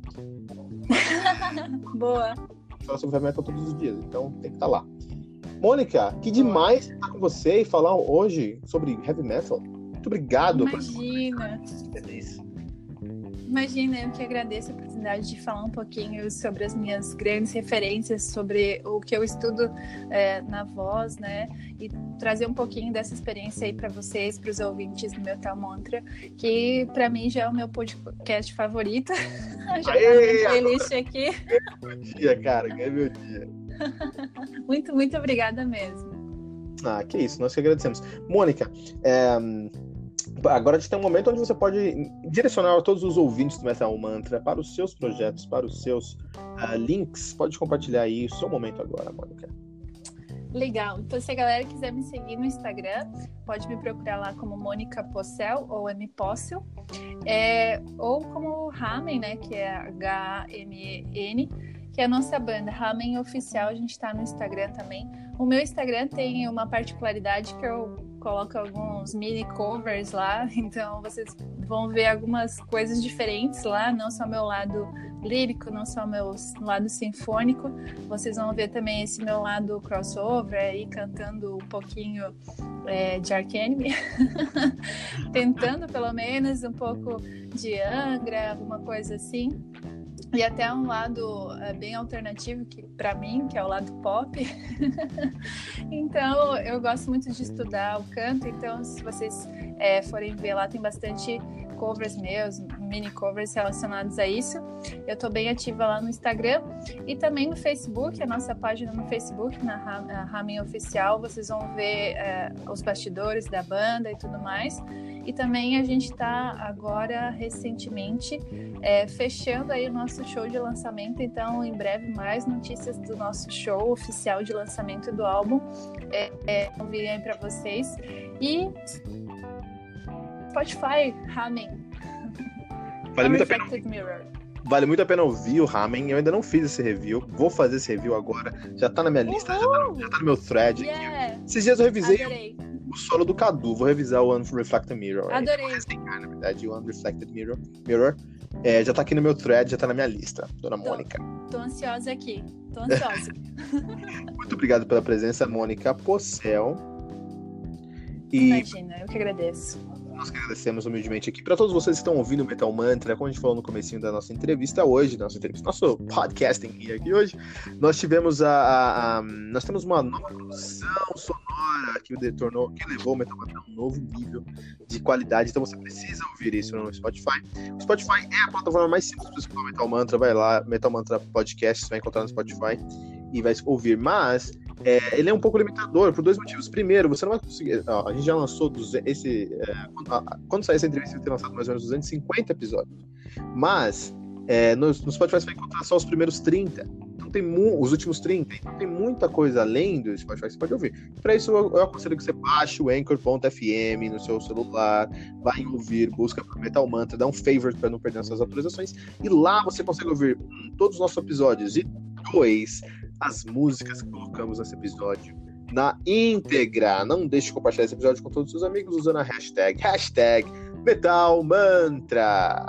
Speaker 4: Boa.
Speaker 3: Fala sobre heavy metal todos os dias, então tem que estar tá lá. Mônica, que demais estar com você e falar hoje sobre heavy metal. Muito obrigado.
Speaker 4: Imagina.
Speaker 3: Por...
Speaker 4: Imagina, eu que agradeço a oportunidade de falar um pouquinho sobre as minhas grandes referências, sobre o que eu estudo é, na voz, né? E trazer um pouquinho dessa experiência aí para vocês, para os ouvintes do Metal Mantra, que para mim já é o meu podcast favorito. Já
Speaker 3: Aê,
Speaker 4: tá na playlist aqui.
Speaker 3: É meu dia, cara, é meu dia.
Speaker 4: Muito, muito obrigada mesmo.
Speaker 3: Ah, que isso, nós que agradecemos. Mônica, é... agora a gente tem um momento onde você pode direcionar todos os ouvintes do Metal Mantra para os seus projetos, para os seus uh, links. Pode compartilhar aí o seu momento agora, Mônica.
Speaker 4: Legal. Então, se a galera quiser me seguir no Instagram, pode me procurar lá como Mônica Possel ou M Possel, é, ou como Hamen, né, que é H M E N, que é a nossa banda, Hamen Oficial. A gente está no Instagram também. O meu Instagram tem uma particularidade que eu coloco alguns mini covers lá, então vocês vão ver algumas coisas diferentes lá, não só meu lado lírico, não só meu lado sinfônico, vocês vão ver também esse meu lado crossover aí, cantando um pouquinho é, de Arch Enemy, tentando pelo menos um pouco de Angra, alguma coisa assim. E até um lado é, bem alternativo que para mim, que é o lado pop. Então, eu gosto muito de estudar o canto. Então, se vocês é, forem ver lá, tem bastante covers meus, mini covers relacionados a isso. Eu tô bem ativa lá no Instagram e também no Facebook, a nossa página no Facebook, na Hamen Oficial, vocês vão ver é, os bastidores da banda e tudo mais. E também a gente está agora, recentemente, é, fechando aí o nosso show de lançamento. Então, em breve, mais notícias do nosso show oficial de lançamento do álbum. É, é, vão vir aí para vocês. E Spotify, Hamen.
Speaker 3: Vale muito a pena.
Speaker 4: Mirror.
Speaker 3: Vale muito a pena ouvir o Hamen. Eu ainda não fiz esse review. Vou fazer esse review agora. Já tá na minha lista, já tá, no, já tá no meu thread.
Speaker 4: Yeah.
Speaker 3: Esses dias eu revisei
Speaker 4: Adorei.
Speaker 3: o solo do Cadu. Vou revisar o Unreflected Mirror.
Speaker 4: Adorei.
Speaker 3: Na verdade, o Unreflected Mirror. Mirror. É, já tá aqui no meu thread, já tá na minha lista, dona
Speaker 4: Tô,
Speaker 3: Mônica.
Speaker 4: Tô ansiosa aqui. Tô ansiosa.
Speaker 3: Muito obrigado pela presença, Mônica Possel. E
Speaker 4: Imagina, eu que agradeço.
Speaker 3: nós que agradecemos humildemente aqui para todos vocês que estão ouvindo o Metal Mantra. Como a gente falou no comecinho da nossa entrevista hoje, nossa entrevista, nosso podcasting aqui hoje, nós tivemos a, a, a nós temos uma nova produção sonora que o tornou, que levou o Metal Mantra a um novo nível de qualidade. Então você precisa ouvir isso no Spotify. O Spotify é a plataforma mais simples para escutar o Metal Mantra. Vai lá, Metal Mantra Podcast, você vai encontrar no Spotify e vai ouvir. Mas é, ele é um pouco limitador por dois motivos. Primeiro, você não vai conseguir. Ó, a gente já lançou esse. É, quando, quando sair essa entrevista, vai ter lançado mais ou menos duzentos e cinquenta episódios. Mas é, no, no Spotify você vai encontrar só os primeiros trinta. Então tem mu- os últimos trinta. Então tem muita coisa além do Spotify que você pode ouvir. Para isso, eu, eu aconselho que você baixe o anchor ponto f m no seu celular, vai em ouvir, busca por Metal Mantra, dá um favorite para não perder essas atualizações. E lá você consegue ouvir um, todos os nossos episódios. E dois, as músicas que colocamos nesse episódio na íntegra. Não deixe de compartilhar esse episódio com todos os seus amigos usando a hashtag, hashtag Metal Mantra.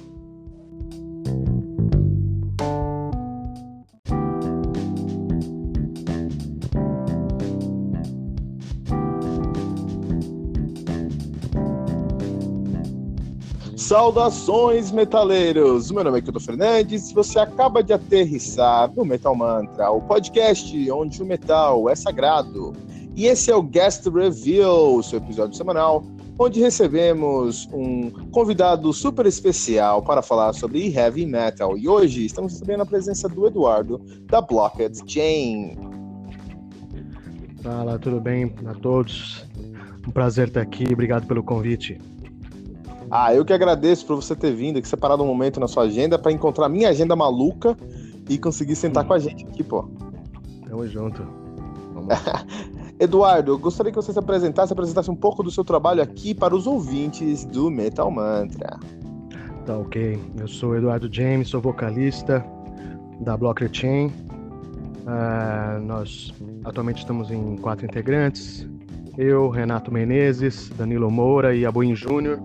Speaker 3: Saudações, metaleiros! Meu nome é Kilton Fernandes e você acaba de aterrissar no Metal Mantra, o podcast onde o metal é sagrado. E esse é o Guest Reveal, seu episódio semanal, onde recebemos um convidado super especial para falar sobre heavy metal. E hoje estamos recebendo a presença do Eduardo, da Blocked Chain.
Speaker 5: Fala, tudo bem a todos? Um prazer estar aqui, obrigado pelo convite.
Speaker 3: Ah, eu que agradeço por você ter vindo, que separado um momento na sua agenda para encontrar minha agenda maluca e conseguir sentar hum. com a gente aqui, pô.
Speaker 5: Tamo junto. Vamos.
Speaker 3: Eduardo, eu gostaria que você se apresentasse, apresentasse um pouco do seu trabalho aqui para os ouvintes do Metal Mantra.
Speaker 5: Tá, ok. Eu sou Eduardo James, sou vocalista da Blocked Chain. Uh, nós atualmente estamos em quatro integrantes. Eu, Renato Menezes, Danilo Moura e Abuin Júnior.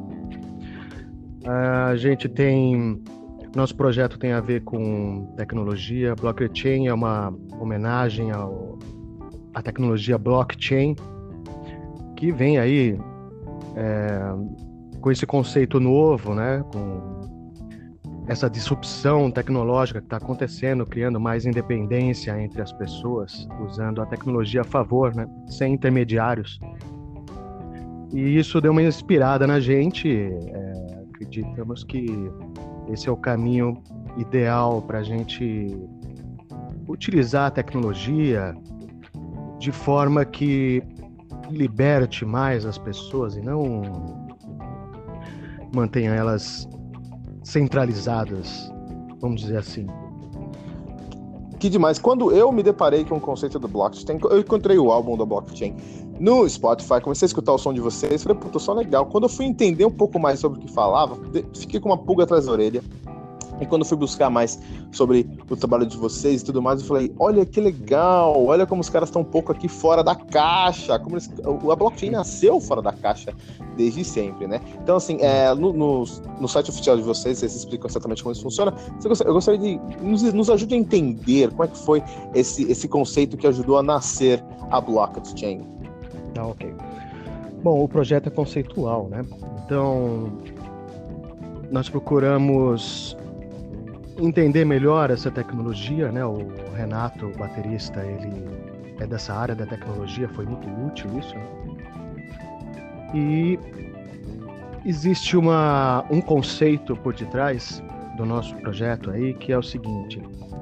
Speaker 5: A gente tem... Nosso projeto tem a ver com tecnologia. Blocked Chain é uma homenagem ao, à tecnologia blockchain, que vem aí é, com esse conceito novo, né? Com essa disrupção tecnológica que está acontecendo, criando mais independência entre as pessoas, usando a tecnologia a favor, né? Sem intermediários. E isso deu uma inspirada na gente. É, acreditamos que esse é o caminho ideal para a gente utilizar a tecnologia de forma que liberte mais as pessoas e não mantenha elas centralizadas, vamos dizer assim.
Speaker 3: Que demais. Quando eu me deparei com o conceito do blockchain, eu encontrei o álbum da blockchain no Spotify, comecei a escutar o som de vocês, falei, puta, o som é legal. Quando eu fui entender um pouco mais sobre o que falava, fiquei com uma pulga atrás da orelha. E quando eu fui buscar mais sobre o trabalho de vocês e tudo mais, eu falei, olha que legal, olha como os caras estão um pouco aqui fora da caixa, como eles, a blockchain nasceu fora da caixa desde sempre, né? Então, assim, é, no, no, no site oficial de vocês, vocês explicam exatamente como isso funciona. Eu gostaria de nos, nos ajude a entender como é que foi esse, esse conceito que ajudou a nascer a Blocked Chain.
Speaker 5: Ah, ok. Bom, o projeto é conceitual, né? Então, nós procuramos entender melhor essa tecnologia, né? O Renato, o baterista, ele é dessa área da tecnologia, foi muito útil isso, né? E existe uma, um conceito por detrás do nosso projeto aí, que é o seguinte: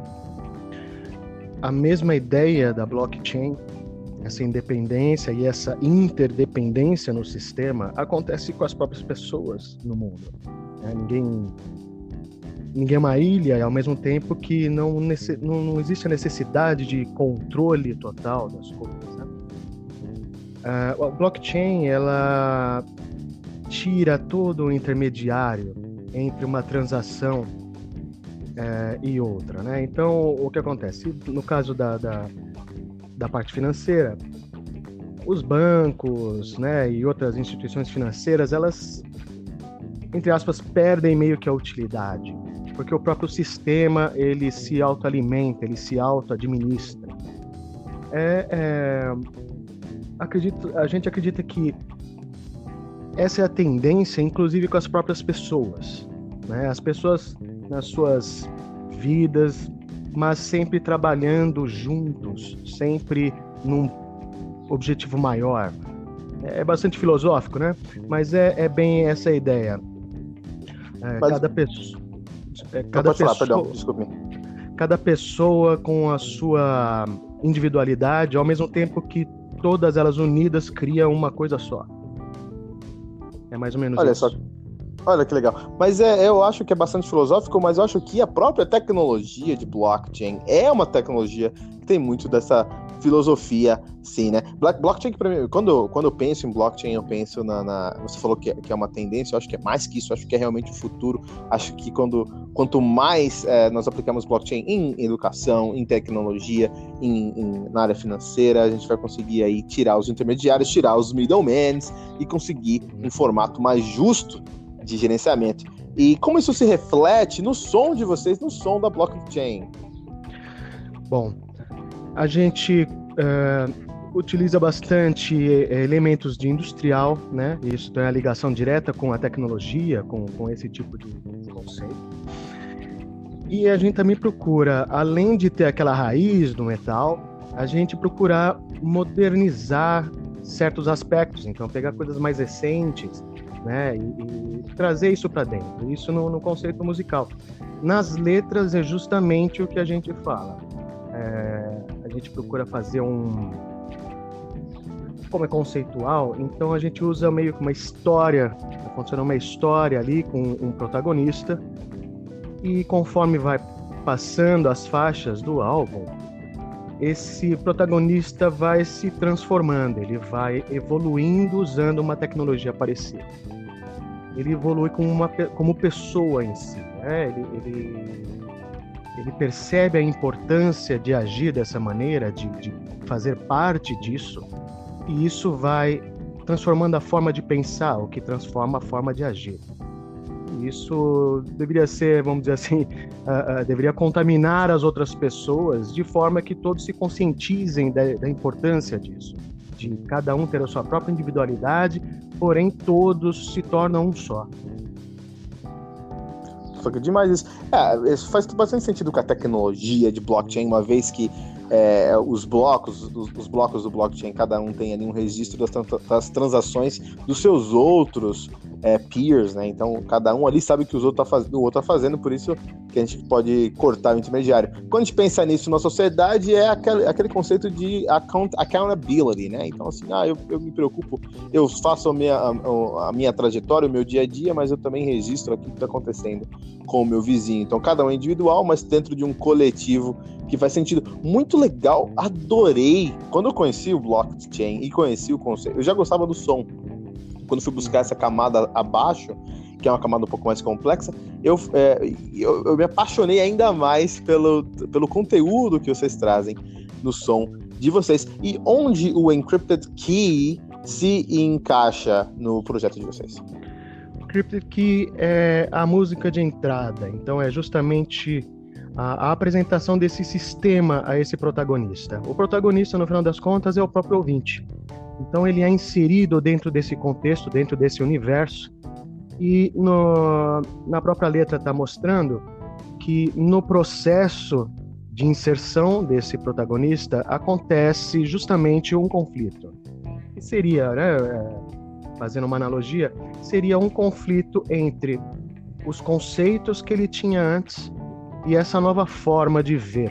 Speaker 5: a mesma ideia da blockchain, essa independência e essa interdependência no sistema, acontece com as próprias pessoas no mundo, né? Ninguém Ninguém é uma ilha, ao mesmo tempo que não, nesse, não, não existe a necessidade de controle total das coisas, né? Uh, a blockchain, ela tira todo o intermediário entre uma transação uh, e outra, né? Então, o que acontece? No caso da, da, da parte financeira, os bancos, né, e outras instituições financeiras, elas, entre aspas, perdem meio que a utilidade, porque o próprio sistema, ele se autoalimenta, ele se auto-administra. É, é, acredito, a gente acredita que essa é a tendência, inclusive com as próprias pessoas, né? As pessoas nas suas vidas, mas sempre trabalhando juntos, sempre num objetivo maior. É bastante filosófico, né? Mas é, é bem essa a ideia. É,
Speaker 3: Mas...
Speaker 5: Cada pessoa... É,
Speaker 3: Não,
Speaker 5: cada
Speaker 3: pode falar,
Speaker 5: pessoa...
Speaker 3: perdão, desculpe.
Speaker 5: Cada pessoa com a sua individualidade, ao mesmo tempo que todas elas unidas criam uma coisa só. É mais ou menos
Speaker 3: Olha
Speaker 5: isso.
Speaker 3: só, olha que legal. Mas é, eu acho que é bastante filosófico, mas eu acho que a própria tecnologia de blockchain é uma tecnologia que tem muito dessa filosofia, sim, né? Blockchain, pra mim, quando, quando eu penso em blockchain, eu penso na... na você falou que é, que é uma tendência, eu acho que é mais que isso, eu acho que é realmente o futuro. Acho que quando, quanto mais é, nós aplicamos blockchain em educação, em tecnologia, em, em, na área financeira, a gente vai conseguir aí tirar os intermediários, tirar os middlemen e conseguir um formato mais justo de gerenciamento. E como isso se reflete no som de vocês, no som da blockchain?
Speaker 5: Bom, a gente uh, utiliza bastante elementos de industrial, né? Isso tem a ligação direta com a tecnologia, com, com esse tipo de conceito. E a gente também procura, além de ter aquela raiz do metal, a gente procura modernizar certos aspectos, então pegar coisas mais recentes, né? E, e trazer isso para dentro, isso no, no conceito musical. Nas letras é justamente o que a gente fala. É, a gente procura fazer um... Como é conceitual, então a gente usa meio que uma história, funciona uma história ali com um protagonista, e conforme vai passando as faixas do álbum, esse protagonista vai se transformando, ele vai evoluindo usando uma tecnologia parecida. Ele evolui como, uma, como pessoa em si, né? ele... ele Ele percebe a importância de agir dessa maneira, de, de fazer parte disso, e isso vai transformando a forma de pensar, o que transforma a forma de agir. E isso deveria ser, vamos dizer assim, uh, uh, deveria contaminar as outras pessoas de forma que todos se conscientizem da, da importância disso, de cada um ter a sua própria individualidade, porém todos se tornam um só.
Speaker 3: Demais isso. É, isso faz bastante sentido com a tecnologia de blockchain, uma vez que é, os blocos, os, os blocos do blockchain, cada um tem ali um registro das, das transações dos seus outros é, peers, né? Então cada um ali sabe o que os outro tá faz, o outro está fazendo, por isso que a gente pode cortar o intermediário. Quando a gente pensa nisso na sociedade, é aquele, aquele conceito de account, accountability, né? Então assim, ah, eu, eu me preocupo, eu faço a minha, a, a minha trajetória, o meu dia a dia, mas eu também registro aquilo que está acontecendo com o meu vizinho. Então cada um é individual, mas dentro de um coletivo que faz sentido. Muito legal, adorei. Quando eu conheci o blockchain e conheci o conceito, eu já gostava do som. Quando fui buscar essa camada abaixo, que é uma camada um pouco mais complexa, eu, é, eu, eu me apaixonei ainda mais pelo, pelo conteúdo que vocês trazem no som de vocês. E onde o Encrypted Key se encaixa no projeto de vocês?
Speaker 5: Encrypted Key é a música de entrada, então é justamente a, a apresentação desse sistema a esse protagonista. O protagonista, no final das contas, é o próprio ouvinte. Então ele é inserido dentro desse contexto, dentro desse universo, e no, na própria letra está mostrando que no processo de inserção desse protagonista acontece justamente um conflito. Que seria, né, fazendo uma analogia, seria um conflito entre os conceitos que ele tinha antes e essa nova forma de ver.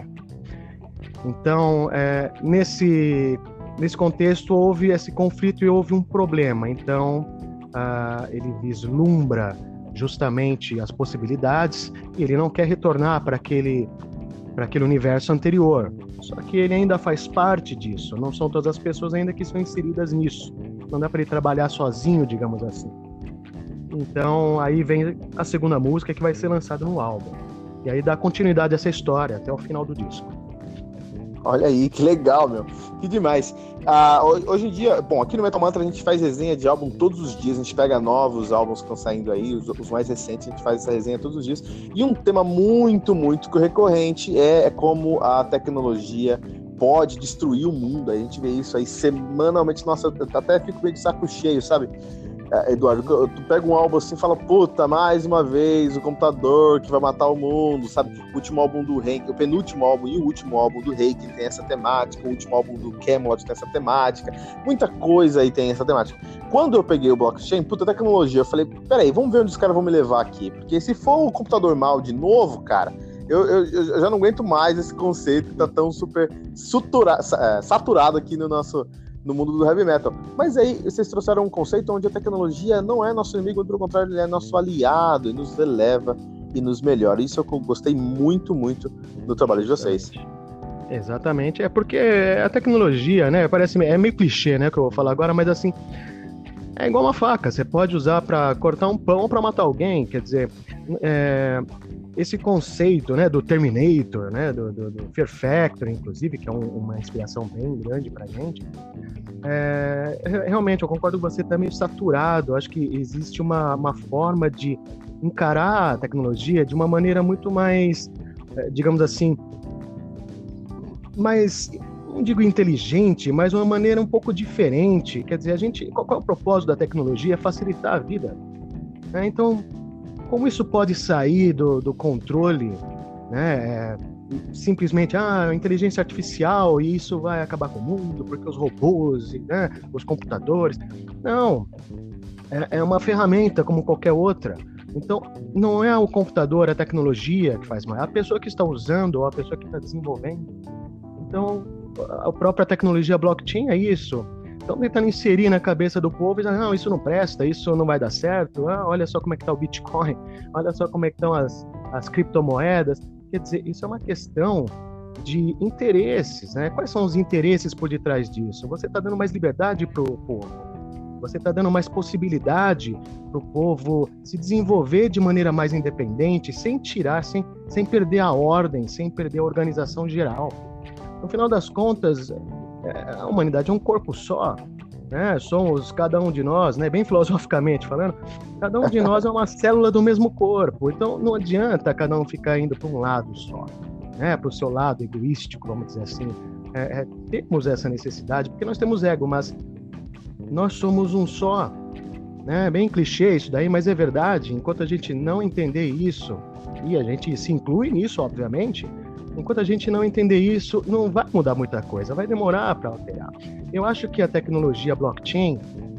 Speaker 5: Então, é, nesse, nesse contexto, houve esse conflito e houve um problema. Então, uh, ele vislumbra justamente as possibilidades e ele não quer retornar para aquele, para aquele universo anterior. Só que ele ainda faz parte disso. Não são todas as pessoas ainda que são inseridas nisso. Não dá para ele trabalhar sozinho, digamos assim. Então, aí vem a segunda música que vai ser lançada no álbum. E aí dá continuidade a essa história até o final do disco.
Speaker 3: Olha aí, que legal, meu. Que demais. Ah, hoje em dia, bom, aqui no Metal Mantra a gente faz resenha de álbum todos os dias. A gente pega novos álbuns que estão saindo aí, os, os mais recentes, a gente faz essa resenha todos os dias. E um tema muito, muito recorrente é, é como a tecnologia pode destruir o mundo. A gente vê isso aí semanalmente. Nossa, eu até fico meio de saco cheio, sabe? é, Eduardo, tu pega um álbum assim e fala, puta, mais uma vez o computador que vai matar o mundo, sabe? O último álbum do Hank, o penúltimo álbum e o último álbum do Hank tem essa temática, o último álbum do Camelot tem essa temática, muita coisa aí tem essa temática. Quando eu peguei o blockchain, puta tecnologia, eu falei, peraí, vamos ver onde os caras vão me levar aqui, porque se for o computador mal de novo, cara, eu, eu, eu já não aguento mais esse conceito que tá tão super sutura, saturado aqui no nosso... no mundo do heavy metal. Mas aí vocês trouxeram um conceito onde a tecnologia não é nosso inimigo, pelo contrário, ele é nosso aliado e nos eleva e nos melhora. Isso eu gostei muito, muito do trabalho de vocês.
Speaker 5: Exatamente, é porque a tecnologia, né, parece, é meio clichê, né, que eu vou falar agora, mas assim, é igual uma faca, você pode usar para cortar um pão ou para matar alguém, quer dizer, é, esse conceito, né, do Terminator, né, do, do, do Fear Factor, inclusive, que é um, uma inspiração bem grande pra gente, é, realmente, eu concordo com você, tá meio saturado, acho que existe uma, uma forma de encarar a tecnologia de uma maneira muito mais, digamos assim, mais, não digo inteligente, mas uma maneira um pouco diferente, quer dizer, a gente, qual, qual é o propósito da tecnologia? É facilitar a vida, né? Então, como isso pode sair do, do controle, né? É, simplesmente, ah, inteligência artificial e isso vai acabar com o mundo, porque os robôs, né, os computadores... Não, é, é uma ferramenta como qualquer outra. Então, não é o computador, a tecnologia que faz mal, é a pessoa que está usando ou a pessoa que está desenvolvendo. Então, a própria tecnologia blockchain é isso. Estão tentando inserir na cabeça do povo, e dizendo, não, isso não presta, isso não vai dar certo, ah, olha só como é que está o Bitcoin, olha só como é que estão as, as criptomoedas. Quer dizer, isso é uma questão de interesses, né? Quais são os interesses por detrás disso? Você está dando mais liberdade para o povo, você está dando mais possibilidade para o povo se desenvolver de maneira mais independente, sem tirar, sem, sem perder a ordem, sem perder a organização geral. No final das contas, a humanidade é um corpo só, né? Somos, cada um de nós, né? Bem filosoficamente falando, cada um de nós é uma célula do mesmo corpo, então não adianta cada um ficar indo para um lado só, né? Para o seu lado egoístico, vamos dizer assim. É, é, temos essa necessidade, porque nós temos ego, mas nós somos um só, né? Bem clichê isso daí, mas é verdade. Enquanto a gente não entender isso, e a gente se inclui nisso, obviamente, enquanto a gente não entender isso, não vai mudar muita coisa, vai demorar para alterar. Eu acho que a tecnologia blockchain,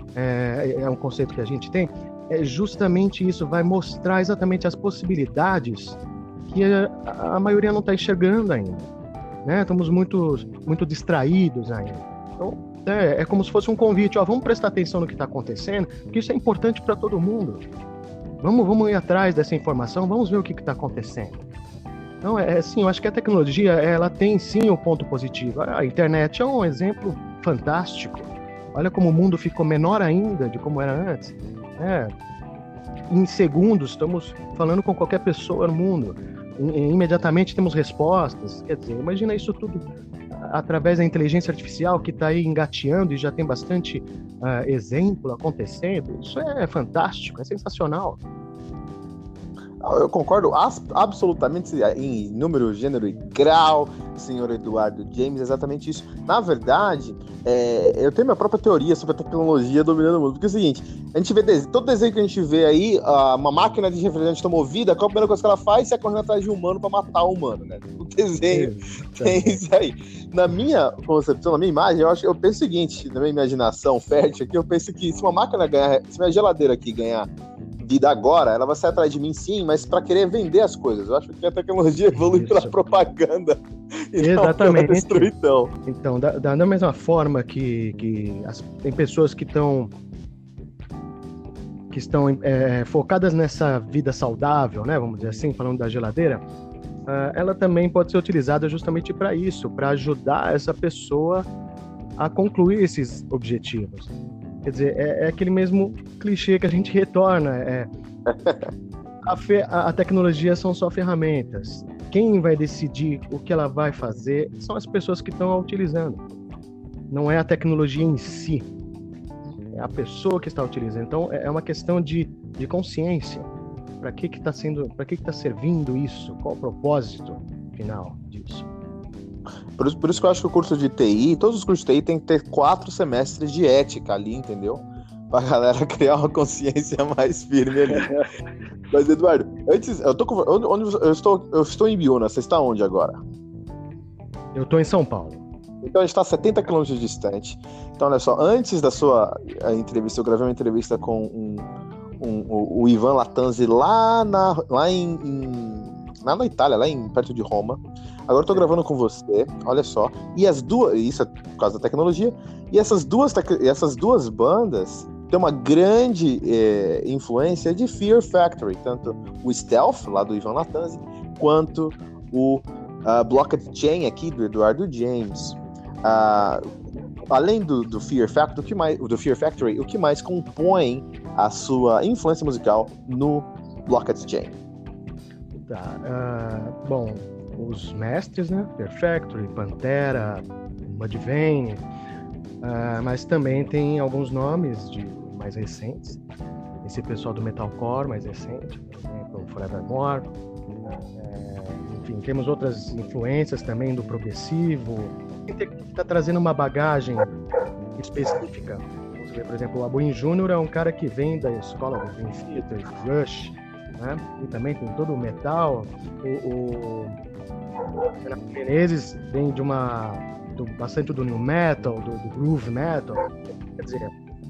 Speaker 5: é, é um conceito que a gente tem, é justamente isso, vai mostrar exatamente as possibilidades que a, a maioria não está enxergando ainda, né? Estamos muito, muito distraídos ainda. Então, é, é como se fosse um convite, ó, vamos prestar atenção no que está acontecendo, porque isso é importante para todo mundo. Vamos, vamos ir atrás dessa informação, vamos ver o que está acontecendo. Então, é assim, eu acho que a tecnologia, ela tem sim um ponto positivo. A internet é um exemplo fantástico. Olha como o mundo ficou menor ainda de como era antes. É, em segundos, estamos falando com qualquer pessoa no mundo. I- imediatamente temos respostas. Quer dizer, imagina isso tudo através da inteligência artificial que está aí engateando e já tem bastante uh, exemplo acontecendo. Isso é fantástico, é sensacional.
Speaker 3: Eu concordo absolutamente em número, gênero e grau, senhor Eduardo James, exatamente isso. Na verdade, é, eu tenho minha própria teoria sobre a tecnologia dominando o mundo. Porque é o seguinte, a gente vê desenho, todo desenho que a gente vê aí, uma máquina de refrigerante está movida, qual a primeira coisa que ela faz? É correndo atrás de um humano para matar o humano, né? O desenho é, tem isso aí. Na minha concepção, na minha imagem, eu, acho, eu penso o seguinte, na minha imaginação fértil aqui, eu penso que se uma máquina ganhar, se minha geladeira aqui ganhar vida agora, ela vai sair atrás de mim sim, mas para querer vender as coisas. Eu acho que a tecnologia evolui pela propaganda e
Speaker 5: exatamente.
Speaker 3: Não pela destruição.
Speaker 5: Então, da, da mesma forma que, que as, tem pessoas que estão que estão é, focadas nessa vida saudável, né, vamos dizer assim, falando da geladeira, uh, ela também pode ser utilizada justamente para isso, para ajudar essa pessoa a concluir esses objetivos. Quer dizer, é, é aquele mesmo clichê que a gente retorna. É, a, fe, a, a tecnologia são só ferramentas. Quem vai decidir o que ela vai fazer são as pessoas que estão a utilizando. Não é a tecnologia em si. É a pessoa que está utilizando. Então, é uma questão de, de consciência. Para que está sendo, para que está servindo isso? Qual o propósito final disso?
Speaker 3: Por isso, por isso que eu acho que o curso de T I, todos os cursos de T I tem que ter quatro semestres de ética ali, entendeu? pra galera criar uma consciência mais firme ali. Mas, Eduardo, antes, eu tô com, onde, onde eu estou, eu estou em Biúna, você está onde agora?
Speaker 5: Eu tô em São Paulo.
Speaker 3: Então a gente está a setenta quilômetros distante. Então, olha só, antes da sua entrevista, eu gravei uma entrevista com um, um, o, o Ivan Lattanzi lá, na, lá, em, em, lá na Itália, lá em, perto de Roma. Agora eu tô gravando com você, olha só. E as duas, isso é por causa da tecnologia, e essas duas, essas duas bandas têm uma grande eh, influência de Fear Factory, tanto o Stealth, lá do Ivan Lattanzi, quanto o uh, Blocked Chain aqui do Eduardo James. Uh, além do, do, Fear Factory, o que mais, do Fear Factory, o que mais compõe a sua influência musical no Blocked Chain?
Speaker 5: Tá, uh, bom, os mestres, né? Fear Factory, Pantera, Mudvayne, uh, mas também tem alguns nomes de mais recentes. Esse pessoal do metalcore mais recente, por exemplo, Forevermore. Uh, enfim, temos outras influências também do progressivo. Está trazendo uma bagagem específica. Vamos ver, por exemplo, o Abuin Júnior é um cara que vem da escola do Dream Theater, do Rush, né? E também tem todo o metal. O, o Renato Menezes vem de uma do, bastante do new metal, do, do groove metal. Quer dizer,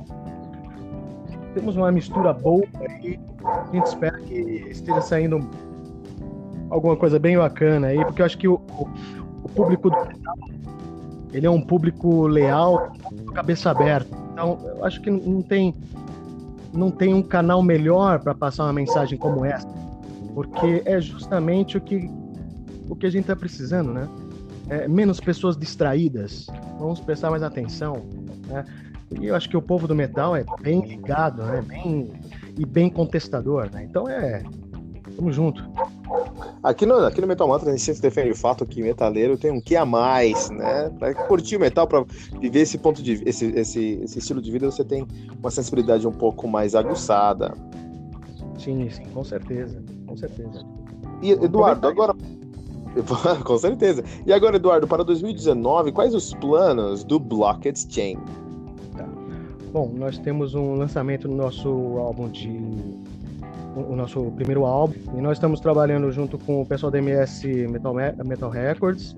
Speaker 5: temos uma mistura boa e a gente espera que esteja saindo alguma coisa bem bacana aí, porque eu acho que o, o, o público do metal, ele é um público leal, cabeça aberta. Então, eu acho que não tem, não tem um canal melhor para passar uma mensagem como essa, porque é justamente o que, o que a gente está precisando, né? É, menos pessoas distraídas, vamos prestar mais atenção, né? E eu acho que o povo do metal é bem ligado, né? Bem, e bem contestador, né? Então, é... Tamo junto.
Speaker 3: Aqui no, aqui no Metal Mantra a gente sempre defende o fato que metaleiro tem um que a mais, né? Pra curtir o metal, pra viver esse ponto de esse, esse, esse estilo de vida, você tem uma sensibilidade um pouco mais aguçada.
Speaker 5: Sim, sim, com certeza, com certeza.
Speaker 3: E Eduardo, agora... com certeza. E agora, Eduardo, para dois mil e dezenove, quais os planos do Blocked Chain?
Speaker 5: Tá. Bom, nós temos um lançamento no nosso álbum de... o nosso primeiro álbum, e nós estamos trabalhando junto com o pessoal da M S Metal, Metal Records,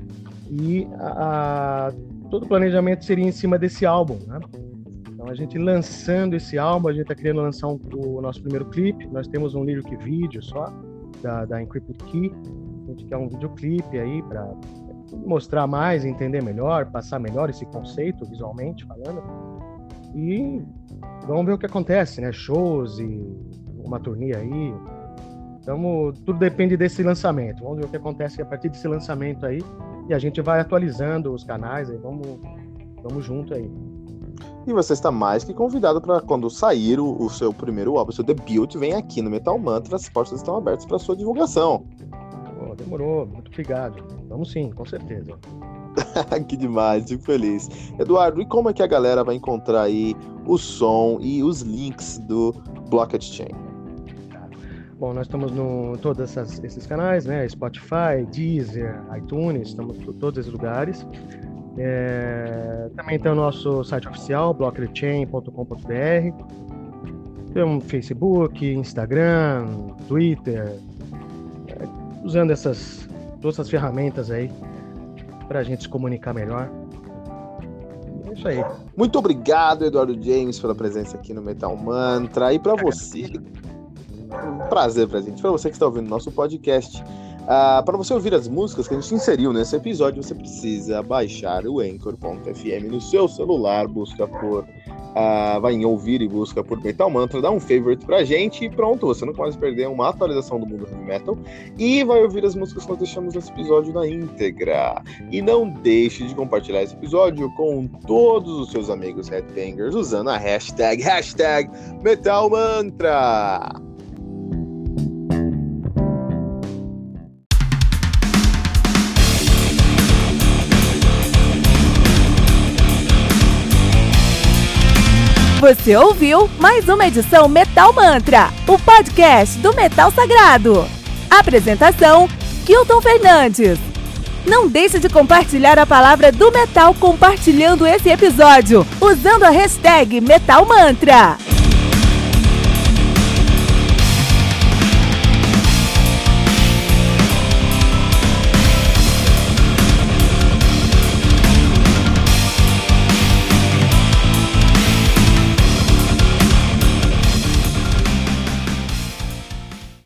Speaker 5: e a, a, todo o planejamento seria em cima desse álbum, né? Então a gente lançando esse álbum, a gente está querendo lançar um, o nosso primeiro clipe. Nós temos um lyric vídeo só da, da Encrypted Key, a gente quer um videoclipe aí para mostrar mais, entender melhor, passar melhor esse conceito visualmente falando, e vamos ver o que acontece, né? Shows e uma turnê aí. Então, tudo depende desse lançamento. Vamos ver o que acontece a partir desse lançamento aí. E a gente vai atualizando os canais aí. Vamos, vamos junto aí.
Speaker 3: E você está mais que convidado para quando sair o, o seu primeiro álbum, o seu debut, vem aqui no Metal Mantra. As portas estão abertas para sua divulgação.
Speaker 5: Oh, demorou. Muito obrigado. Vamos sim, com certeza.
Speaker 3: Que demais, fico feliz. Eduardo, e como é que a galera vai encontrar aí o som e os links do Blocked Chain?
Speaker 5: Bom, nós estamos no todos essas, esses canais, né? Spotify, Deezer, iTunes, estamos em todos esses lugares. É, também tem o nosso site oficial, blocked chain ponto com ponto b r. Tem um Facebook, Instagram, Twitter, é, usando essas, todas essas ferramentas aí para a gente se comunicar melhor. É isso aí.
Speaker 3: Muito obrigado, Eduardo James, pela presença aqui no Metal Mantra. E para você... Um prazer pra gente, pra você que está ouvindo nosso podcast. Uh, para você ouvir as músicas que a gente inseriu nesse episódio, você precisa baixar o anchor ponto f m no seu celular, busca por uh, vai em ouvir e busca por Metal Mantra, dá um favorite pra gente e pronto, você não pode perder uma atualização do mundo heavy metal e vai ouvir as músicas que nós deixamos nesse episódio na íntegra. E não deixe de compartilhar esse episódio com todos os seus amigos headbangers usando a hashtag, hashtag Metal Mantra.
Speaker 6: Você ouviu mais uma edição Metal Mantra, o podcast do Metal Sagrado. Apresentação, Kilton Fernandes. Não deixe de compartilhar a palavra do metal compartilhando esse episódio, usando a hashtag Metal Mantra.